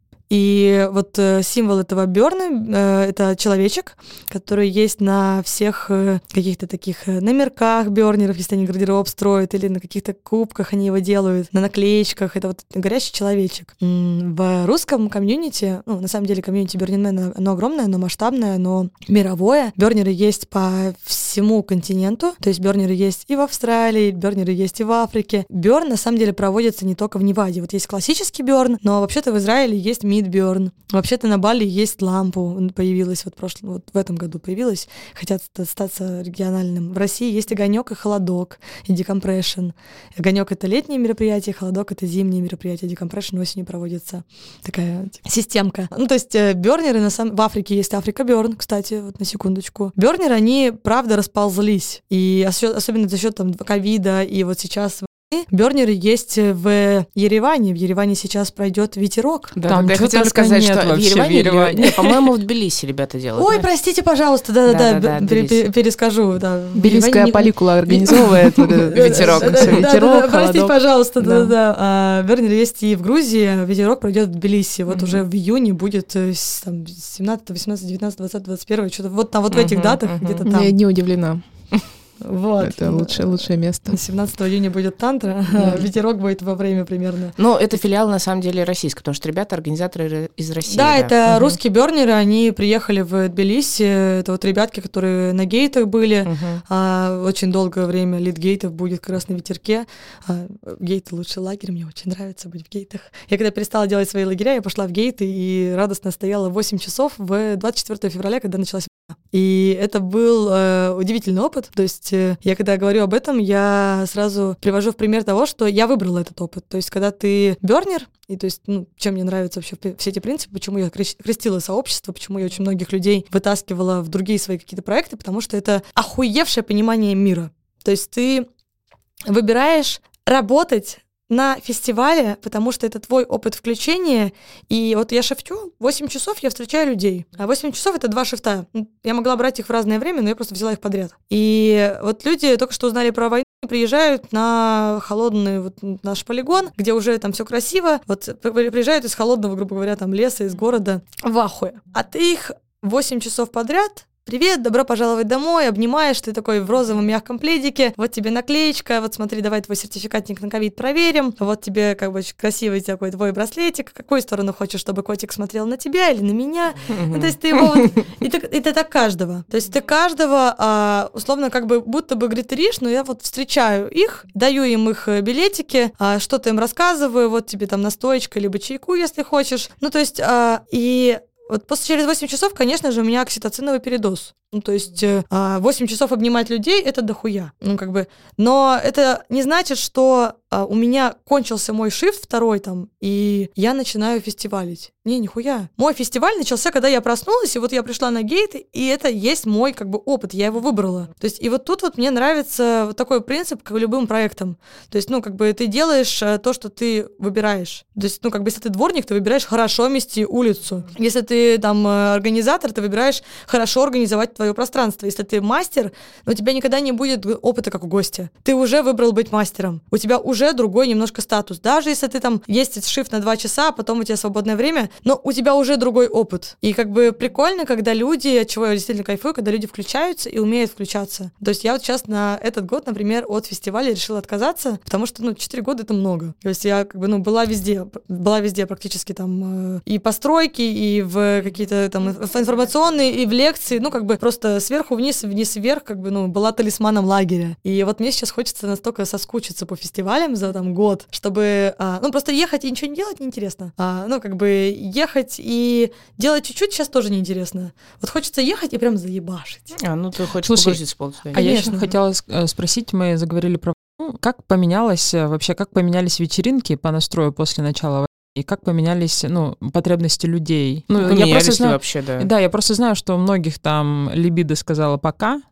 И вот э, символ этого Бёрна э, — это человечек, который есть на всех э, каких-то таких э, номерках Бёрнеров, если они гардероб строят, или на каких-то кубках они его делают, на наклеечках. Это вот горящий человечек. М-м, в русском комьюнити, ну, на самом деле комьюнити Burning Man, оно огромное, оно масштабное, оно мировое. Бёрнеры есть по всему континенту, то есть бёрнеры есть и в Австралии, бёрнеры есть и в Африке. Бёрн, на самом деле, проводится не только в Неваде. Вот есть классический бёрн, но вообще-то в Израиле есть Мидбёрн. Вообще-то на Бали есть лампу, появилась вот, прошлом, вот в этом году появилась, хотят остаться региональным. В России есть огонек и холодок, и декомпрессион. Огонек — это летнее мероприятие, холодок — это зимнее мероприятие, декомпрессион осенью проводится. Такая системка. Ну, то есть бёрнеры на самом... в Африке есть Африка Бёрн, кстати, вот на секундочку. Бёрнеры, они, правда, расползлись. И особенно за счет там ковида и вот сейчас бёрнеры есть в Ереване. В Ереване сейчас пройдет ветерок. Да, там я хотела сказать, нет что в Ереване, в Ереване. Нет, по-моему, в Тбилиси ребята делают. Ой, простите, пожалуйста, да-да-да, перескажу. Тбилисская поликула организовывает ветерок. Ветерок, простите, пожалуйста, да-да-да. Бёрнеры есть и в Грузии, ветерок пройдет в Тбилиси. Вот уже в июне будет семнадцатого, восемнадцатого, девятнадцатого, двадцатого, двадцать первого, что-то вот там, вот в этих датах, где-то там. Я не удивлена. Вот. Это лучшее, лучшее место. семнадцатого июня будет тантра, да. Ветерок будет во время примерно. Но это филиал, на самом деле, российский, потому что ребята организаторы из России. Да, да. это угу. русские бёрнеры, они приехали в Тбилиси, это вот ребятки, которые на гейтах были, угу. а, очень долгое время лид гейтов будет как раз на ветерке. А, гейты — лучший лагерь, мне очень нравится быть в гейтах. Я когда перестала делать свои лагеря, я пошла в гейты и радостно стояла восемь часов в двадцать четвёртого февраля, когда началась война. И это был э, удивительный опыт, то есть я когда говорю об этом, я сразу привожу в пример того, что я выбрала этот опыт. То есть когда ты бёрнер, и то есть, ну, чем мне нравятся вообще все эти принципы, почему я крестила сообщество, почему я очень многих людей вытаскивала в другие свои какие-то проекты, потому что это охуевшее понимание мира. То есть ты выбираешь работать на фестивале, потому что это твой опыт включения, и вот я шифтю, восемь часов я встречаю людей, а восемь часов — это два шифта. Я могла брать их в разное время, но я просто взяла их подряд. И вот люди только что узнали про войну, приезжают на холодный вот наш полигон, где уже там все красиво, вот приезжают из холодного, грубо говоря, там леса, из города в ахуе. А ты их восемь часов подряд... Привет, добро пожаловать домой, обнимаешь, ты такой в розовом мягком пледике, вот тебе наклеечка, вот смотри, давай твой сертификатник на ковид проверим, вот тебе как бы очень красивый такой твой браслетик, какую сторону хочешь, чтобы котик смотрел на тебя или на меня, ну, то есть ты его вот, и ты, и ты так каждого, то есть ты каждого а, условно как бы будто бы гритеришь, но я вот встречаю их, даю им их билетики, а, что-то им рассказываю, вот тебе там настоечка, либо чайку, если хочешь, ну то есть а, и... Вот после через восемь часов, конечно же, у меня окситоциновый передоз. Ну, то есть восемь часов обнимать людей — это дохуя. Ну, как бы... Но это не значит, что а, у меня кончился мой шифт второй там, и я начинаю фестивалить. Не, нихуя. Мой фестиваль начался, когда я проснулась, и вот я пришла на гейт, и это есть мой как бы опыт, я его выбрала. То есть и вот тут вот мне нравится вот такой принцип, как любым проектом. То есть, ну, как бы ты делаешь то, что ты выбираешь. То есть, ну, как бы если ты дворник, ты выбираешь хорошо мести улицу. Если ты там организатор, ты выбираешь хорошо организовать твое пространство. Если ты мастер, но у тебя никогда не будет опыта как у гостя. Ты уже выбрал быть мастером. У тебя уже другой немножко статус. Даже если ты там есть шифт на два часа, а потом у тебя свободное время, но у тебя уже другой опыт. И как бы прикольно, когда люди, от чего я действительно кайфую, когда люди включаются и умеют включаться. То есть я вот сейчас на этот год, например, от фестиваля решила отказаться, потому что, ну, четыре года — это много. То есть я как бы, ну, была везде, была везде практически там э, и по стройке, и в какие-то там информационные, и в лекции, ну, как бы просто сверху вниз, вниз вверх, как бы, ну, была талисманом лагеря. И вот мне сейчас хочется настолько соскучиться по фестивалям за там год, чтобы, а, ну, просто ехать и ничего не делать неинтересно. А, ну, как бы ехать и делать чуть-чуть сейчас тоже неинтересно. Вот хочется ехать и прям заебашить. А, ну, ты хочешь Слушай, погрузиться полностью. А я еще хотела спросить, мы заговорили про... Ну, как поменялось вообще, как поменялись вечеринки по настрою после начала войны? И как поменялись, ну, потребности людей. Ну, ну я просто знаю, вообще, да. Да, я просто знаю, что у многих там либидо сказала пока,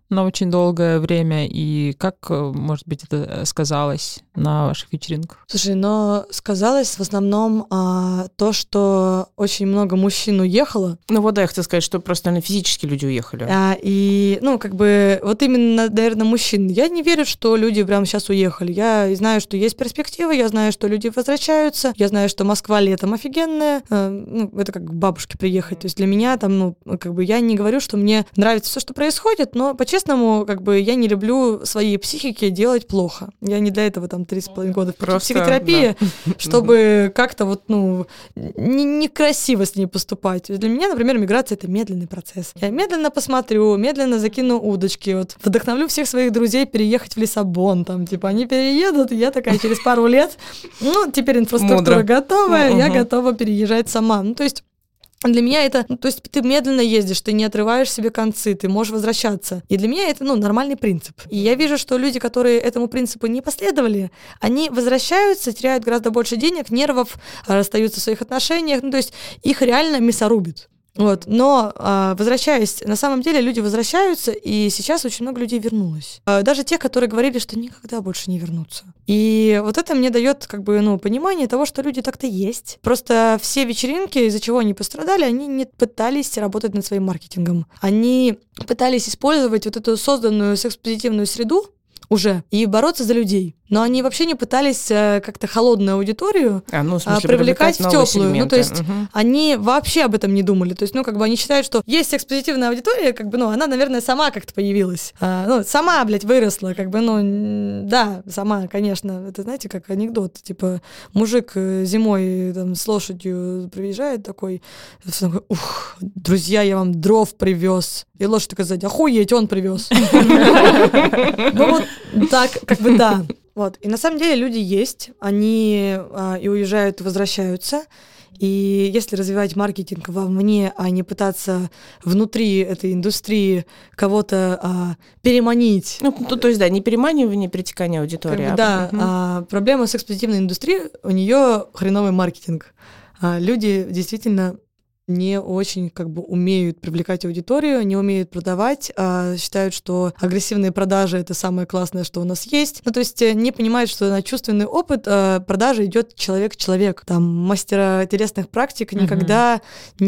на очень долгое время, и как, может быть, это сказалось на ваших вечеринках? Слушай, но сказалось в основном а, то, что очень много мужчин уехало. Ну вот да, я хотела сказать, что просто, наверное, физически люди уехали. А, и, ну, как бы, вот именно, наверное, мужчин. Я не верю, что люди прямо сейчас уехали. Я знаю, что есть перспективы, я знаю, что люди возвращаются, я знаю, что Москва летом офигенная. А, ну, это как к бабушке приехать. То есть для меня там, ну, как бы, я не говорю, что мне нравится все, что происходит, но, по-честному, как бы, я не люблю своей психике делать плохо. Я не для этого там три с половиной года в психотерапии, да. чтобы как-то вот, ну, некрасиво с ней поступать. Для меня, например, миграция — это медленный процесс. Я медленно посмотрю, медленно закину удочки, вот, вдохновлю всех своих друзей переехать в Лиссабон, там, типа, они переедут, и я такая через пару лет, ну, теперь инфраструктура готова, я готова переезжать сама. Ну, то есть для меня это, ну, то есть ты медленно ездишь, ты не отрываешь себе концы, ты можешь возвращаться. И для меня это, ну, нормальный принцип. И я вижу, что люди, которые этому принципу не последовали, они возвращаются, теряют гораздо больше денег, нервов, расстаются в своих отношениях, ну, то есть их реально мясорубит. Вот. Но, возвращаясь, на самом деле люди возвращаются, и сейчас очень много людей вернулось. Даже те, которые говорили, что никогда больше не вернутся. И вот это мне дает, как бы, ну, понимание того, что люди так-то есть. Просто все вечеринки, из-за чего они пострадали, они не пытались работать над своим маркетингом. Они пытались использовать вот эту созданную секс-позитивную среду уже и бороться за людей. Но они вообще не пытались э, как-то холодную аудиторию а, ну, в смысле, привлекать в теплую. Сегменты. Ну, то есть угу. они вообще об этом не думали. То есть, ну, как бы они считают, что есть секс-позитивная аудитория, как бы, ну, она, наверное, сама как-то появилась. А, ну, сама, блядь, выросла, как бы, ну, да, сама, конечно. Это, знаете, как анекдот. Типа, мужик зимой там с лошадью приезжает такой, ух, друзья, я вам дров привез. И лошадь такая сзади, охуеть, он привез. Ну, вот так, как бы, да. Вот. И на самом деле люди есть, они а, и уезжают, и возвращаются. И если развивать маркетинг вовне, а не пытаться внутри этой индустрии кого-то а, переманить. Ну, то, то есть, да, не переманивание, не перетекание аудитории. Как бы, да, угу. а, проблема секс-позитивной индустрии, у нее хреновый маркетинг. А, люди действительно не очень как бы умеют привлекать аудиторию, не умеют продавать, а считают, что агрессивные продажи — это самое классное, что у нас есть. Ну, то есть не понимают, что на чувственный опыт а, продажи идет человек-человек. Там мастера телесных практик uh-huh. никогда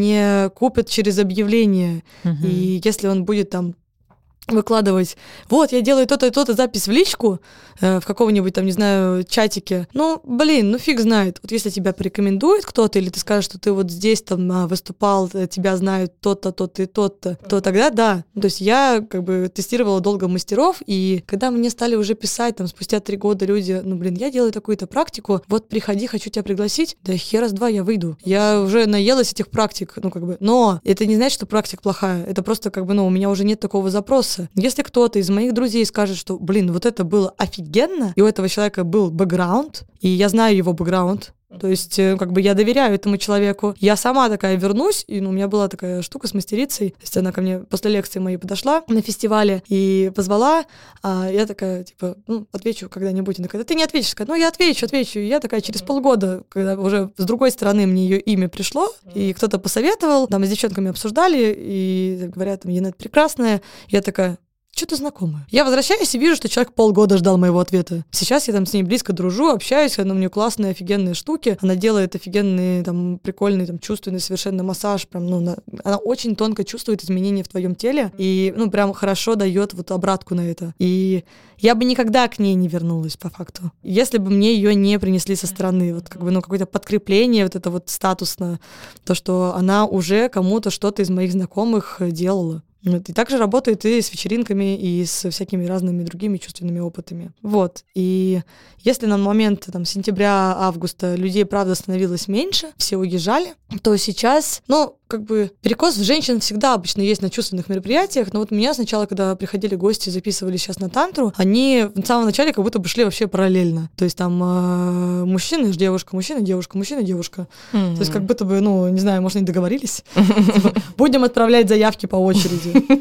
не купят через объявление. Uh-huh. И если он будет там выкладывать, вот, я делаю то-то и то-то, запись в личку э, в каком-нибудь там, не знаю, чатике. Ну, блин, ну фиг знает. Вот если тебя порекомендует кто-то, или ты скажешь, что ты вот здесь там выступал, тебя знают тот-то, тот-то и тот-то, то тогда да. То есть я как бы тестировала долго мастеров, и когда мне стали уже писать, там, спустя три года люди, ну, блин, я делаю такую-то практику, вот приходи, хочу тебя пригласить, да хера с два я выйду. Я уже наелась этих практик, ну, как бы, но это не значит, что практика плохая, это просто как бы, ну, у меня уже нет такого запроса. Если кто-то из моих друзей скажет, что, блин, вот это было офигенно, и у этого человека был бэкграунд, и я знаю его бэкграунд, то есть, как бы я доверяю этому человеку. Я сама такая вернусь, и ну, у меня была такая штука с мастерицей. То есть она ко мне после лекции моей подошла на фестивале и позвала, а я такая, типа, ну, отвечу когда-нибудь. Она такая, да ты не ответишь. Сказала, ну, я отвечу, отвечу. И я такая через полгода, когда уже с другой стороны мне ее имя пришло, и кто-то посоветовал, там с девчонками обсуждали, и говорят, там, Енет прекрасная. Я такая, что-то знакомое. Я возвращаюсь и вижу, что человек полгода ждал моего ответа. Сейчас я там с ней близко дружу, общаюсь, она у нее классные, офигенные штуки. Она делает офигенный, там, прикольный, там, чувственный совершенно массаж. Прям, ну, на... Она очень тонко чувствует изменения в твоем теле и, ну, прям хорошо дает вот обратку на это. И я бы никогда к ней не вернулась, по факту. Если бы мне ее не принесли со стороны. Вот, как бы, ну, какое-то подкрепление, вот это вот статусно, то, что она уже кому-то что-то из моих знакомых делала. Вот. И также работает и с вечеринками, и с всякими разными другими чувственными опытами. Вот. И если на момент там, сентября-августа людей, правда, становилось меньше, все уезжали, то сейчас, ну, как бы перекос в женщин всегда обычно есть на чувственных мероприятиях, но вот меня сначала, когда приходили гости, записывали сейчас на тантру, они в самом начале как будто бы шли вообще параллельно. То есть там э, мужчина и девушка, мужчина, девушка, мужчина, девушка. Mm-hmm. То есть как будто бы, ну, не знаю, может, они договорились. Будем отправлять заявки по очереди.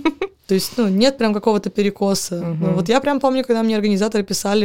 То есть, ну, нет прям какого-то перекоса. Uh-huh. Ну, вот я прям помню, когда мне организаторы писали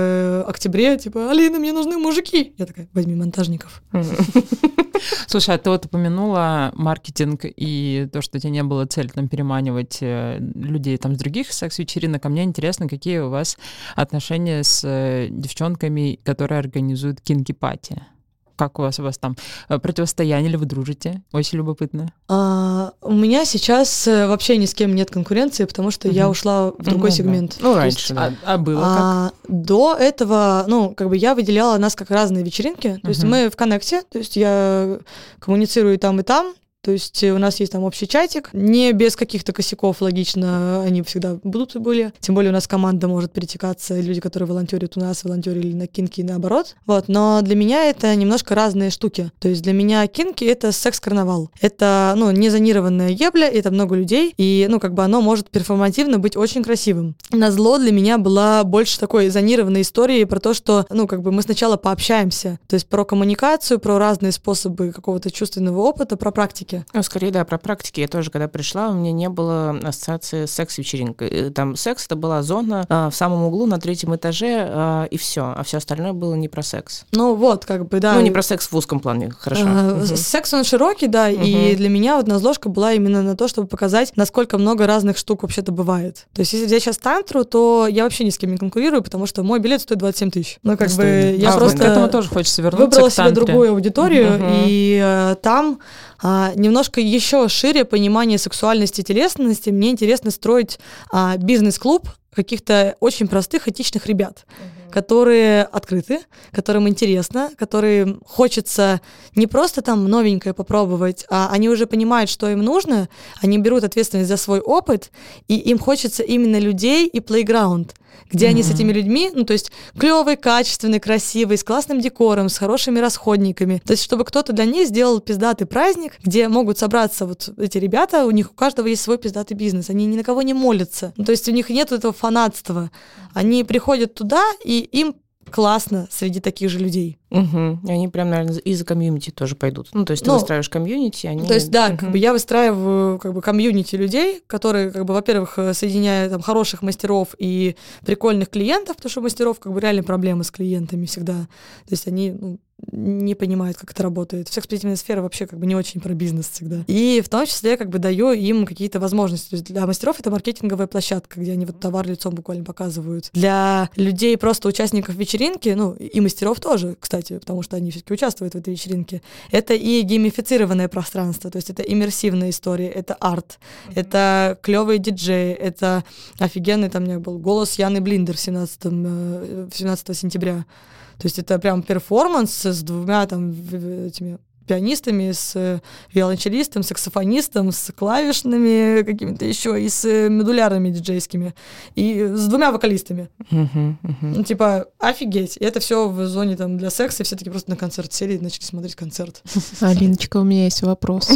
в октябре, типа, Алина, мне нужны мужики. Я такая, возьми монтажников. Uh-huh. Слушай, а ты вот упомянула маркетинг и то, что у тебя не было цели там переманивать людей там с других секс-вечеринок. А мне интересно, какие у вас отношения с девчонками, которые организуют кинки-пати? Как у вас, у вас там противостояние, или вы дружите? Очень любопытно. А, у меня сейчас вообще ни с кем нет конкуренции, потому что uh-huh. я ушла в другой uh-huh, сегмент. Да. Ну, раньше, есть, да. А, а было а, как? До этого, ну, как бы я выделяла нас как разные вечеринки. То uh-huh. есть мы в коннекте, то есть я коммуницирую и там, и там. То есть у нас есть там общий чатик, не без каких-то косяков, логично, они всегда будут и были. Тем более у нас команда может перетекаться, люди, которые волонтерят у нас, волонтерили на кинки и наоборот. Вот. Но для меня это немножко разные штуки. То есть для меня кинки — это секс-карнавал. Это, ну, не зонированная ебля, это много людей, и, ну, как бы оно может перформативно быть очень красивым. Назло для меня была больше такой зонированной истории про то, что, ну, как бы мы сначала пообщаемся, то есть про коммуникацию, про разные способы какого-то чувственного опыта, про практики. Ну, скорее, да, про практики. Я тоже, когда пришла, у меня не было ассоциации с секс-вечеринкой. Там секс — это была зона а, в самом углу на третьем этаже, а, и все. А все остальное было не про секс. Ну, вот, как бы, да. Ну, не про секс в узком плане, хорошо. А, угу. Секс, он широкий, да, угу. И для меня вот назложка была именно на то, чтобы показать, насколько много разных штук вообще-то бывает. То есть, если взять сейчас тантру, то я вообще ни с кем не конкурирую, потому что мой билет стоит двадцать семь тысяч. Ну, как бы, я а, просто... К этому тоже хочется вернуться. Выбрала себе другую аудиторию, угу. и а, там... А, немножко еще шире понимание сексуальности и телесности. Мне интересно строить а, бизнес-клуб каких-то очень простых, этичных ребят, uh-huh. которые открыты, которым интересно, которым хочется не просто там новенькое попробовать, а они уже понимают, что им нужно, они берут ответственность за свой опыт, и им хочется именно людей и плейграунд, где mm-hmm. они с этими людьми, ну, то есть клёвый, качественный, красивый, с классным декором, с хорошими расходниками. То есть чтобы кто-то для них сделал пиздатый праздник, где могут собраться вот эти ребята, у них у каждого есть свой пиздатый бизнес, они ни на кого не молятся. Ну, то есть у них нет этого фанатства. Они приходят туда, и им классно среди таких же людей. Угу. И они прям, наверное, из-за комьюнити тоже пойдут. Ну, то есть ты ну, выстраиваешь комьюнити, они... То есть, да, угу. как бы я выстраиваю как бы комьюнити людей, которые, как бы, во-первых, соединяют там хороших мастеров и прикольных клиентов, потому что у мастеров как бы реально проблемы с клиентами всегда. То есть они, ну, не понимают, как это работает. Секс-позитивная сфера вообще как бы не очень про бизнес всегда. И в том числе как бы даю им какие-то возможности. То есть для мастеров это маркетинговая площадка, где они вот товар лицом буквально показывают. Для людей, просто участников вечеринки, ну, и мастеров тоже, кстати, потому что они все-таки участвуют в этой вечеринке, это и геймифицированное пространство, то есть это иммерсивная история, это арт, mm-hmm. это клевые диджеи, это офигенный, там у меня был голос Яны Блиндер семнадцатого сентября. То есть это прям перформанс с двумя там этими пианистами, с виолончелистом, саксофонистом, с клавишными какими-то еще и с медулярами диджейскими, и с двумя вокалистами. Uh-huh, uh-huh. Ну, типа, офигеть. И это все в зоне там для секса, и все таки просто на концерт сели и начали смотреть концерт. Алиночка, у меня есть вопрос.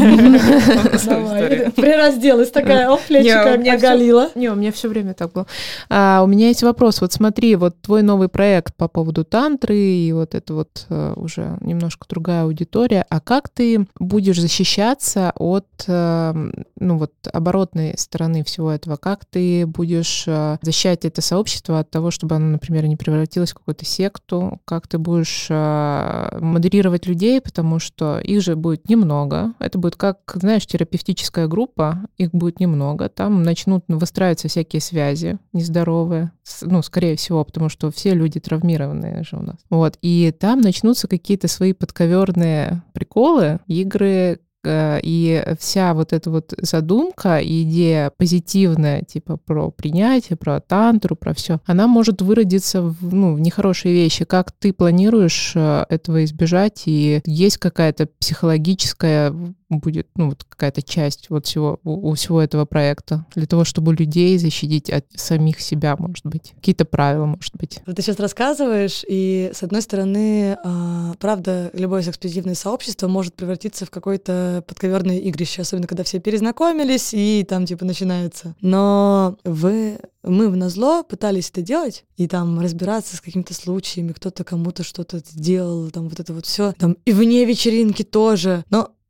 Давай, приразделась такая, о, плечика оголила. Не, у меня все время так было. У меня есть вопрос. Вот смотри, вот твой новый проект по поводу тантры, и вот это вот уже немножко другая аудитория. А как ты будешь защищаться от, ну вот, оборотной стороны всего этого? Как ты будешь защищать это сообщество от того, чтобы оно, например, не превратилось в какую-то секту? Как ты будешь модерировать людей, потому что их же будет немного. Это будет как, знаешь, терапевтическая группа, их будет немного. Там начнут выстраиваться всякие связи нездоровые, ну, скорее всего, потому что все люди травмированные же у нас. Вот. И там начнутся какие-то свои подковерные приколы, игры, и вся вот эта вот задумка, идея позитивная, типа про принятие, про тантру, про все, она может выродиться в, ну, в нехорошие вещи. Как ты планируешь этого избежать? И есть какая-то психологическая будет, ну, вот какая-то часть вот всего, у, у всего этого проекта для того, чтобы людей защитить от самих себя, может быть. Какие-то правила, может быть. Ты сейчас рассказываешь, и, с одной стороны, э, правда, любое секс-позитивное сообщество может превратиться в какое-то подковерное игрище, особенно когда все перезнакомились, и там, типа, начинается. Но вы... Мы в назло пытались это делать, и там разбираться с какими-то случаями, кто-то кому-то что-то делал, там вот это вот все, там и вне вечеринки тоже. Но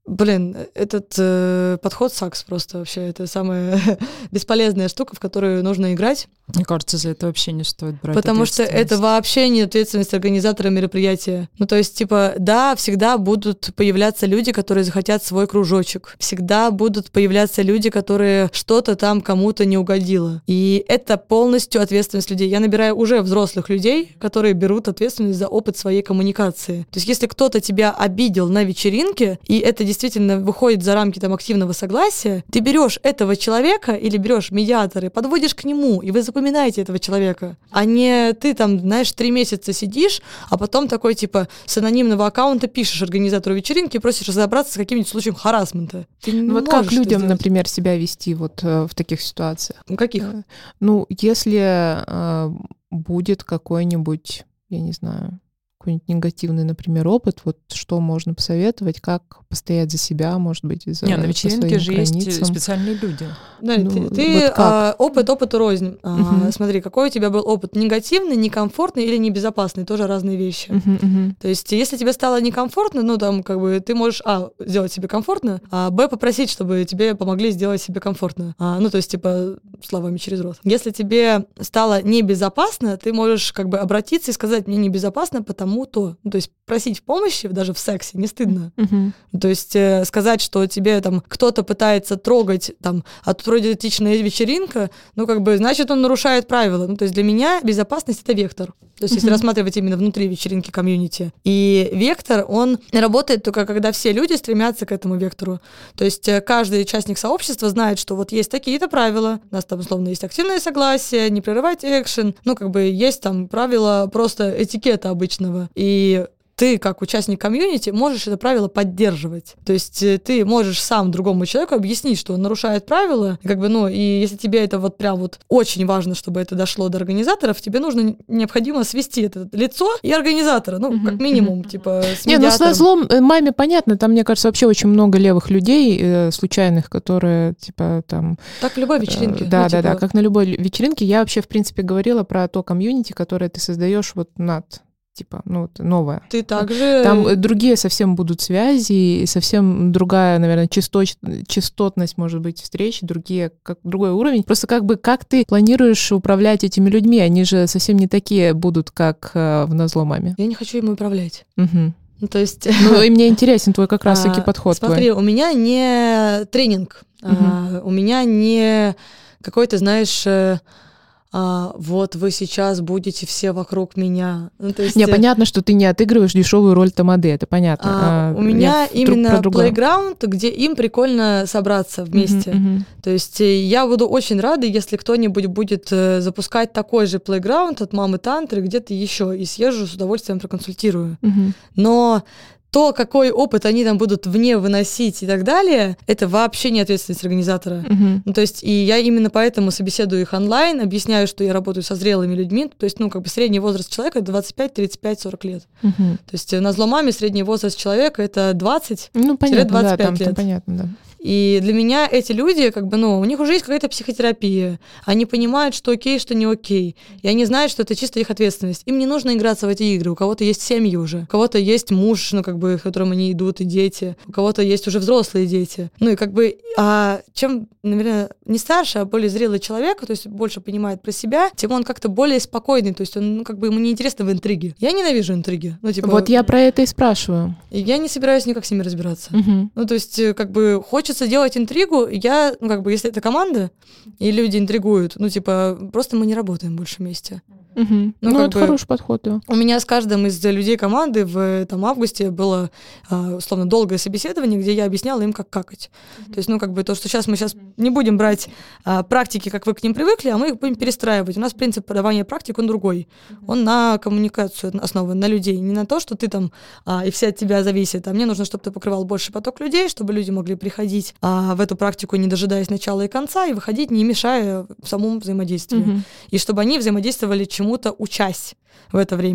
Блин, этот э, подход сакс просто вообще. Это самая бесполезная штука, в которую нужно играть. Мне кажется, за это вообще не стоит брать Потому что это вообще не ответственность организатора мероприятия. Ну, то есть, типа, да, всегда будут появляться люди, которые захотят свой кружочек. Всегда будут появляться люди, которые что-то там кому-то не угодило. И это полностью ответственность людей. Я набираю уже взрослых людей, которые берут ответственность за опыт своей коммуникации. То есть, если кто-то тебя обидел на вечеринке, и это действительно выходит за рамки там активного согласия, ты берешь этого человека или берешь медиатора, подводишь к нему, и вы запоминаете этого человека. А не ты там, знаешь, три месяца сидишь, а потом такой, типа, с анонимного аккаунта пишешь организатору вечеринки и просишь разобраться с каким-нибудь случаем харассмента. Ты не Вот как людям, например, себя вести вот э, в таких ситуациях? Ну, каких? Э, ну, если э, будет какой-нибудь, я не знаю, какой-нибудь негативный, например, опыт, вот что можно посоветовать, как постоять за себя, может быть, за Не, на вечеринке же границам. Есть специальные люди. Да, ну, ты, ты вот а, опыт опыту рознь. Угу. А, смотри, какой у тебя был опыт? Негативный, некомфортный или небезопасный? Тоже разные вещи. Угу, угу. То есть, если тебе стало некомфортно, ну, там, как бы, ты можешь, а, сделать себе комфортно, а, б, попросить, чтобы тебе помогли сделать себе комфортно. А, ну, то есть, типа, словами через рот. Если тебе стало небезопасно, ты можешь, как бы, обратиться и сказать, мне небезопасно, потому-то. Ну, то есть, просить помощи, даже в сексе, не стыдно. Угу. То есть, э, сказать, что тебе, там, кто-то пытается трогать, там, а тут вроде этичная вечеринка, ну, как бы, значит, он нарушает правила. Ну, то есть, для меня безопасность — это вектор. То есть, если mm-hmm. рассматривать именно внутри вечеринки комьюнити. И вектор, он работает только когда все люди стремятся к этому вектору. То есть каждый участник сообщества знает, что вот есть такие-то правила. У нас там, условно, есть активное согласие, не прерывать экшен. Ну, как бы есть там правила просто этикета обычного. И ты, как участник комьюнити, можешь это правило поддерживать. То есть ты можешь сам другому человеку объяснить, что он нарушает правила, и как бы, ну, и если тебе это вот прям вот очень важно, чтобы это дошло до организаторов, тебе нужно необходимо свести это лицо и организатора, ну, как минимум, типа, с медиатором. Не, ну, с назлом маме понятно, там, мне кажется, вообще очень много левых людей, э, случайных, которые, типа, там... Так в любой вечеринке. Э, да, ну, да, типа... да, как на любой вечеринке. Я вообще, в принципе, говорила про то комьюнити, которое ты создаешь вот над... типа, ну, вот, новое. Ты также... Там другие совсем будут связи, и совсем другая, наверное, часточ... частотность, может быть, встреч, другие, как другой уровень. Просто как бы, как ты планируешь управлять этими людьми? Они же совсем не такие будут, как э, в назло маме. Я не хочу им управлять. Угу. Ну, то есть... Ну, и мне интересен твой как раз-таки подход. Смотри, у меня не тренинг, у меня не какой-то, знаешь... А, вот вы сейчас будете все вокруг меня. Ну, то есть, не, понятно, что ты не отыгрываешь дешевую роль тамады, это понятно. А, а, у меня именно плейграунд, где им прикольно собраться вместе. Uh-huh, uh-huh. То есть я буду очень рада, если кто-нибудь будет запускать такой же плейграунд от мамы тантры где-то еще, и съезжу с удовольствием проконсультирую. Uh-huh. Но то, какой опыт они там будут вне выносить и так далее, это вообще не ответственность организатора. Uh-huh. Ну, то есть, и я именно поэтому собеседую их онлайн, объясняю, что я работаю со зрелыми людьми, то есть, ну, как бы средний возраст человека — это двадцать пять, тридцать пять, сорок лет. Uh-huh. То есть на зло маме средний возраст человека — это двадцать ну, понятно, двадцать пять да, там, лет. Там понятно, да. И для меня эти люди, как бы, ну, у них уже есть какая-то психотерапия. Они понимают, что окей, что не окей. И они знают, что это чисто их ответственность. Им не нужно играться в эти игры. У кого-то есть семьи уже. У кого-то есть муж, ну, как бы, к которому они идут, и дети. У кого-то есть уже взрослые дети. Ну, и как бы, а чем, наверное, не старше, а более зрелый человек, то есть больше понимает про себя, тем он как-то более спокойный. То есть он, ну, как бы, ему не интересно в интриге. Я ненавижу интриги. Ну, типа, вот я про это и спрашиваю. И я не собираюсь никак с ними разбираться. Угу. Ну, то есть, как бы, хочется делать интригу, я, ну, как бы, если это команда, и люди интригуют, ну, типа, просто мы не работаем больше вместе. Угу. Ну, ну это бы, хороший подход, да. У меня с каждым из людей команды в там, августе было, условно, долгое собеседование, где я объясняла им, как какать. Mm-hmm. То есть, ну, как бы, то, что сейчас мы сейчас не будем брать а, практики, как вы к ним привыкли, а мы их будем перестраивать. У нас принцип подавания практик, он другой. Mm-hmm. Он на коммуникацию основан, на людей. Не на то, что ты там, а, и все от тебя зависит. А мне нужно, чтобы ты покрывал больше поток людей, чтобы люди могли приходить а, в эту практику, не дожидаясь начала и конца, и выходить, не мешая самому взаимодействию. Mm-hmm. И чтобы они взаимодействовали чему-то, учась в это время.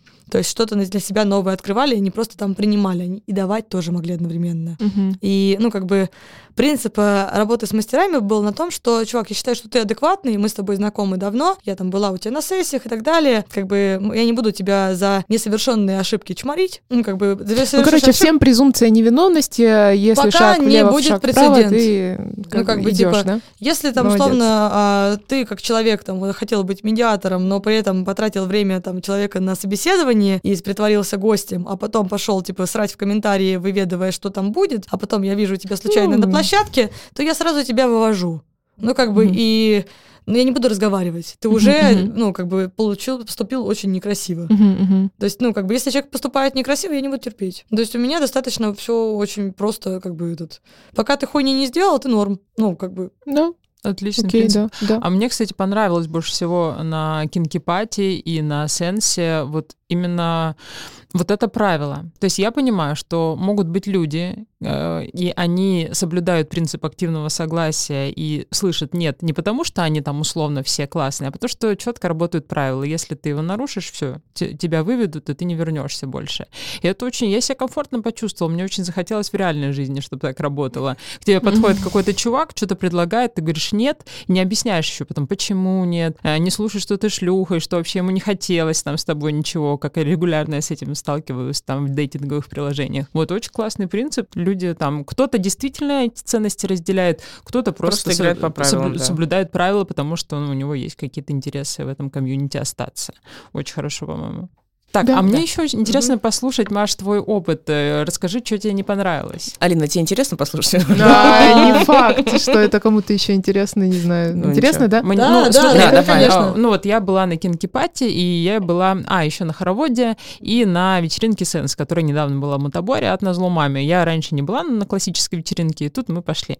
То есть что-то для себя новое открывали, и не просто там принимали, они и давать тоже могли одновременно. Uh-huh. И, ну, как бы принцип работы с мастерами был на том, что, чувак, я считаю, что ты адекватный, мы с тобой знакомы давно, я там была у тебя на сессиях и так далее, как бы я не буду тебя за несовершенные ошибки чморить, ну, как бы... Ну, короче, ошиб... всем презумпция невиновности, если пока шаг влево, не будет шаг прецедент. Вправо, ты как ну, как бы, идёшь, типа, да? Если там, Молодец. условно, а, ты как человек там хотел быть медиатором, но при этом потратил время там человека на собеседование и притворился гостем, а потом пошел, типа, срать в комментарии, выведывая, что там будет, а потом я вижу тебя случайно mm. на площадке, то я сразу тебя вывожу. Ну, как бы, mm-hmm. и... Ну, я не буду разговаривать. Ты уже, mm-hmm. ну, как бы, получил, поступил очень некрасиво. Mm-hmm. То есть, ну, как бы, если человек поступает некрасиво, я не буду терпеть. То есть у меня достаточно все очень просто, как бы, этот... Пока ты хуйни не сделал, ты норм. Ну, как бы... Ну, отличный okay, принцип. Да, да. А мне, кстати, понравилось больше всего на Кинки-пати и на Сенсе вот именно вот это правило. То есть я понимаю, что могут быть люди, э, и они соблюдают принцип активного согласия и слышат «нет» не потому, что они там условно все классные, а потому что четко работают правила. Если ты его нарушишь, все, т- тебя выведут, и ты не вернешься больше. И это очень... Я себя комфортно почувствовала. Мне очень захотелось в реальной жизни, чтобы так работало. К тебе подходит какой-то чувак, что-то предлагает, ты говоришь «нет», не объясняешь еще потом, почему нет, не слушаешь, что ты шлюха, и что вообще ему не хотелось там с тобой ничего, как я регулярно с этим сталкиваюсь там в дейтинговых приложениях. Вот очень классный принцип. Люди там, кто-то действительно эти ценности разделяет, кто-то просто, просто играет по правилам, соблю- да. соблюдает правила, потому что ну, у него есть какие-то интересы в этом комьюнити остаться. Очень хорошо, по-моему. Так, да, а да. мне еще интересно угу. послушать, Маш, твой опыт. Расскажи, что тебе не понравилось. Алина, тебе интересно послушать? Да, не факт, что это кому-то еще интересно, не знаю. Ну, интересно, ничего. да? Мы, да, ну, да, смотри, да, давай. конечно. Ну вот я была на Кинки-пати, и я была, а, еще на хороводе, и на вечеринке Сенс, которая недавно была в Мутаборе от назло маме. Я раньше не была на классической вечеринке, и тут мы пошли.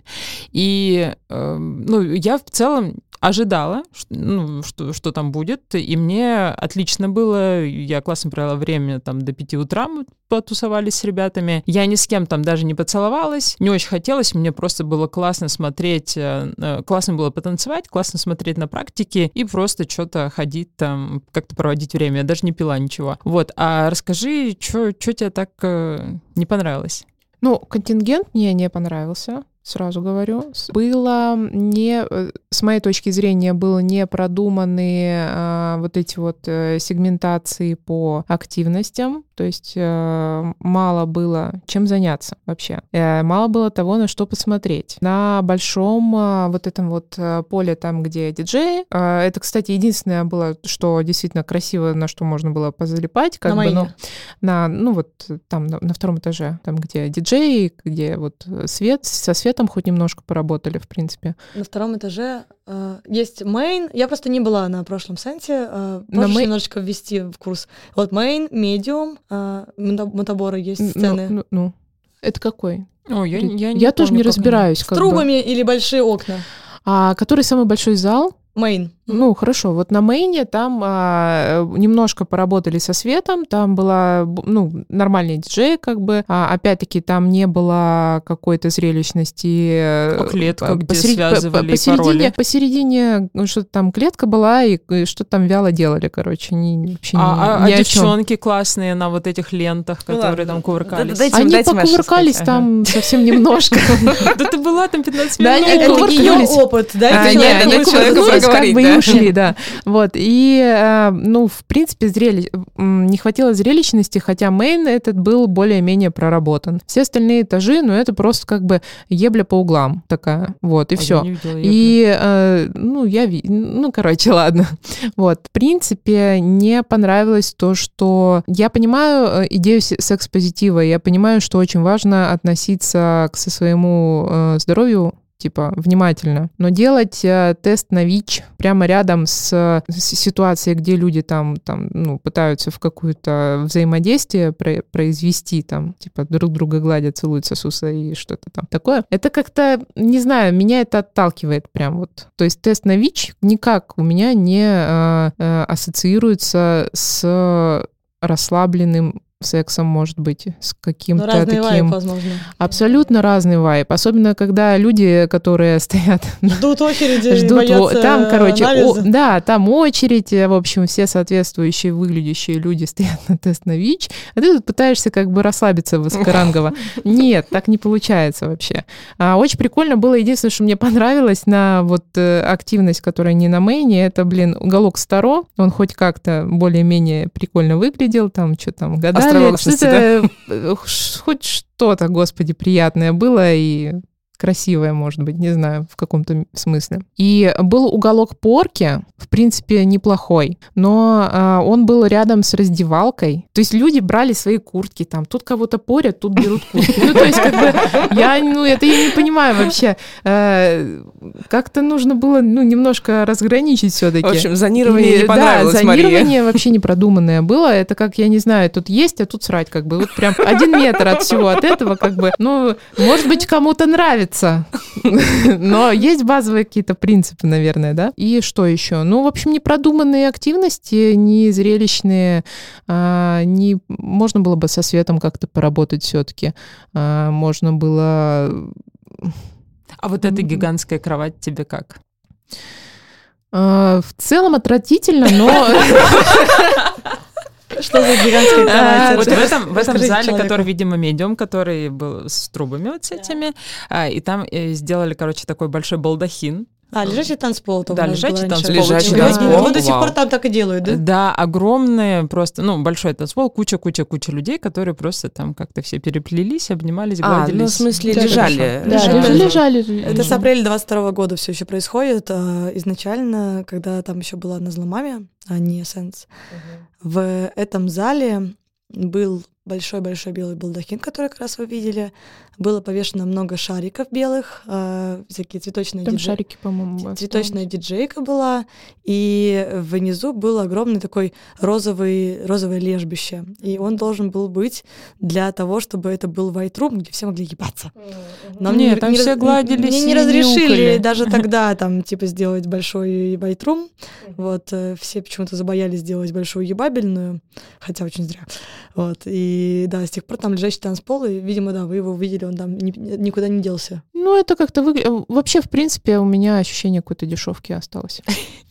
И, э, ну, я в целом ожидала, ну, что, что там будет, и мне отлично было, я классно провела время там до пяти утра, мы потусовались с ребятами, я ни с кем там даже не поцеловалась, не очень хотелось, мне просто было классно смотреть, классно было потанцевать, классно смотреть на практике и просто что-то ходить там, как-то проводить время, я даже не пила ничего. Вот, а расскажи, что тебе так не понравилось? Ну, контингент мне не понравился. Сразу говорю, было не, с моей точки зрения, было не продуманы а, вот эти вот а, сегментации по активностям, то есть а, мало было чем заняться вообще, а, мало было того, на что посмотреть. На большом а, вот этом вот а, поле, там, где диджеи, а, это, кстати, единственное было, что действительно красиво, на что можно было позалипать, как на бы, ну, на, ну вот там на, на втором этаже, там, где диджеи, где вот свет, со светом там хоть немножко поработали, в принципе. На втором этаже э, есть мейн. Я просто не была на прошлом сенсе. Э, можешь мей... немножечко ввести в курс. Вот мейн, медиум, э, Мутабора есть сцены. Ну, ну, ну. Это какой? О, я, я, не я тоже не разбираюсь. С трубами бы. Или большие окна? А который самый большой зал? Мейн. Ну, хорошо. Вот на мейне там а, немножко поработали со светом, там была, ну, нормальный диджей, как бы. А, опять-таки, там не было какой-то зрелищности. Клетка, где посеред... связывали посередине, пароли. Посередине что-то там клетка была, и что-то там вяло делали, короче. Не, вообще а ни, а ни девчонки классные на вот этих лентах, которые ну, там кувыркались? Дайте, Они дайте покувыркались там ага. совсем немножко. Да ты была там пятнадцать минут. Да, это ее опыт, да? Они кувыркались, как бы и ушли, да. Вот, и, ну, в принципе, зрели... не хватило зрелищности, хотя мейн этот был более-менее проработан. Все остальные этажи, ну, это просто как бы ебля по углам такая, вот, и а все. И, э, ну, я... Ну, короче, ладно. Вот, в принципе, не понравилось то, что... Я понимаю идею секс-позитива, я понимаю, что очень важно относиться к своему э, здоровью, типа, внимательно. Но делать э, тест на ВИЧ прямо рядом с, с ситуацией, где люди там, там ну, пытаются в какое-то взаимодействие про- произвести, там, типа, друг друга гладят, целуют, сосутся и что-то там такое, это как-то, не знаю, меня это отталкивает прям вот. То есть тест на ВИЧ никак у меня не э, э, ассоциируется с расслабленным сексом, может быть, с каким-то Ну, разный таким... вайб, возможно. Абсолютно разный вайб. Особенно, когда люди, которые стоят... Ждут очереди, ждут, боятся там, короче, о, анализа. да, там очередь, в общем, все соответствующие выглядящие люди стоят на тест на ВИЧ, а ты тут пытаешься как бы расслабиться высокорангово. Нет, так не получается вообще. А, очень прикольно было, единственное, что мне понравилось на вот э, активность, которая не на мейне, это, блин, уголок Старо, он хоть как-то более-менее прикольно выглядел, там что там гадали. Что-то, да? Хоть что-то, господи, приятное было и красивое, может быть, не знаю, в каком-то смысле. И был уголок порки, в принципе, неплохой, но а, он был рядом с раздевалкой. То есть люди брали свои куртки, там, тут кого-то порят, тут берут куртки. Ну, то есть, как бы, я, ну, это я не понимаю вообще. А, как-то нужно было, ну, немножко разграничить все-таки. В общем, зонирование Или, не понравилось, да, Марии. зонирование вообще не продуманное было. Это как, я не знаю, тут есть, а тут срать, как бы. Вот прям один метр от всего от этого, как бы. Ну, может быть, кому-то нравится. Но есть базовые какие-то принципы, наверное, да? И что еще? Ну, в общем, непродуманные активности, не зрелищные, а, не... можно было бы со светом как-то поработать все-таки. А, можно было... А вот эта гигантская кровать тебе как? А, в целом отвратительно, но... Что за гигантская кровать? Вот в этом, в этом Расскажите зале, человеку. который, видимо, медиум, который был с трубами вот с этими, а, и там э, сделали, короче, такой большой балдахин. А, лежачий танцпол. там Да, у нас лежачий был раньше. танцпол. Лежачий И танцпол, его до сих вау. пор там так и делают, да? Да, огромные просто, ну, большой танцпол, куча-куча-куча людей, которые просто там как-то все переплелись, обнимались, А, гладились. ну, в смысле, Это лежали. Да, Лежали. люди лежали. Это с апреля двадцать второго года все еще происходит. А, Изначально, когда там еще была на Зломаме, а не Сенс, в этом зале был большой-большой белый балдахин, который как раз вы видели. Было повешено много шариков белых, а, всякие цветочные Там диджей- шарики, по-моему, Цветочная диджейка была, и внизу был огромный такой розовый, розовое лежбище. И он должен был быть для того, чтобы это был white room, где все могли ебаться. Но Нет, мне там не все раз- гладились Мне и не разрешили мяукали. даже тогда там типа сделать большой white room. Вот, э, все почему-то забоялись сделать большую ебабельную, хотя очень зря. Вот, и да, с тех пор там лежащий танцпол, и, видимо, да, вы его увидели, он там ни- никуда не делся. Ну, это как-то выглядит... Вообще, в принципе, у меня ощущение какой-то дешевки осталось.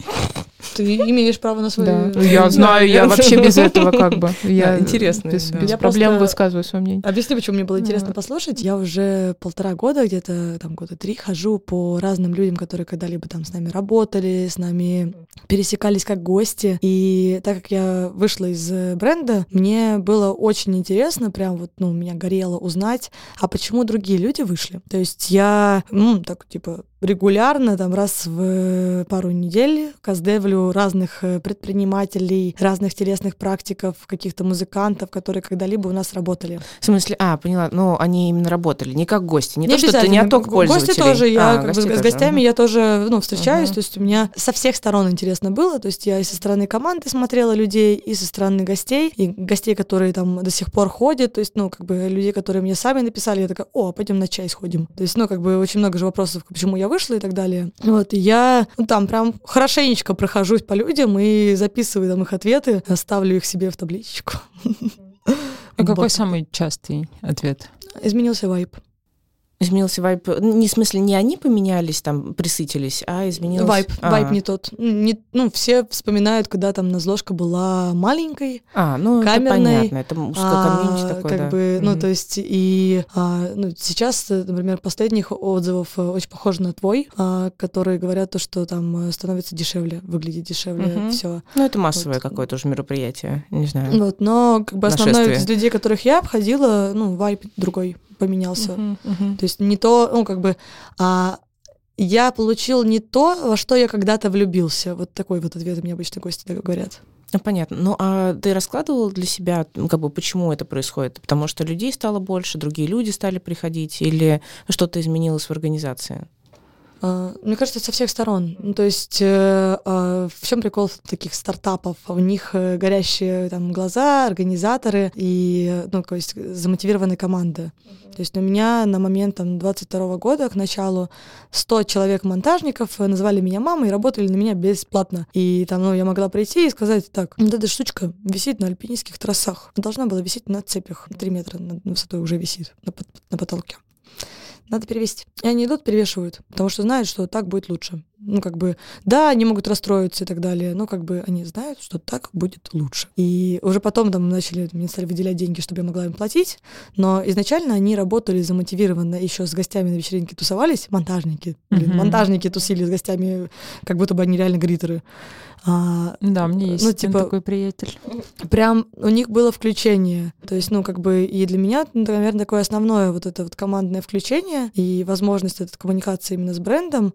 Ты имеешь право на свою... Да. Я знаю, я вообще без этого как бы. Я Да, интересно, Без, да. без Я проблем просто- высказываю свое мнение. Объясню, почему мне было интересно Вот. послушать. Я уже полтора года, где-то там года три, хожу по разным людям, которые когда-либо там с нами работали, с нами пересекались как гости. И так как я вышла из э, бренда, мне было очень интересно, прям вот, ну, меня горело узнать, а почему другие люди вышли. То есть я, ну, так, типа, регулярно, там, раз в пару недель каздевлю разных э, предпринимателей, разных телесных практиков, каких-то музыкантов, которые когда-либо у нас работали. В смысле, а, поняла, ну, они именно работали, не как гости, не, Не то, что ты не обязательно. отток пользователей. Гости тоже, я А, как бы гости с тоже, гостями мгм. я тоже, ну, встречаюсь, Мгм. то есть у меня со всех сторон интересно было, то есть я и со стороны команды смотрела людей, и со стороны гостей, и гостей, которые там до сих пор ходят, то есть, ну, как бы люди, которые мне сами написали, я такая, о, пойдем на чай сходим. То есть, ну, как бы очень много же вопросов, почему я вышла и так далее. Вот, и я, ну, там прям хорошенечко прохожусь по людям и записываю там их ответы, ставлю их себе в табличку. А какой Вот. самый частый ответ? Изменился вайб. Изменился вайп. Не в смысле, не они поменялись, там, присытились, а изменился... Вайб, А. вайб не тот. Не, ну, все вспоминают, когда там назложка была маленькой, А, ну, камерной, это понятно, это узкое а, комьюнити такое, как да. бы, ну, Мгм. то есть, и а, ну, сейчас, э, например, последних отзывов э, очень похоже на твой, а, которые говорят то, что там э, становится дешевле, выглядит дешевле, Мгм. все. Ну, это массовое Вот. какое-то уже мероприятие, не знаю. Вот, но как бы основной Нашествие. из людей, которых я обходила, ну, вайб другой поменялся. Мгм, мгм. То есть не то, ну, как бы, а, я получил не то, во что я когда-то влюбился. Вот такой вот ответ мне обычно гости так говорят. Ну, понятно. Ну, а ты раскладывал для себя, ну, как бы, почему это происходит? Потому что людей стало больше, другие люди стали приходить, или что-то изменилось в организации? Uh, мне кажется, со всех сторон. Ну, то есть uh, uh, в чем прикол таких стартапов? У них uh, горящие там глаза, организаторы и ну, то есть замотивированные команды. Uh-huh. То есть у меня на момент там, двадцать второго года к началу сто человек-монтажников называли меня мамой и работали на меня бесплатно. И там ну, я могла прийти и сказать, так, вот эта штучка висит на альпинистских трассах. Должна была висеть на цепях. три метра над высотой уже висит на, на потолке. Надо перевести. И они идут, перевешивают, потому что знают, что так будет лучше. Ну, как бы, да, они могут расстроиться и так далее, но как бы они знают, что так будет лучше. И уже потом там начали, мне стали выделять деньги, чтобы я могла им платить, но изначально они работали замотивированно, еще с гостями на вечеринке тусовались, монтажники, блин, mm-hmm. монтажники тусили с гостями, как будто бы они реально гритеры. А, да, мне есть ну, типа, такой приятель. Прям у них было включение. То есть, ну, как бы и для меня, наверное, такое основное вот это вот командное включение и возможность этой коммуникации именно с брендом,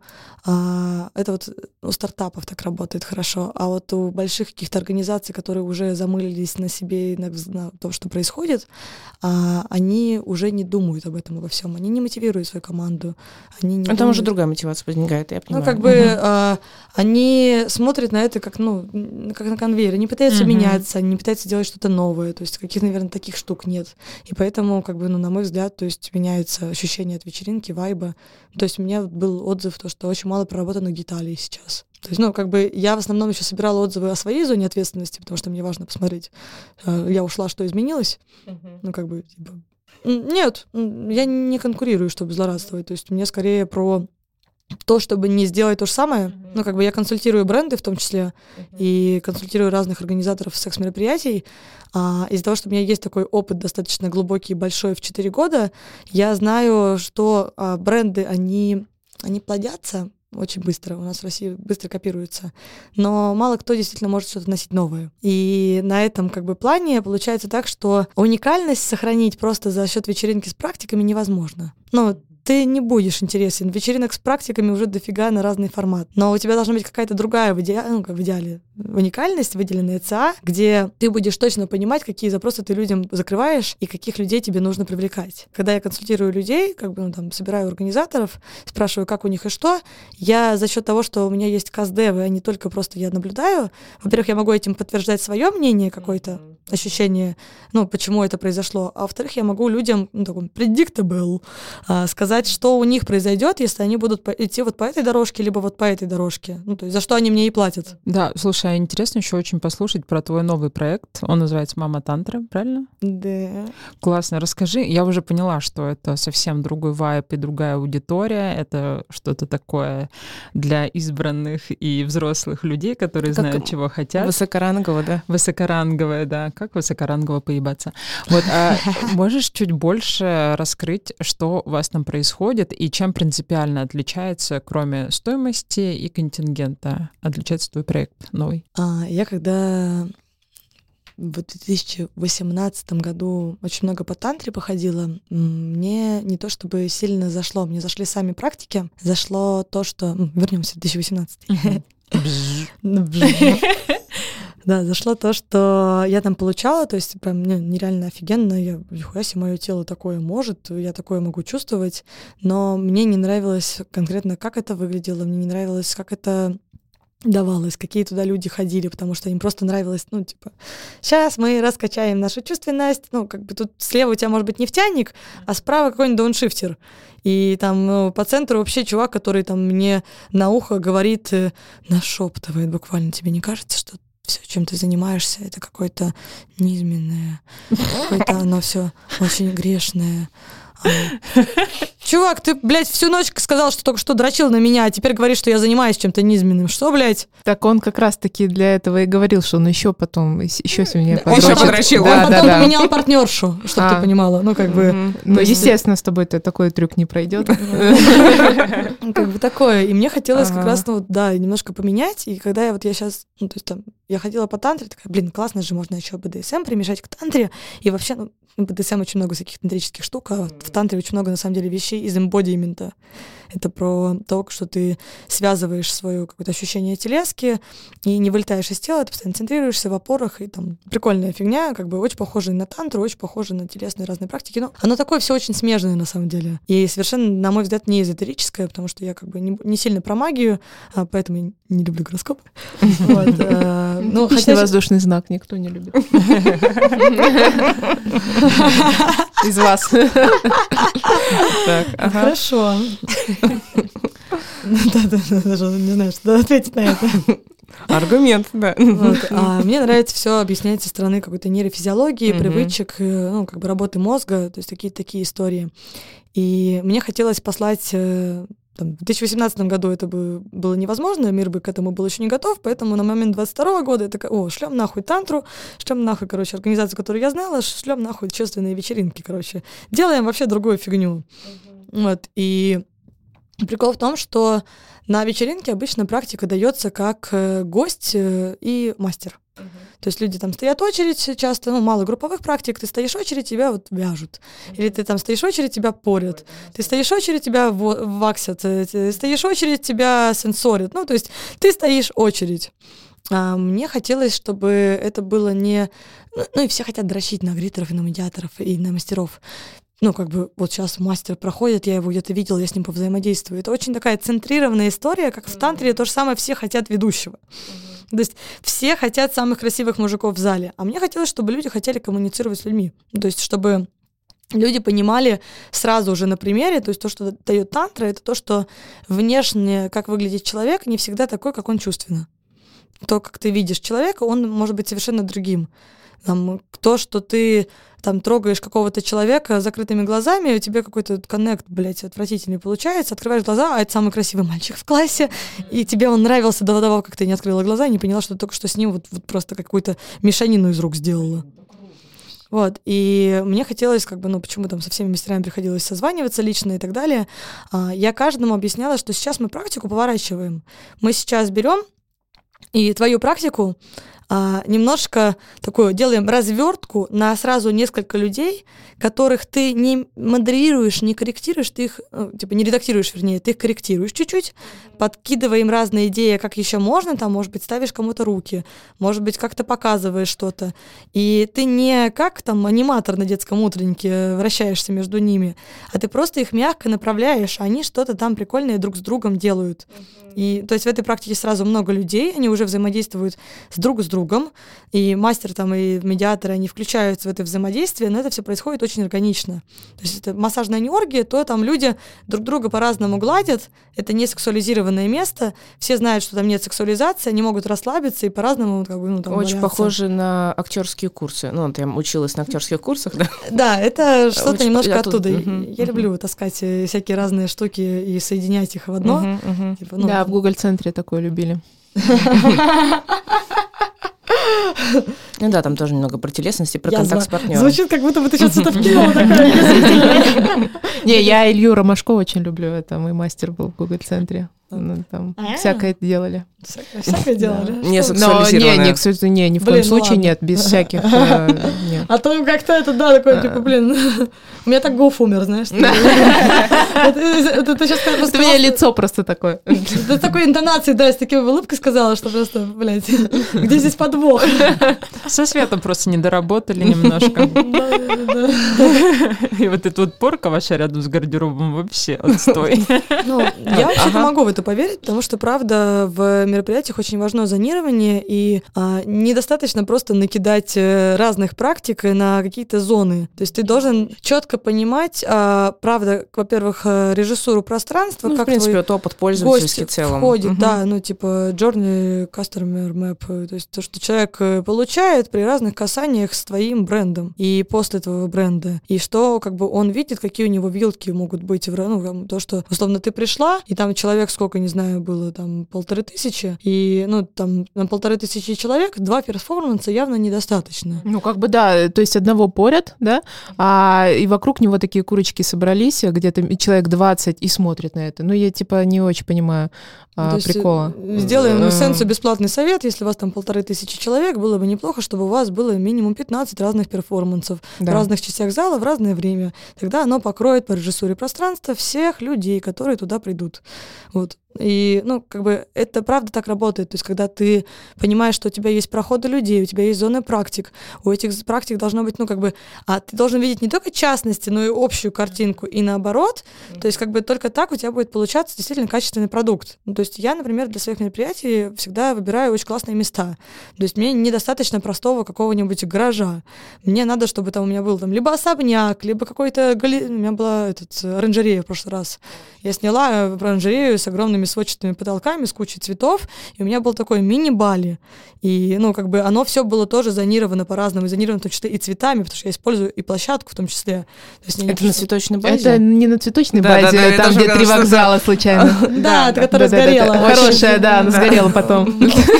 а, это вот у стартапов так работает хорошо. А вот у больших каких-то организаций, которые уже замылились на себе и на, на том, что происходит, а, они уже не думают об этом обо всем. Они не мотивируют свою команду. Они не а там думают... уже другая мотивация возникает, я понимаю. Ну, как бы uh-huh. а, они смотрят на это как, ну, как на конвейер, не пытаются uh-huh. меняться, они не пытаются делать что-то новое, то есть каких, наверное, таких штук нет. И поэтому, как бы, ну, на мой взгляд, то есть меняется ощущение от вечеринки, вайба. То есть у меня был отзыв, то, что очень мало проработанных деталей сейчас. То есть, ну, как бы я в основном еще собирала отзывы о своей зоне ответственности, потому что мне важно посмотреть, я ушла, что изменилось. Uh-huh. Ну, как бы, типа... Нет, я не конкурирую, чтобы злорадствовать. То есть мне скорее про то, чтобы не сделать то же самое. Uh-huh. Ну, как бы я консультирую бренды в том числе uh-huh. и консультирую разных организаторов секс-мероприятий. А, из-за того, что у меня есть такой опыт достаточно глубокий и большой в четыре года, я знаю, что а, бренды, они, они плодятся очень быстро. У нас в России быстро копируются. Но мало кто действительно может что-то носить новое. И на этом как бы плане получается так, что уникальность сохранить просто за счет вечеринки с практиками невозможно. Ну, ты не будешь интересен. Вечеринок с практиками уже дофига на разный формат. Но у тебя должна быть какая-то другая в идеале, ну, в идеале уникальность, выделенная ЦА, где ты будешь точно понимать, какие запросы ты людям закрываешь и каких людей тебе нужно привлекать. Когда я консультирую людей, как бы, ну, там, собираю организаторов, спрашиваю, как у них и что, я за счет того, что у меня есть каз-девы, а не только просто я наблюдаю, во-первых, я могу этим подтверждать свое мнение, какое-то ощущение, ну, почему это произошло, а во-вторых, я могу людям, ну, такой predictable, сказать, что у них произойдет, если они будут идти вот по этой дорожке, либо вот по этой дорожке. Ну, то есть за что они мне и платят. Да, слушай, а интересно еще очень послушать про твой новый проект. Он называется «Мама Тантра», правильно? Да. Классно. Расскажи. Я уже поняла, что это совсем другой вайб и другая аудитория. Это что-то такое для избранных и взрослых людей, которые как знают, чего хотят. Высокорангово, да? Высокоранговое, да. Как высокорангово поебаться? Вот, а можешь чуть больше раскрыть, что у вас там происходит? происходит и чем принципиально отличается, кроме стоимости и контингента, отличается твой проект новый? А, я когда в две тысячи восемнадцатом году очень много по тантре походила, мне не то чтобы сильно зашло, мне зашли сами практики, зашло то, что... Вернемся в две тысячи восемнадцатый. Да, зашло то, что я там получала, то есть прям ну, нереально офигенно, я, нихуя себе, мое тело такое может, я такое могу чувствовать, но мне не нравилось конкретно, как это выглядело, мне не нравилось, как это давалось, какие туда люди ходили, потому что им просто нравилось, ну, типа, сейчас мы раскачаем нашу чувственность, ну, как бы тут слева у тебя может быть нефтяник, а справа какой-нибудь дауншифтер. И там ну, по центру вообще чувак, который там мне на ухо говорит, нашептывает буквально, тебе не кажется, что все, чем ты занимаешься, это какое-то низменное, какое-то оно все очень грешное. Чувак, ты, блядь, всю ночь сказал, что только что дрочил на меня, а теперь говоришь, что я занимаюсь чем-то низменным. Что, блядь? Так он как раз-таки для этого и говорил, что он еще потом, еще с меня подрочит. Еще подрочил. Да, он да, потом да. поменял партнершу, чтобы а. ты понимала. Ну, как бы... Mm-hmm. Ну, есть... естественно, с тобой такой трюк не пройдет. Как бы такое. И мне хотелось как раз, ну, да, немножко поменять. И когда я вот я сейчас, ну, то есть там, я ходила по тантре, такая, блин, классно же, можно еще бэ дэ эс эм примешать к тантре. И вообще, ну, бэ дэ эс эм очень много всяких тантрических штук, а в тантре очень много, на самом деле, вещей, вообще из эмбодимента. Это про то, что ты связываешь свое какое-то ощущение телески и не вылетаешь из тела, ты постоянно центрируешься в опорах, и там прикольная фигня, как бы очень похожа на тантру, очень похожа на телесные разные практики. Но оно такое все очень смежное на самом деле. И совершенно, на мой взгляд, не эзотерическое, потому что я как бы не, не сильно про магию, а поэтому я не люблю гороскопы. Типичный воздушный знак никто не любит. Из вас. Хорошо. Да-да-да, даже не знаю, что ответить на это. Аргумент, да. Вот. А мне нравится все объяснять со стороны какой-то нейрофизиологии, mm-hmm. привычек, ну, как бы работы мозга, то есть такие такие истории. И мне хотелось послать... Там, в две тысячи восемнадцатом году это бы было невозможно, мир бы к этому был еще не готов, поэтому на момент двадцать второго года я такая, о, шлем нахуй тантру, шлем нахуй, короче, организацию, которую я знала, шлем нахуй чувственные вечеринки, короче. Делаем вообще другую фигню. Uh-huh. Вот, и прикол в том, что на вечеринке обычно практика дается как гость и мастер. Uh-huh. То есть люди там стоят очередь часто, ну, мало групповых практик, ты стоишь очередь, тебя вот вяжут. Uh-huh. Или ты там стоишь очередь, тебя порят. Uh-huh. Ты стоишь очередь, тебя ваксят. Ты стоишь очередь, тебя сенсорят. Ну, то есть ты стоишь очередь. А мне хотелось, чтобы это было не... Ну, ну и все хотят дрочить на гритеров, и на медиаторов, и на мастеров. Ну, как бы, вот сейчас мастер проходит, я его где-то видел, я с ним повзаимодействую. Это очень такая центрированная история, как в тантре, то же самое, все хотят ведущего. Uh-huh. То есть все хотят самых красивых мужиков в зале. А мне хотелось, чтобы люди хотели коммуницировать с людьми. То есть чтобы люди понимали сразу уже на примере, то есть то, что дает тантра, это то, что внешне, как выглядит человек, не всегда такой, как он чувственно. То, как ты видишь человека, он может быть совершенно другим. Там, то, что ты там трогаешь какого-то человека с закрытыми глазами, у тебя какой-то коннект, блядь, отвратительный получается, открываешь глаза, а это самый красивый мальчик в классе, и тебе он нравился до того, как ты не открыла глаза и не поняла, что ты только что с ним вот, вот просто какую-то мешанину из рук сделала. Вот, и мне хотелось, как бы, ну, почему там со всеми мастерами приходилось созваниваться лично и так далее, я каждому объясняла, что сейчас мы практику поворачиваем. Мы сейчас берем и твою практику а, немножко такую делаем развертку на сразу несколько людей, которых ты не модерируешь, не корректируешь, ты их, ну, типа не редактируешь, вернее, ты их корректируешь чуть-чуть, подкидывая им разные идеи, как еще можно, там, может быть, ставишь кому-то руки, может быть, как-то показываешь что-то. И ты не как там аниматор на детском утреннике вращаешься между ними, а ты просто их мягко направляешь, а они что-то там прикольное друг с другом делают. И, то есть в этой практике сразу много людей, они уже взаимодействуют с друг с другом, и мастер там, и медиаторы, они включаются в это взаимодействие, но это все происходит очень органично. То есть это массажная не оргия, то там люди друг друга по-разному гладят, это не сексуализированное место, все знают, что там нет сексуализации, они могут расслабиться и по-разному как бы, ну, там, очень валяться. Похоже на актерские курсы. Ну, ты училась на актерских курсах, да? Да, это что-то очень немножко оттуда. Угу, Я угу. люблю таскать всякие разные штуки и соединять их в одно. Угу, угу. Типа, ну, да, в Google-центре такое любили. Ну да, там тоже немного про телесность и про контакт с партнером. Звучит, как будто бы ты сейчас что-то вкинула. Не, я Илью Ромашко очень люблю, это мой мастер был в Google-центре. Там всякое делали. Всякое делали? Не сексуализированное. Не, не, ни в коем случае нет, без всяких... А то как-то это, да, такой, типа, блин, у меня так Гоф умер, знаешь. Ты сейчас как У меня лицо просто такое. Ты с такой интонацией, да, с такой улыбкой сказала, что просто, блядь, где здесь подвох? Со светом просто не доработали немножко. И вот эта вот порка ваша рядом с гардеробом вообще отстой. Ну, я вообще-то могу в это поверить, потому что, правда, в мероприятиях очень важно зонирование, и а, недостаточно просто накидать разных практик на какие-то зоны. То есть ты должен четко понимать, а, правда, во-первых, режиссуру пространства, ну, как в принципе, твой вот опыт пользовательский в целом входит, угу. да, ну, типа journey, customer map, то есть то, что человек получает при разных касаниях с твоим брендом и после твоего бренда, и что, как бы, он видит, какие у него вилки могут быть, ну, то, что, условно, ты пришла, и там человек, сколько, не знаю, было, там, полторы тысячи, и, ну, там, на полторы тысячи человек два перформанса явно недостаточно. Ну, как бы, да, то есть одного порят, да, а и вокруг него такие курочки собрались, где-то человек двадцать и смотрят на это. Ну, я типа не очень понимаю а, прикола. Сделаем Сенсу бесплатный совет, если у вас там полторы тысячи человек, было бы неплохо, чтобы у вас было минимум пятнадцать разных перформансов да. в разных частях зала в разное время. Тогда оно покроет по режиссуре пространства всех людей, которые туда придут. Вот. И, ну, как бы, это правда так работает. То есть, когда ты понимаешь, что у тебя есть проходы людей, у тебя есть зоны практик, у этих практик должно быть, ну, как бы, а ты должен видеть не только частности, но и общую картинку, и наоборот. Mm-hmm. То есть, как бы, только так у тебя будет получаться действительно качественный продукт. Ну, то есть, я, например, для своих мероприятий всегда выбираю очень классные места. То есть, мне недостаточно простого какого-нибудь гаража. Мне надо, чтобы там у меня был там либо особняк, либо какой-то... Гали... У меня была этот, оранжерея в прошлый раз. Я сняла оранжерею с огромными сводчатыми потолками, с кучей цветов, и у меня был такой мини-Бали. И, ну, как бы оно все было тоже зонировано по-разному, зонировано в том числе и цветами, потому что я использую и площадку в том числе. То есть, это не... на цветочной базе? Это не на цветочной да, базе, да, да, там, где три вокзала случайно. Да, которая сгорела. Хорошая, да, она сгорела потом.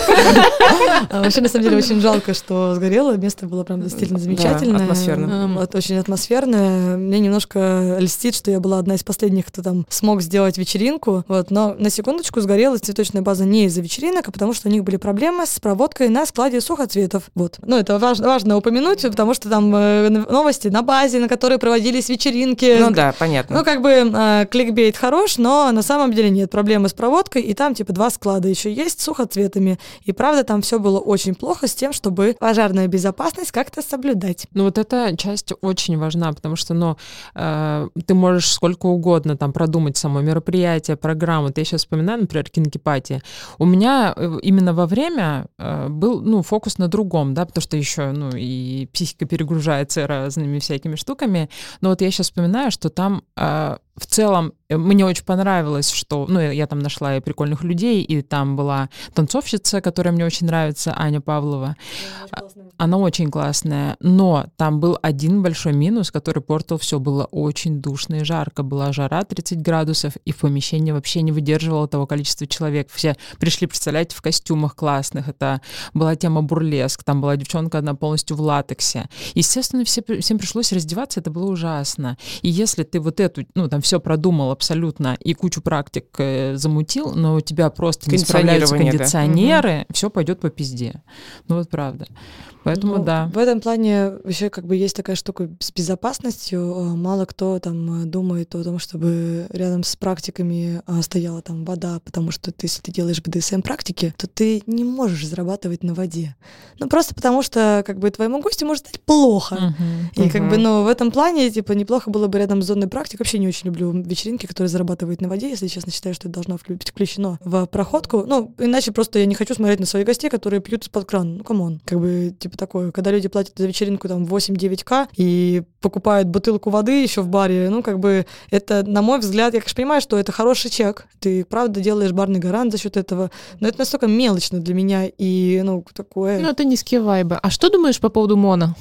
Вообще, на самом деле, очень жалко, что сгорело. Место было прям действительно замечательное. Атмосферно. Очень атмосферное. Мне немножко льстит, что я была одна из последних, кто там смог сделать вечеринку. Вот, но на секундочку сгорела цветочная база не из-за вечеринок, а потому что у них были проблемы с проводкой на складе сухоцветов. Вот. Ну, это важно, важно упомянуть, потому что там э, новости на базе, на которой проводились вечеринки. Ну да, понятно. Ну, как бы э, кликбейт хорош, но на самом деле нет проблемы с проводкой, и там типа два склада еще есть с сухоцветами. И правда, там все было очень плохо с тем, чтобы пожарную безопасность как-то соблюдать. Ну, вот эта часть очень важна, потому что, ну, э, ты можешь сколько угодно там продумать само мероприятие, программу. Ты сейчас вспоминаю, например, кинокипати. У меня именно во время э, был, ну, фокус на другом, да, потому что еще, ну, и психика перегружается разными всякими штуками. Но вот я сейчас вспоминаю, что там э, в целом мне очень понравилось, что, ну, я там нашла и прикольных людей, и там была танцовщица, которая мне очень нравится, Аня Павлова. Очень Она очень классная, но там был один большой минус, который портил все. Было очень душно и жарко. Была жара тридцать градусов, и в помещении вообще не выдерживало того количества человек. Все пришли, представляете, в костюмах классных. Это была тема бурлеск, там была девчонка одна полностью в латексе. Естественно, все, всем пришлось раздеваться, это было ужасно. И если ты вот эту, ну, там все продумал абсолютно и кучу практик э, замутил, но у тебя просто не справляются кондиционеры, да? Все пойдет по пизде. Ну вот правда. Поэтому ну, да. В этом плане еще как бы есть такая штука с безопасностью. Мало кто там думает о том, чтобы рядом с практиками стояла там вода, потому что ты, если ты делаешь бэ дэ эс эм-практики, то ты не можешь зарабатывать на воде. Ну просто потому что как бы твоему гостю может стать плохо. Uh-huh, и uh-huh. как бы, ну в этом плане типа неплохо было бы рядом с зоной практик. Вообще не очень люблю вечеринки, которые зарабатывают на воде, если честно считаю, что это должно быть включено в проходку. Ну иначе просто я не хочу смотреть на своих гостей, которые пьют из-под крана. Ну камон, как бы типа такое, когда люди платят за вечеринку там восемь-девять ка и покупают бутылку воды еще в баре, ну, как бы, это, на мой взгляд, я, конечно, понимаю, что это хороший чек, ты, правда, делаешь барный гарант за счет этого, но это настолько мелочно для меня и, ну, такое... Ну, это низкие вайбы. А что думаешь по поводу Моно?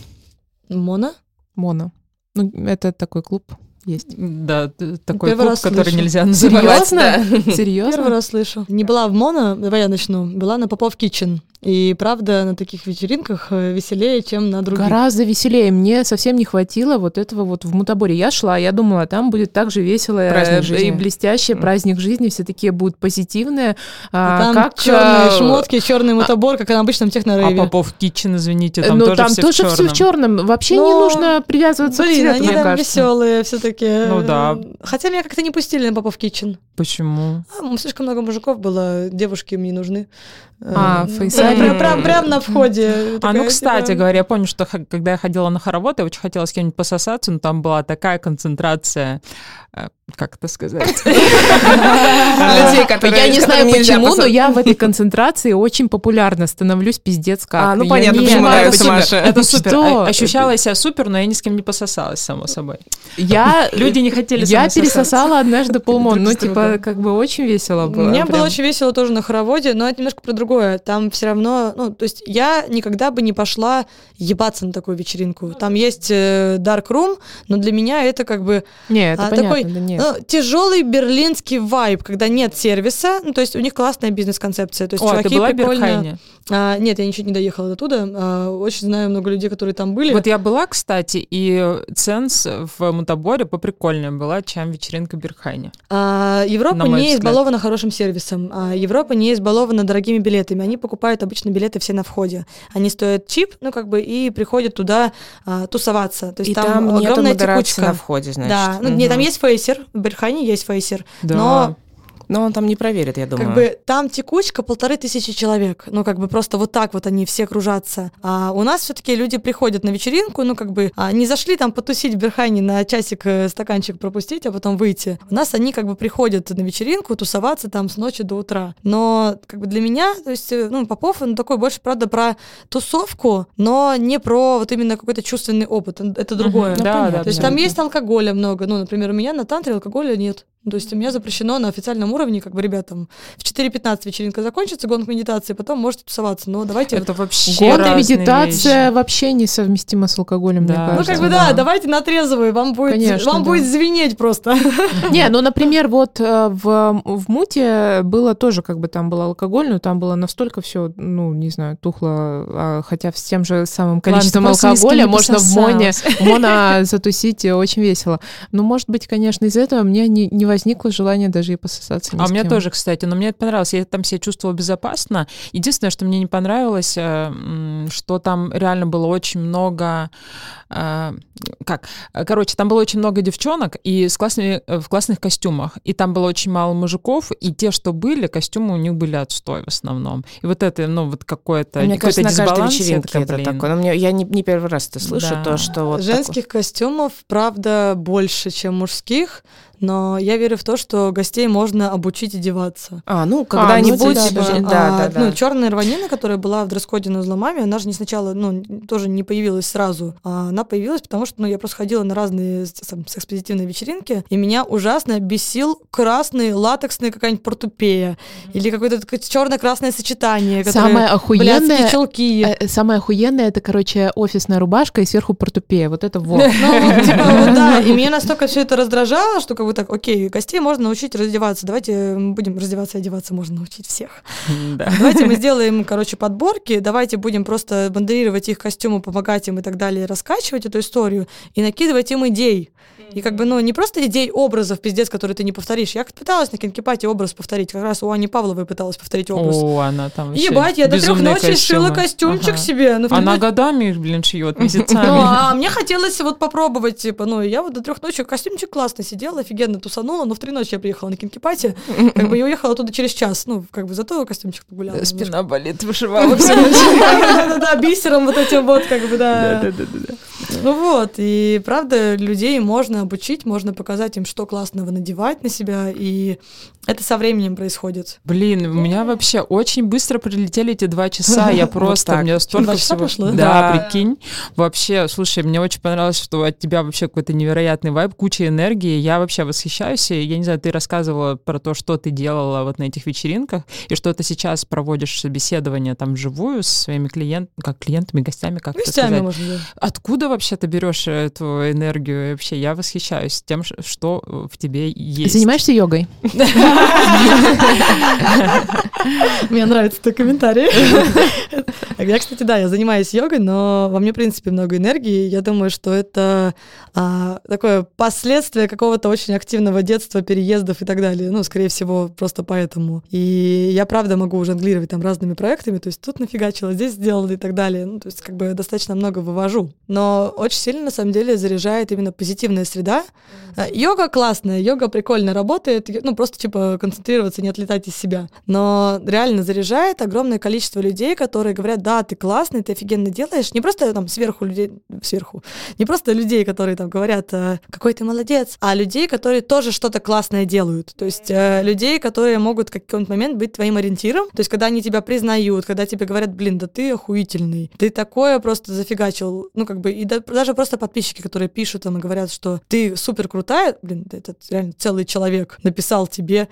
Моно? Моно. Ну, это такой клуб. Есть. Да, такой Первый клуб, который слышу. нельзя называть. Серьезно? Серьезно? Первый раз слышу. Не была в Моно, давай я начну, была на Попов Kitchen. И правда, на таких вечеринках веселее, чем на других. Гораздо веселее. Мне совсем не хватило вот этого вот в Мутаборе. Я шла, я думала, там будет так же весело и блестящий праздник жизни. Все такие будут позитивные. А там как черные шмотки, черный Мутабор, как на обычном технорейве. А Попов Kitchen, извините, там ну, тоже там все тоже в черном. все в черном. Вообще Но... не нужно привязываться Блин, к цвету, они мне там кажется. веселые все-таки. Ну да. Хотя меня как-то не пустили на Попов Kitchen. Почему? А, слишком много мужиков было, девушки мне нужны. А, фейсайм. Прям, прям, прям на входе. А, такая, ну, кстати типа... говоря, я помню, что когда я ходила на хоровод, я очень хотела с кем-нибудь пососаться, но там была такая концентрация, как это сказать? Людей, которые... Я не знаю почему, но я в этой концентрации очень популярно становлюсь, пиздец как. А, ну понятно, почему нравится Маша. Это супер. Ощущала себя супер, но я ни с кем не пососалась, само собой. Люди не хотели Я пересосала однажды полмон, ну типа как бы очень весело было. Мне было очень весело тоже на хороводе, но это немножко про другое. другое. Там все равно, ну, то есть я никогда бы не пошла ебаться на такую вечеринку. Там есть э, dark room, но для меня это как бы не, это а, понятно, такой да нет. ну, тяжелый берлинский вайб, когда нет сервиса. Ну, то есть у них классная бизнес-концепция. То есть О, чуваки ты была в прикольно... Берхайне? А, нет, я ничего не доехала до туда. А, очень знаю много людей, которые там были. Вот я была, кстати, и Ценс в Мутаборе поприкольнее была, чем вечеринка в Берхайне. А, Европа На мой не взгляд. избалована хорошим сервисом. А, Европа не избалована дорогими билетами. Они покупают обычно билеты все на входе. Они стоят чип, ну как бы, и приходят туда а, тусоваться. То есть И там, там нету огромная модерации текучка. на входе, значит. Да, ну, Мгм. нет, там есть фейсер, в Берхайне есть фейсер, Да. но Но он там не проверит, я думаю. как бы там текучка полторы тысячи человек, ну как бы просто вот так вот они все кружатся. А у нас все-таки люди приходят на вечеринку, ну как бы а, не зашли там потусить в Берхайне на часик э, стаканчик пропустить, а потом выйти. У нас они как бы приходят на вечеринку тусоваться там с ночи до утра. Но как бы для меня, то есть, э, ну Попов, он такой больше, правда, про тусовку, но не про вот именно какой-то чувственный опыт. Это другое. Мгм, да, да, То есть там есть алкоголя много. Ну, например, у меня на тантре алкоголя нет. Ну, то есть у меня запрещено на официальном уровне, как бы, ребятам, в четыре пятнадцать вечеринка закончится, гонг медитации, потом можете тусоваться. Но давайте... Это вообще Гонг и разные медитация вещи. вообще несовместима с алкоголем, Да. мне Ну, кажется. как бы, да, давайте на трезвый, вам будет, Конечно, вам да. будет звенеть просто. Не, ну, например, вот э, в, в Муте было тоже, как бы там был алкоголь, но там было настолько все, ну, не знаю, тухло, а, хотя с тем же самым количеством просто ни с кем алкоголя не можно в Моне, пососалась. в Моно затусить очень весело. Но, может быть, конечно, из-за этого мне не, не возникло желания даже и пососаться ни А с у меня кем. тоже, кстати, но мне это понравилось. Я там себя чувствовала безопасно. Единственное, что мне не понравилось, э, м, что там реально было очень много... э, Как? Короче, там было очень много девчонок и с классными, э, в классных костюмах. И там было очень мало мужиков, и те, что были, костюмы у них были отстой в основном. И вот это, ну, вот какое-то, Мне какой-то кажется, на каждой дисбаланс. вечеринке такая, это блин. такое. Но мне, я не, не первый раз это слышу, Да. то, что вот Женских костюмов, правда, больше, чем мужских, но я верю в то, что гостей можно обучить одеваться. А, ну, ну, когда-нибудь... да, Типа, да, да, а, да, да. Ну, черная рванина, которая была в дресс-коде на взломами, она же не сначала, ну, тоже не появилась сразу. А она появилась, потому что, ну, я просто ходила на разные там, секс-позитивные вечеринки, и меня ужасно бесил красный, латексный какая-нибудь портупея, mm-hmm. или какое-то такое черно-красное сочетание, которое, Самое охуенное, блядские чулки. э, самое охуенное, это, короче, офисная рубашка и сверху портупея. Вот это вот. Ну, вот, типа, вот, да, и меня настолько все это раздражало, что как бы так, окей, гостей можно научить раздеваться, давайте будем раздеваться и одеваться, можно научить всех. Да. Давайте мы сделаем, короче, подборки, давайте будем просто модерировать их костюмы, помогать им и так далее, раскачивать эту историю и накидывать им идей. И как бы, ну, не просто идей, образов, пиздец, которые ты не повторишь. Я пыталась на Кинкипате образ повторить, как раз у Ани Павловой пыталась повторить образ. О, она там вообще Ебать, я до трех безумные ночи шила костюмы. костюмчик Ага. себе. Ну, в Она три ночи- годами их, блин, шьет, месяцами. Ну, а мне хотелось вот попробовать, типа, ну, я вот до трех ночи костюмчик классно сидела, офигенно тусанула, но в три ночи я приехала на Кинкипате, как бы я уехала оттуда через час, ну, как бы зато костюмчик погуляла. немножко. Спина болит, вышивала все. Да-да-да, бисером вот этим вот, как бы, да. Да-да-да. Ну вот, и правда, людей можно обучить, можно показать им, что классного надевать на себя, и это со временем происходит. Блин, у меня вообще очень быстро прилетели эти два часа. Я просто, так. у меня столько Два часа всего. прошло? Да, Да. прикинь. Вообще, слушай, мне очень понравилось, что от тебя вообще какой-то невероятный вайб, куча энергии. Я вообще восхищаюсь. И я не знаю, ты рассказывала про то, что ты делала вот на этих вечеринках, и что ты сейчас проводишь собеседование там вживую со своими клиентами, как клиентами, гостями, как это Гостями, сказать. можно, да. Откуда вообще ты берешь эту энергию? И вообще, я восхищаюсь тем, ш- что в тебе есть. Занимаешься йогой? Мне нравится твой комментарий. Я, кстати, да, я занимаюсь йогой, но во мне, в принципе, много энергии. Я думаю, что это а, такое последствие какого-то очень активного детства, переездов и так далее. Ну, скорее всего, просто поэтому. И я, правда, могу жонглировать там разными проектами, то есть тут нафигачила, здесь сделала и так далее. Ну, то есть как бы достаточно много вывожу. Но очень сильно, на самом деле, заряжает именно позитивная среда. А, Йога классная, йога прикольно работает, ну, просто, типа, концентрироваться, не отлетать из себя. Но реально заряжает огромное количество людей, которые говорят, да, ты классный, ты офигенно делаешь. Не просто там сверху людей, сверху, не просто людей, которые там говорят, э, какой ты молодец, а людей, которые тоже что-то классное делают. То есть э, людей, которые могут в какой-нибудь момент быть твоим ориентиром. То есть когда они тебя признают, когда тебе говорят, блин, да ты охуительный, ты такое просто зафигачил. Ну, как бы, и да, даже просто подписчики, которые пишут там и говорят, что ты супер крутая, блин, да, этот реально целый человек написал тебе,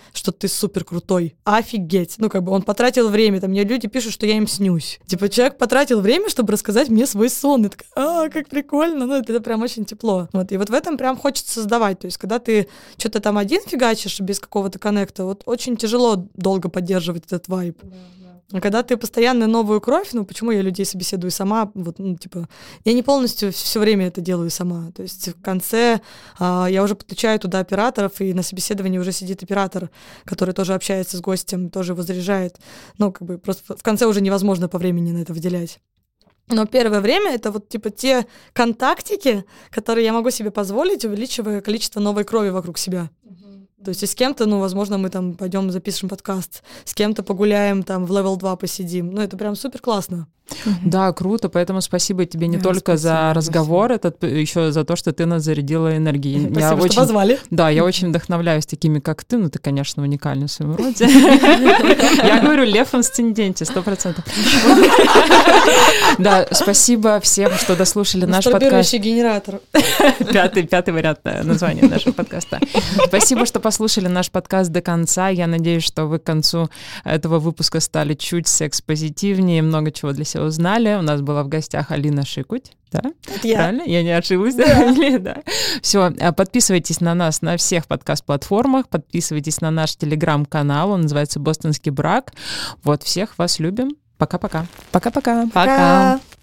что ты супер крутой. Офигеть. Ну, как бы он потратил время. Там мне люди пишут, что я им снюсь. Типа, человек потратил время, чтобы рассказать мне свой сон. И такая, а, как прикольно. Ну, это, это прям очень тепло. Вот. И вот в этом прям хочется создавать. То есть, когда ты что-то там один фигачишь без какого-то коннекта, вот очень тяжело долго поддерживать этот вайб. А когда ты постоянно новую кровь, ну, почему я людей собеседую сама, вот, ну, типа, я не полностью все время это делаю сама, то есть в конце а, я уже подключаю туда операторов, и на собеседовании уже сидит оператор, который тоже общается с гостем, тоже его заряжает, ну, как бы просто в конце уже невозможно по времени на это выделять. Но первое время это вот типа те контактики, которые я могу себе позволить, увеличивая количество новой крови вокруг себя. То есть и с кем-то, ну, возможно, мы там пойдем запишем подкаст, с кем-то погуляем, там в левел два посидим. Ну, это прям супер классно. Да, круто, поэтому спасибо тебе не да, только спасибо, за разговор, спасибо. этот, еще за то, что ты нас зарядила энергией. Спасибо, я что очень, позвали. Да, я очень вдохновляюсь такими, как ты, ну ты, конечно, уникальный в своем роде. Я говорю, лев инсценденте, сто процентов. Да, спасибо всем, что дослушали наш подкаст. Мастурбирующий генератор. Пятый, пятый вариант названия нашего подкаста. Спасибо, что послушали наш подкаст до конца. Я надеюсь, что вы к концу этого выпуска стали чуть секс-позитивнее, много чего для себя узнали. У нас была в гостях Алина Шикуть. Да? Это я. Правильно? Я не ошиблась. Да. Да. Все, подписывайтесь на нас на всех подкаст-платформах, подписывайтесь на наш телеграм-канал, он называется «Бостонский брак». Вот, всех вас любим. Пока-пока. Пока-пока. Пока.